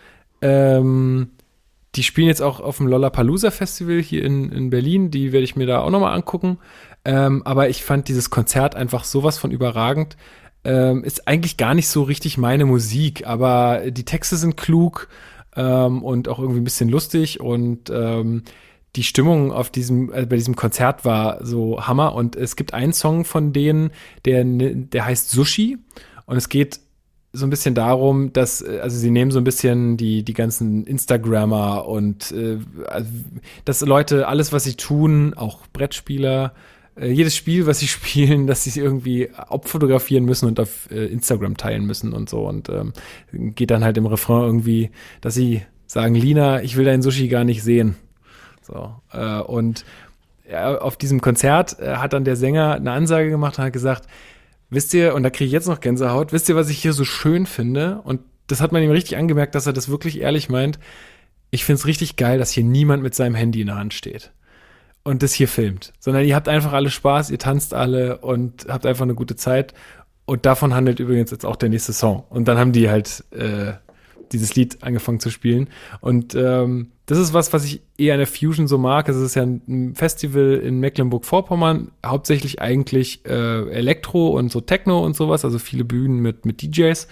Die spielen jetzt auch auf dem Lollapalooza Festival hier in Berlin. Die werde ich mir da auch nochmal angucken. Aber ich fand dieses Konzert einfach sowas von überragend. Ist eigentlich gar nicht so richtig meine Musik, aber die Texte sind klug und auch irgendwie ein bisschen lustig und die Stimmung auf bei diesem Konzert war so Hammer. Und es gibt einen Song von denen, der heißt Sushi und es geht so ein bisschen darum, dass, also sie nehmen so ein bisschen die ganzen Instagrammer und dass Leute alles, was sie tun, auch Brettspieler, jedes Spiel, was sie spielen, dass sie irgendwie abfotografieren müssen und auf Instagram teilen müssen und so. Und geht dann halt im Refrain irgendwie, dass sie sagen, Lina, ich will dein Sushi gar nicht sehen. So. Und auf diesem Konzert hat dann der Sänger eine Ansage gemacht und hat gesagt, wisst ihr, und da kriege ich jetzt noch Gänsehaut, wisst ihr, was ich hier so schön finde? Und das hat man ihm richtig angemerkt, dass er das wirklich ehrlich meint. Ich finde es richtig geil, dass hier niemand mit seinem Handy in der Hand steht und das hier filmt, sondern ihr habt einfach alle Spaß, ihr tanzt alle und habt einfach eine gute Zeit. Und davon handelt übrigens jetzt auch der nächste Song. Und dann haben die halt dieses Lied angefangen zu spielen. Und das ist was ich eher an der Fusion so mag. Es ist ja ein Festival in Mecklenburg-Vorpommern, hauptsächlich eigentlich Elektro und so Techno und sowas, also viele Bühnen mit DJs.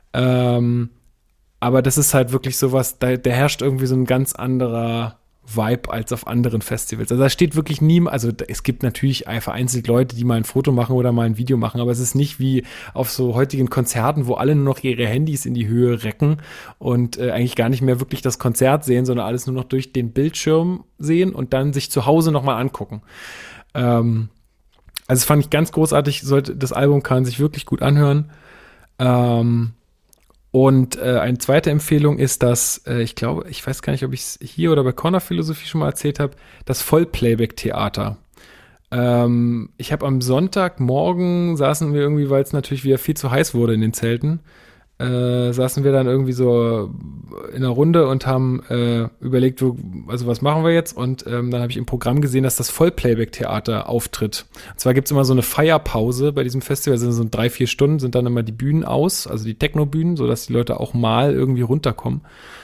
Aber das ist halt wirklich sowas, da herrscht irgendwie so ein ganz anderer Vibe als auf anderen Festivals. Also da steht wirklich niemand, also es gibt natürlich vereinzelt Leute, die mal ein Foto machen oder mal ein Video machen, aber es ist nicht wie auf so heutigen Konzerten, wo alle nur noch ihre Handys in die Höhe recken und eigentlich gar nicht mehr wirklich das Konzert sehen, sondern alles nur noch durch den Bildschirm sehen und dann sich zu Hause nochmal angucken. Also das fand ich ganz großartig, das Album kann sich wirklich gut anhören. Und eine zweite Empfehlung ist, dass ich glaube, ich weiß gar nicht, ob ich es hier oder bei Corner Philosophie schon mal erzählt habe, das Vollplayback-Theater. Ich habe am Sonntagmorgen saßen wir irgendwie, weil es natürlich wieder viel zu heiß wurde in den Zelten, saßen wir dann irgendwie so in einer Runde und haben überlegt, also was machen wir jetzt? Und dann habe ich im Programm gesehen, dass das Vollplayback-Theater auftritt. Und zwar gibt's immer so eine Feierpause bei diesem Festival, also so 3-4 Stunden sind dann immer die Bühnen aus, also die Techno-Bühnen, sodass die Leute auch mal irgendwie runterkommen.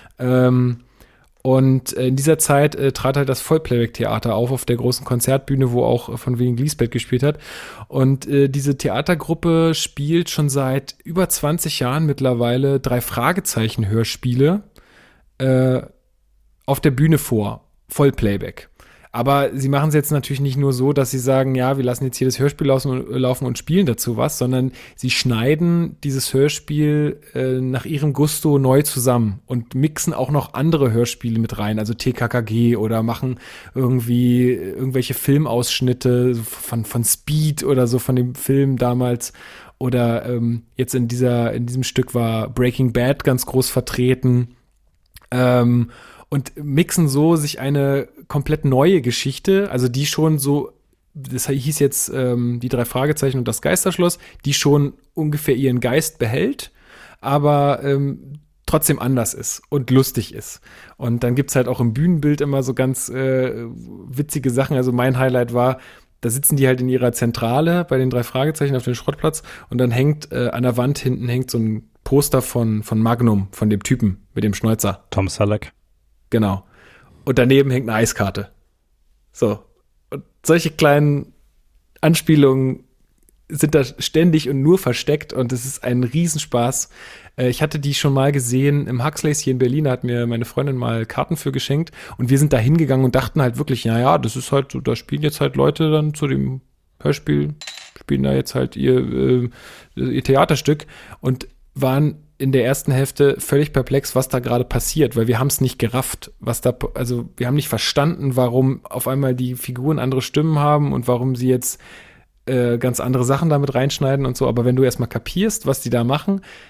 Und in dieser Zeit trat halt das Vollplayback-Theater auf der großen Konzertbühne, wo auch von wegen Lisbeth gespielt hat. Und diese Theatergruppe spielt schon seit über 20 Jahren mittlerweile 3-Fragezeichen-Hörspiele auf der Bühne vor. Vollplayback. Aber sie machen es jetzt natürlich nicht nur so, dass sie sagen, ja, wir lassen jetzt hier das Hörspiel laufen und spielen dazu was, sondern sie schneiden dieses Hörspiel nach ihrem Gusto neu zusammen und mixen auch noch andere Hörspiele mit rein, also TKKG oder machen irgendwie irgendwelche Filmausschnitte von Speed oder so von dem Film damals. Oder jetzt in diesem Stück war Breaking Bad ganz groß vertreten. Und mixen so sich eine komplett neue Geschichte, also die schon so, das hieß jetzt die 3 Fragezeichen und das Geisterschloss, die schon ungefähr ihren Geist behält, aber trotzdem anders ist und lustig ist. Und dann gibt's halt auch im Bühnenbild immer so ganz witzige Sachen. Also mein Highlight war, da sitzen die halt in ihrer Zentrale bei den 3 Fragezeichen auf dem Schrottplatz und dann hängt an der Wand hinten hängt so ein Poster von Magnum, von dem Typen mit dem Schnäuzer. Tom Selleck. Genau. Und daneben hängt eine Eiskarte. So. Und solche kleinen Anspielungen sind da ständig und nur versteckt und es ist ein Riesenspaß. Ich hatte die schon mal gesehen im Huxleys hier in Berlin, da hat mir meine Freundin mal Karten für geschenkt und wir sind da hingegangen und dachten halt wirklich, ja, das ist halt so, da spielen jetzt halt Leute dann zu dem Hörspiel, spielen da jetzt halt ihr Theaterstück und waren in der ersten Hälfte völlig perplex, was da gerade passiert, weil wir haben es nicht gerafft, also wir haben nicht verstanden, warum auf einmal die Figuren andere Stimmen haben und warum sie jetzt ganz andere Sachen damit reinschneiden und so, aber wenn du erstmal kapierst, was die da machen,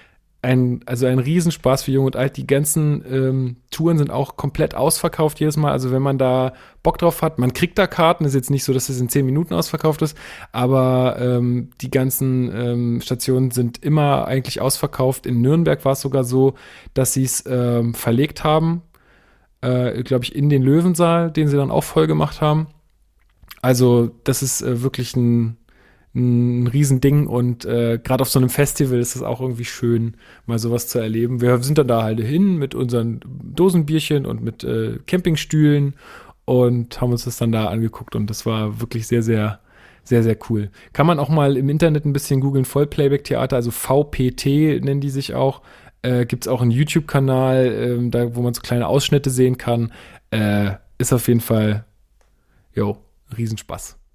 ein Riesenspaß für Jung und Alt. Die ganzen Touren sind auch komplett ausverkauft jedes Mal. Also wenn man da Bock drauf hat, man kriegt da Karten. Ist jetzt nicht so, dass es in 10 Minuten ausverkauft ist, aber die ganzen Stationen sind immer eigentlich ausverkauft. In Nürnberg war es sogar so, dass sie es verlegt haben, glaube ich, in den Löwensaal, den sie dann auch voll gemacht haben. Also das ist wirklich ein Riesending und gerade auf so einem Festival ist es auch irgendwie schön, mal sowas zu erleben. Wir sind dann da halt hin mit unseren Dosenbierchen und mit Campingstühlen und haben uns das dann da angeguckt und das war wirklich sehr, sehr, sehr, sehr cool. Kann man auch mal im Internet ein bisschen googeln, Vollplayback-Theater, also VPT nennen die sich auch. Gibt's auch einen YouTube-Kanal, da wo man so kleine Ausschnitte sehen kann. Ist auf jeden Fall, Riesenspaß.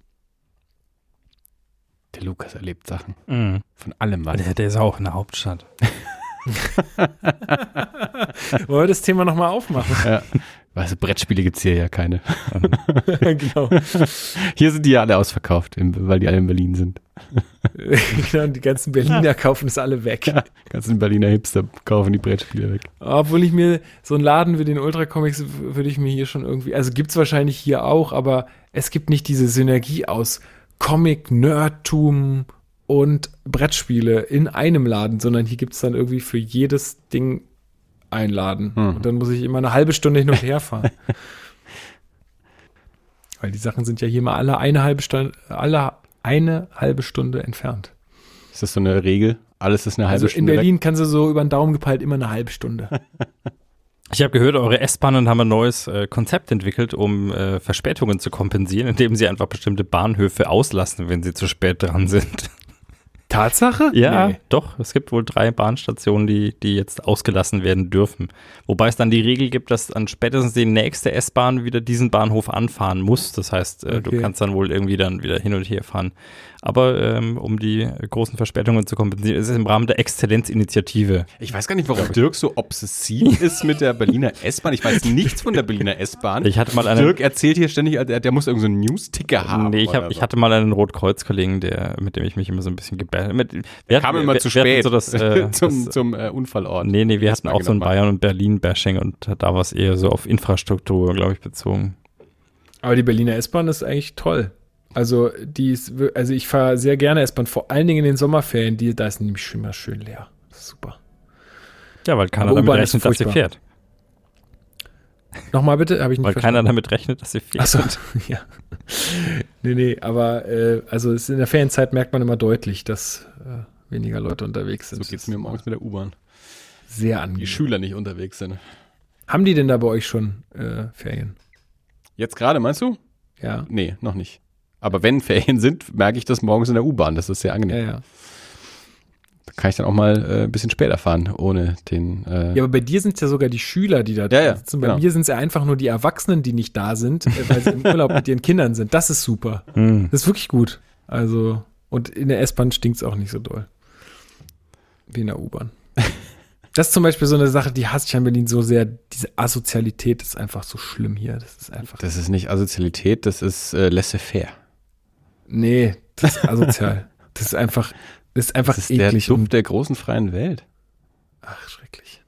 Der Lukas erlebt Sachen. Mhm. Von allem was. Der ist auch in der Hauptstadt. Wollen wir das Thema nochmal aufmachen? Ja. Weißt du, Brettspiele gibt's hier ja keine. Genau. Hier sind die ja alle ausverkauft, weil die alle in Berlin sind. Genau, die ganzen Berliner kaufen es alle weg. Ja, die ganzen Berliner Hipster kaufen die Brettspiele weg. Obwohl ich mir so einen Laden wie den Ultra Comics würde ich mir hier schon irgendwie, also gibt's wahrscheinlich hier auch, aber es gibt nicht diese Synergie aus Comic, Nerdtum und Brettspiele in einem Laden, sondern hier gibt's dann irgendwie für jedes Ding einen Laden. Und dann muss ich immer eine halbe Stunde hin und her fahren. Weil die Sachen sind ja hier mal alle eine halbe Stunde entfernt. Ist das so eine Regel? Alles ist eine halbe Stunde. Also in Berlin kannst du so über den Daumen gepeilt immer eine halbe Stunde. Ich habe gehört, eure S-Bahnen haben ein neues Konzept entwickelt, um Verspätungen zu kompensieren, indem sie einfach bestimmte Bahnhöfe auslassen, wenn sie zu spät dran sind. Tatsache? Ja, Nee. doch. Es gibt wohl 3 Bahnstationen, die jetzt ausgelassen werden dürfen. Wobei es dann die Regel gibt, dass dann spätestens die nächste S-Bahn wieder diesen Bahnhof anfahren muss. Das heißt, du Okay. kannst dann wohl irgendwie dann wieder hin und her fahren. Aber um die großen Verspätungen zu kompensieren, ist es im Rahmen der Exzellenzinitiative. Ich weiß gar nicht, warum Dirk so obsessiv ist mit der Berliner S-Bahn. Ich weiß nichts von der Berliner S-Bahn. Ich hatte mal Dirk erzählt hier ständig, der muss irgendein so einen News-Ticker haben. Nee, oder ich so. hatte mal einen Rotkreuz-Kollegen, mit dem ich mich immer so ein bisschen Der kam immer zu spät so das, zum Unfallort. Nee, wir hatten auch so ein gemacht. Bayern- und Berlin-Bashing und da war es eher so auf Infrastruktur, glaube ich, bezogen. Aber die Berliner S-Bahn ist eigentlich toll. Also ich fahre sehr gerne S-Bahn, vor allen Dingen in den Sommerferien. Da ist nämlich immer schön leer. Das ist super. Ja, weil keiner Aber damit U-Bahn ist rechnet, dass sie furchtbar. fährt. Nochmal bitte, habe ich nicht Weil verstanden. keiner damit rechnet, dass sie fährt. Achso, ja. Nee, aber also in der Ferienzeit merkt man immer deutlich, dass weniger Leute unterwegs sind. So geht's mir morgens mit der U-Bahn. Sehr Die angenehm. Schüler nicht unterwegs sind. Haben die denn da bei euch schon Ferien? Jetzt gerade, meinst du? Ja. Nee, noch nicht. Aber wenn Ferien sind, merke ich das morgens in der U-Bahn. Das ist sehr Ja, angenehm. ja. Da kann ich dann auch mal ein bisschen später fahren, ohne den. Ja, aber bei dir sind es ja sogar die Schüler, die da Ja, sitzen. Bei genau. mir sind es ja einfach nur die Erwachsenen, die nicht da sind, weil sie im Urlaub mit ihren Kindern sind. Das ist super. Das ist wirklich gut. Also, und in der S-Bahn stinkt es auch nicht so doll. Wie in der U-Bahn. Das ist zum Beispiel so eine Sache, die hasse ich an Berlin so sehr. Diese Asozialität ist einfach so schlimm hier. Das ist einfach. Das ist nicht Asozialität, das ist laissez-faire. Nee, das ist asozial. Das ist einfach Das ist der eklig. Duft der großen freien Welt. Ach, schrecklich.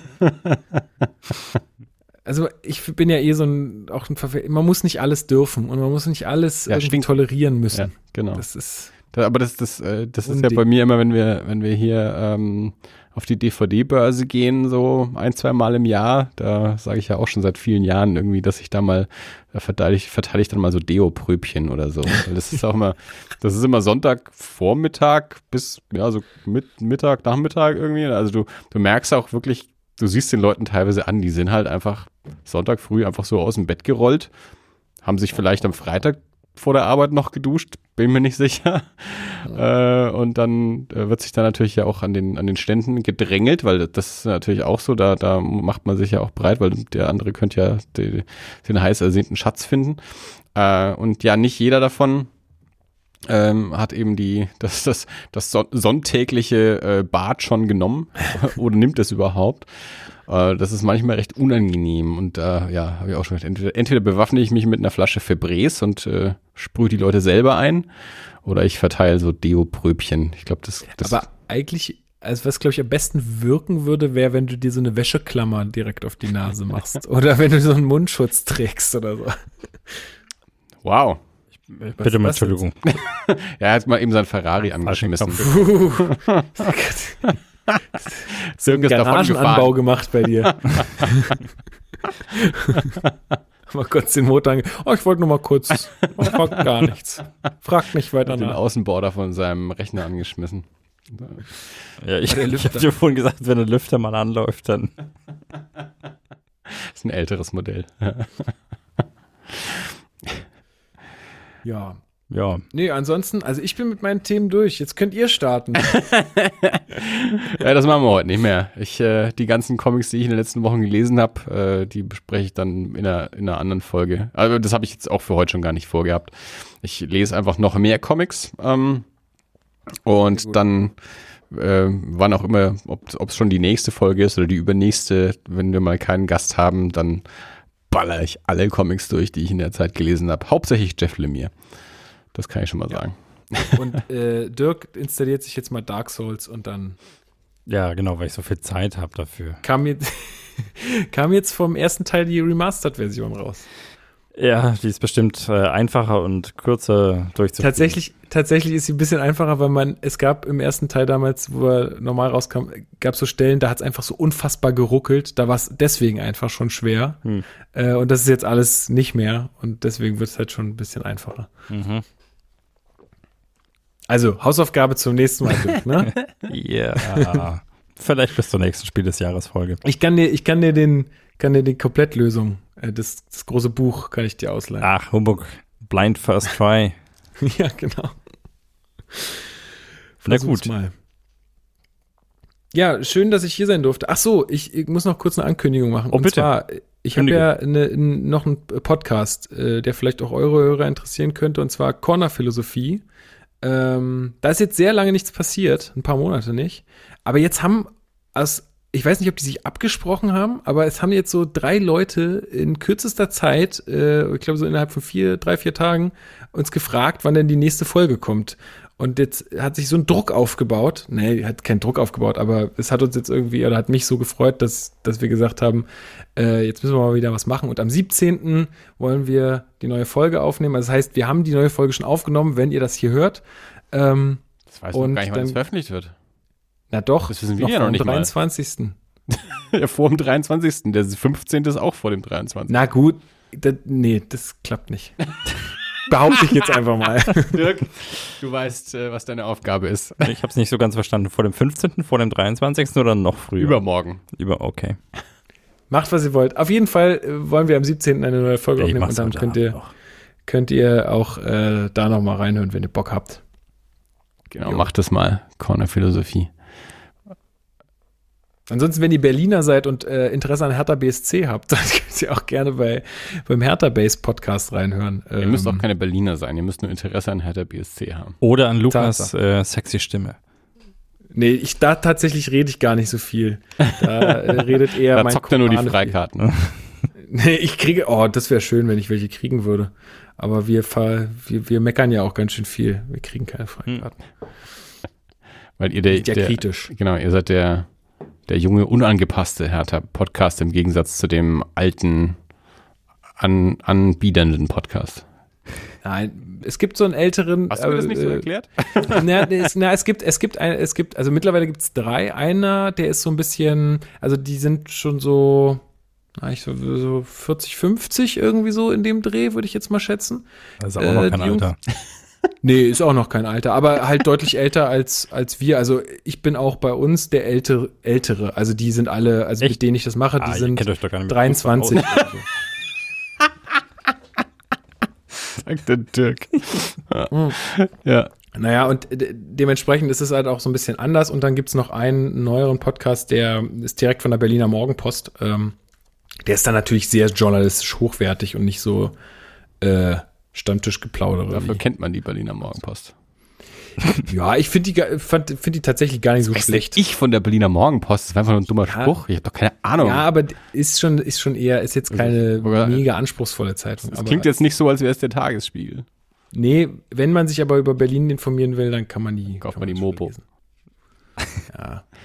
Also ich bin ja auch ein man muss nicht alles dürfen und man muss nicht alles irgendwie stinkt. tolerieren müssen. Ja, genau. Das ist Aber das ist ja Unding. bei mir immer, wenn wir hier auf die DVD-Börse gehen, so 1-2 Mal im Jahr, da sage ich ja auch schon seit vielen Jahren irgendwie, dass ich da mal, verteile ich dann mal so Deo-Pröbchen oder so. Weil das ist auch immer, das ist immer Sonntagvormittag bis, ja, so Mittag, Nachmittag irgendwie. Also du merkst auch wirklich, du siehst den Leuten teilweise an, die sind halt einfach Sonntag früh einfach so aus dem Bett gerollt, haben sich vielleicht am Freitag vor der Arbeit noch geduscht, bin mir nicht sicher. Und dann wird sich dann natürlich ja auch an den Ständen gedrängelt, weil das ist natürlich auch so, da macht man sich ja auch breit, weil der andere könnte ja den heiß ersehnten Schatz finden. Und ja, nicht jeder davon hat eben das sonntägliche Bad schon genommen oder nimmt es überhaupt. Das ist manchmal recht unangenehm und ja, habe ich auch schon gesagt, entweder bewaffne ich mich mit einer Flasche Febreze und sprühe die Leute selber ein oder ich verteile so Deo-Pröbchen. Ich glaube, das aber eigentlich also was, glaube ich, am besten wirken würde, wäre, wenn du dir so eine Wäscheklammer direkt auf die Nase machst. Oder wenn du so einen Mundschutz trägst oder so. Wow. Bitte um Entschuldigung. Er hat mal eben sein Ferrari angeschmissen. Dirk ist Garagenanbau gemacht bei dir. Mal kurz den Motor ich wollte nur mal kurz. Fragt gar nichts. Fragt nicht weiter nach. Den Außenborder von seinem Rechner angeschmissen. Ja, ich habe dir vorhin gesagt, wenn der Lüfter mal anläuft, dann. Das ist ein älteres Modell. Ja. Ja. Nee, ansonsten, also ich bin mit meinen Themen durch. Jetzt könnt ihr starten. Ja, das machen wir heute nicht mehr. Die ganzen Comics, die ich in den letzten Wochen gelesen habe, die bespreche ich dann in einer anderen Folge. Also das habe ich jetzt auch für heute schon gar nicht vorgehabt. Ich lese einfach noch mehr Comics und dann wann auch immer, ob es schon die nächste Folge ist oder die übernächste, wenn wir mal keinen Gast haben, dann baller ich alle Comics durch, die ich in der Zeit gelesen habe. Hauptsächlich Jeff Lemire. Das kann ich schon mal sagen. Und Dirk installiert sich jetzt mal Dark Souls und dann. Ja, genau, weil ich so viel Zeit habe dafür. Kam jetzt vom ersten Teil die Remastered-Version raus. Ja, die ist bestimmt einfacher und kürzer durchzuführen. Tatsächlich ist sie ein bisschen einfacher, weil es gab im ersten Teil damals, wo er normal rauskam, gab es so Stellen, da hat es einfach so unfassbar geruckelt. Da war es deswegen einfach schon schwer. Und das ist jetzt alles nicht mehr. Und deswegen wird es halt schon ein bisschen einfacher. Mhm. Also, Hausaufgabe zum nächsten Mal, ne? Ja. Vielleicht bis zur nächsten Spiel des Jahres Folge. Ich kann dir die Komplettlösung, das große Buch kann ich dir ausleihen. Ach, Humbug. Blind First Try. Ja, genau. Na gut. Mal. Ja, schön, dass ich hier sein durfte. Ach so, ich muss noch kurz eine Ankündigung machen. Oh, bitte. Und zwar, ich habe ja noch einen Podcast, der vielleicht auch eure Hörer interessieren könnte, und zwar Corner Philosophie. Da ist jetzt sehr lange nichts passiert, ein paar Monate nicht. Aber jetzt ich weiß nicht, ob die sich abgesprochen haben, aber es haben jetzt so 3 Leute in kürzester Zeit, ich glaube so innerhalb von 3-4 Tagen, uns gefragt, wann denn die nächste Folge kommt. Und jetzt hat sich so ein Druck aufgebaut. Nee, hat keinen Druck aufgebaut, aber es hat uns jetzt irgendwie, oder hat mich so gefreut, dass wir gesagt haben, jetzt müssen wir mal wieder was machen. Und am 17. wollen wir die neue Folge aufnehmen. Also das heißt, wir haben die neue Folge schon aufgenommen, wenn ihr das hier hört. Das weiß man gar nicht, wann das veröffentlicht wird. Na doch, das wissen wir ja noch nicht mal. Am 23. Ja, vor dem 23. Der 15. ist auch vor dem 23. Na gut, das klappt nicht. Behaupte ich jetzt einfach mal. Dirk, du weißt, was deine Aufgabe ist. Ich habe es nicht so ganz verstanden. Vor dem 15., vor dem 23. oder noch früher? Übermorgen. Okay. Macht, was ihr wollt. Auf jeden Fall wollen wir am 17. eine neue Folge aufnehmen und dann könnt ihr auch da noch mal reinhören, wenn ihr Bock habt. Genau, macht das mal. Corner Philosophie. Ansonsten, wenn ihr Berliner seid und Interesse an Hertha BSC habt, dann könnt ihr auch gerne beim Hertha Base Podcast reinhören. Ihr müsst auch keine Berliner sein, ihr müsst nur Interesse an Hertha BSC haben. Oder an Lukas sexy Stimme. Nee, tatsächlich rede ich gar nicht so viel. Da redet eher da mein zockt er nur die Freikarten. Nee, das wäre schön, wenn ich welche kriegen würde. Aber wir meckern ja auch ganz schön viel. Wir kriegen keine Freikarten. Weil ihr kritisch. Genau, ihr seid der junge, unangepasste Hertha-Podcast im Gegensatz zu dem alten, anbiedernden Podcast. Nein, es gibt so einen älteren. Hast du mir das nicht so erklärt? Also mittlerweile gibt es 3. Einer, der ist so ein bisschen, also die sind schon so 40, 50 irgendwie so in dem Dreh, würde ich jetzt mal schätzen. Das ist auch noch kein Alter. Nee, ist auch noch kein Alter, aber halt deutlich älter als wir. Also ich bin auch bei uns der Ältere. Also die sind alle, also mit denen ich das mache, die sind 23. Sagt der Dirk. Ja. Naja, und dementsprechend ist es halt auch so ein bisschen anders. Und dann gibt's noch einen neueren Podcast, der ist direkt von der Berliner Morgenpost. Der ist dann natürlich sehr journalistisch hochwertig und nicht so Stammtischgeplaudere. Dafür kennt man die Berliner Morgenpost. Ja, ich finde die tatsächlich gar nicht so schlecht. Ich von der Berliner Morgenpost, das war einfach nur ein dummer Spruch. Ich habe doch keine Ahnung. Ja, aber ist jetzt keine mega anspruchsvolle Zeitung. Das klingt jetzt nicht so, als wäre es der Tagesspiegel. Nee, wenn man sich aber über Berlin informieren will, dann kann man die Kauft man die Mopo. Lesen. Ja.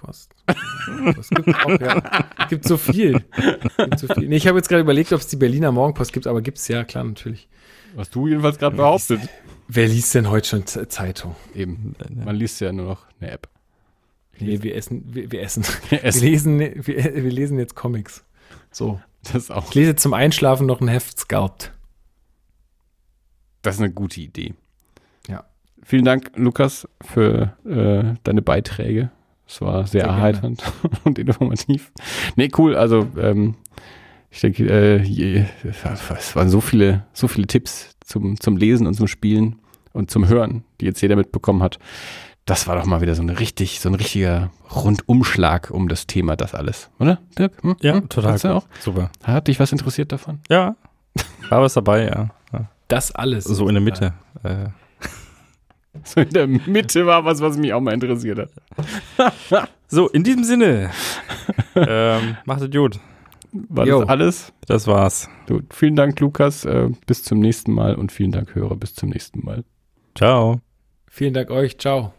Morgenpost. Das gibt auch, ja. Gibt so viel. Nee, ich habe jetzt gerade überlegt, ob es die Berliner Morgenpost gibt, aber gibt es ja, klar, natürlich. Was du jedenfalls gerade behauptet. Wer liest denn heute schon Zeitung? Eben. Man liest ja nur noch eine App. Nee, wir essen. Wir lesen jetzt Comics. So. Das auch. Ich lese zum Einschlafen noch ein Heft Sculpt. Das ist eine gute Idee. Ja. Vielen Dank, Lukas, für deine Beiträge. Es war sehr erheiternd und informativ. Nee, cool. Also, ich denke, es waren so viele Tipps zum Lesen und zum Spielen und zum Hören, die jetzt jeder mitbekommen hat. Das war doch mal wieder so ein richtiger Rundumschlag um das Thema, das alles, oder, Dirk? Ja, total. Auch? Super. Hat dich was interessiert davon? Ja, war was dabei, ja. Das alles. So in der Mitte. So in der Mitte war was mich auch mal interessiert hat. So, in diesem Sinne. Macht es gut. War das alles? Das war's. Gut. Vielen Dank, Lukas. Bis zum nächsten Mal und vielen Dank, Hörer. Bis zum nächsten Mal. Ciao. Vielen Dank euch. Ciao.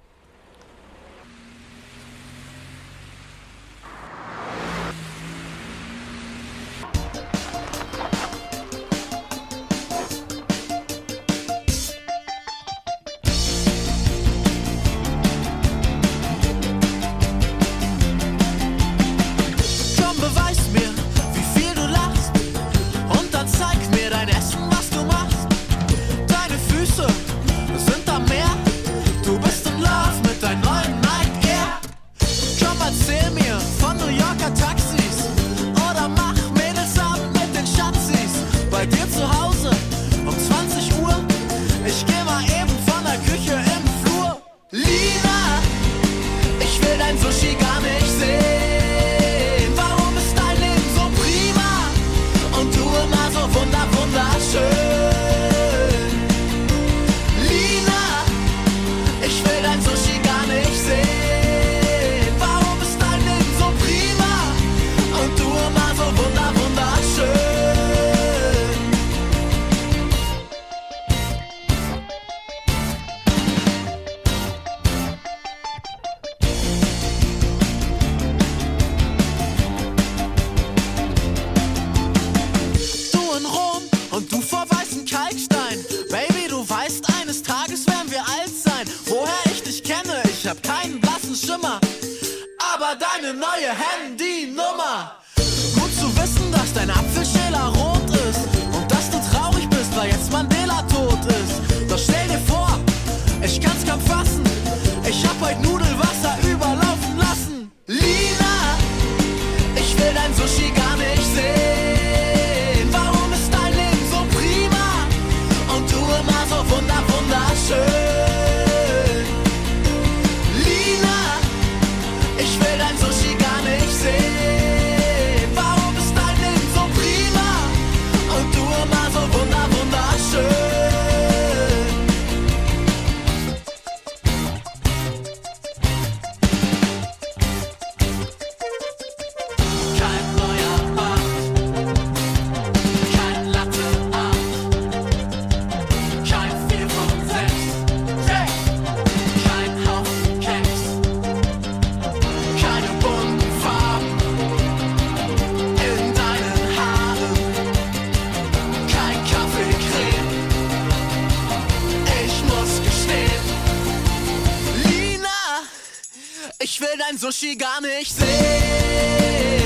Deine neue Handynummer. Gut zu wissen, dass dein Apfelschäler rot ist und dass du traurig bist, weil jetzt Mandela tot ist. Doch stell dir vor, ich kann's kaum fassen, ich hab heute Nudelwasser überlaufen lassen. Lina, ich will dein Sushi gar nicht sehen. Warum ist dein Leben so prima und du immer so wunderschön? Ich will dein Sushi gar nicht sehen.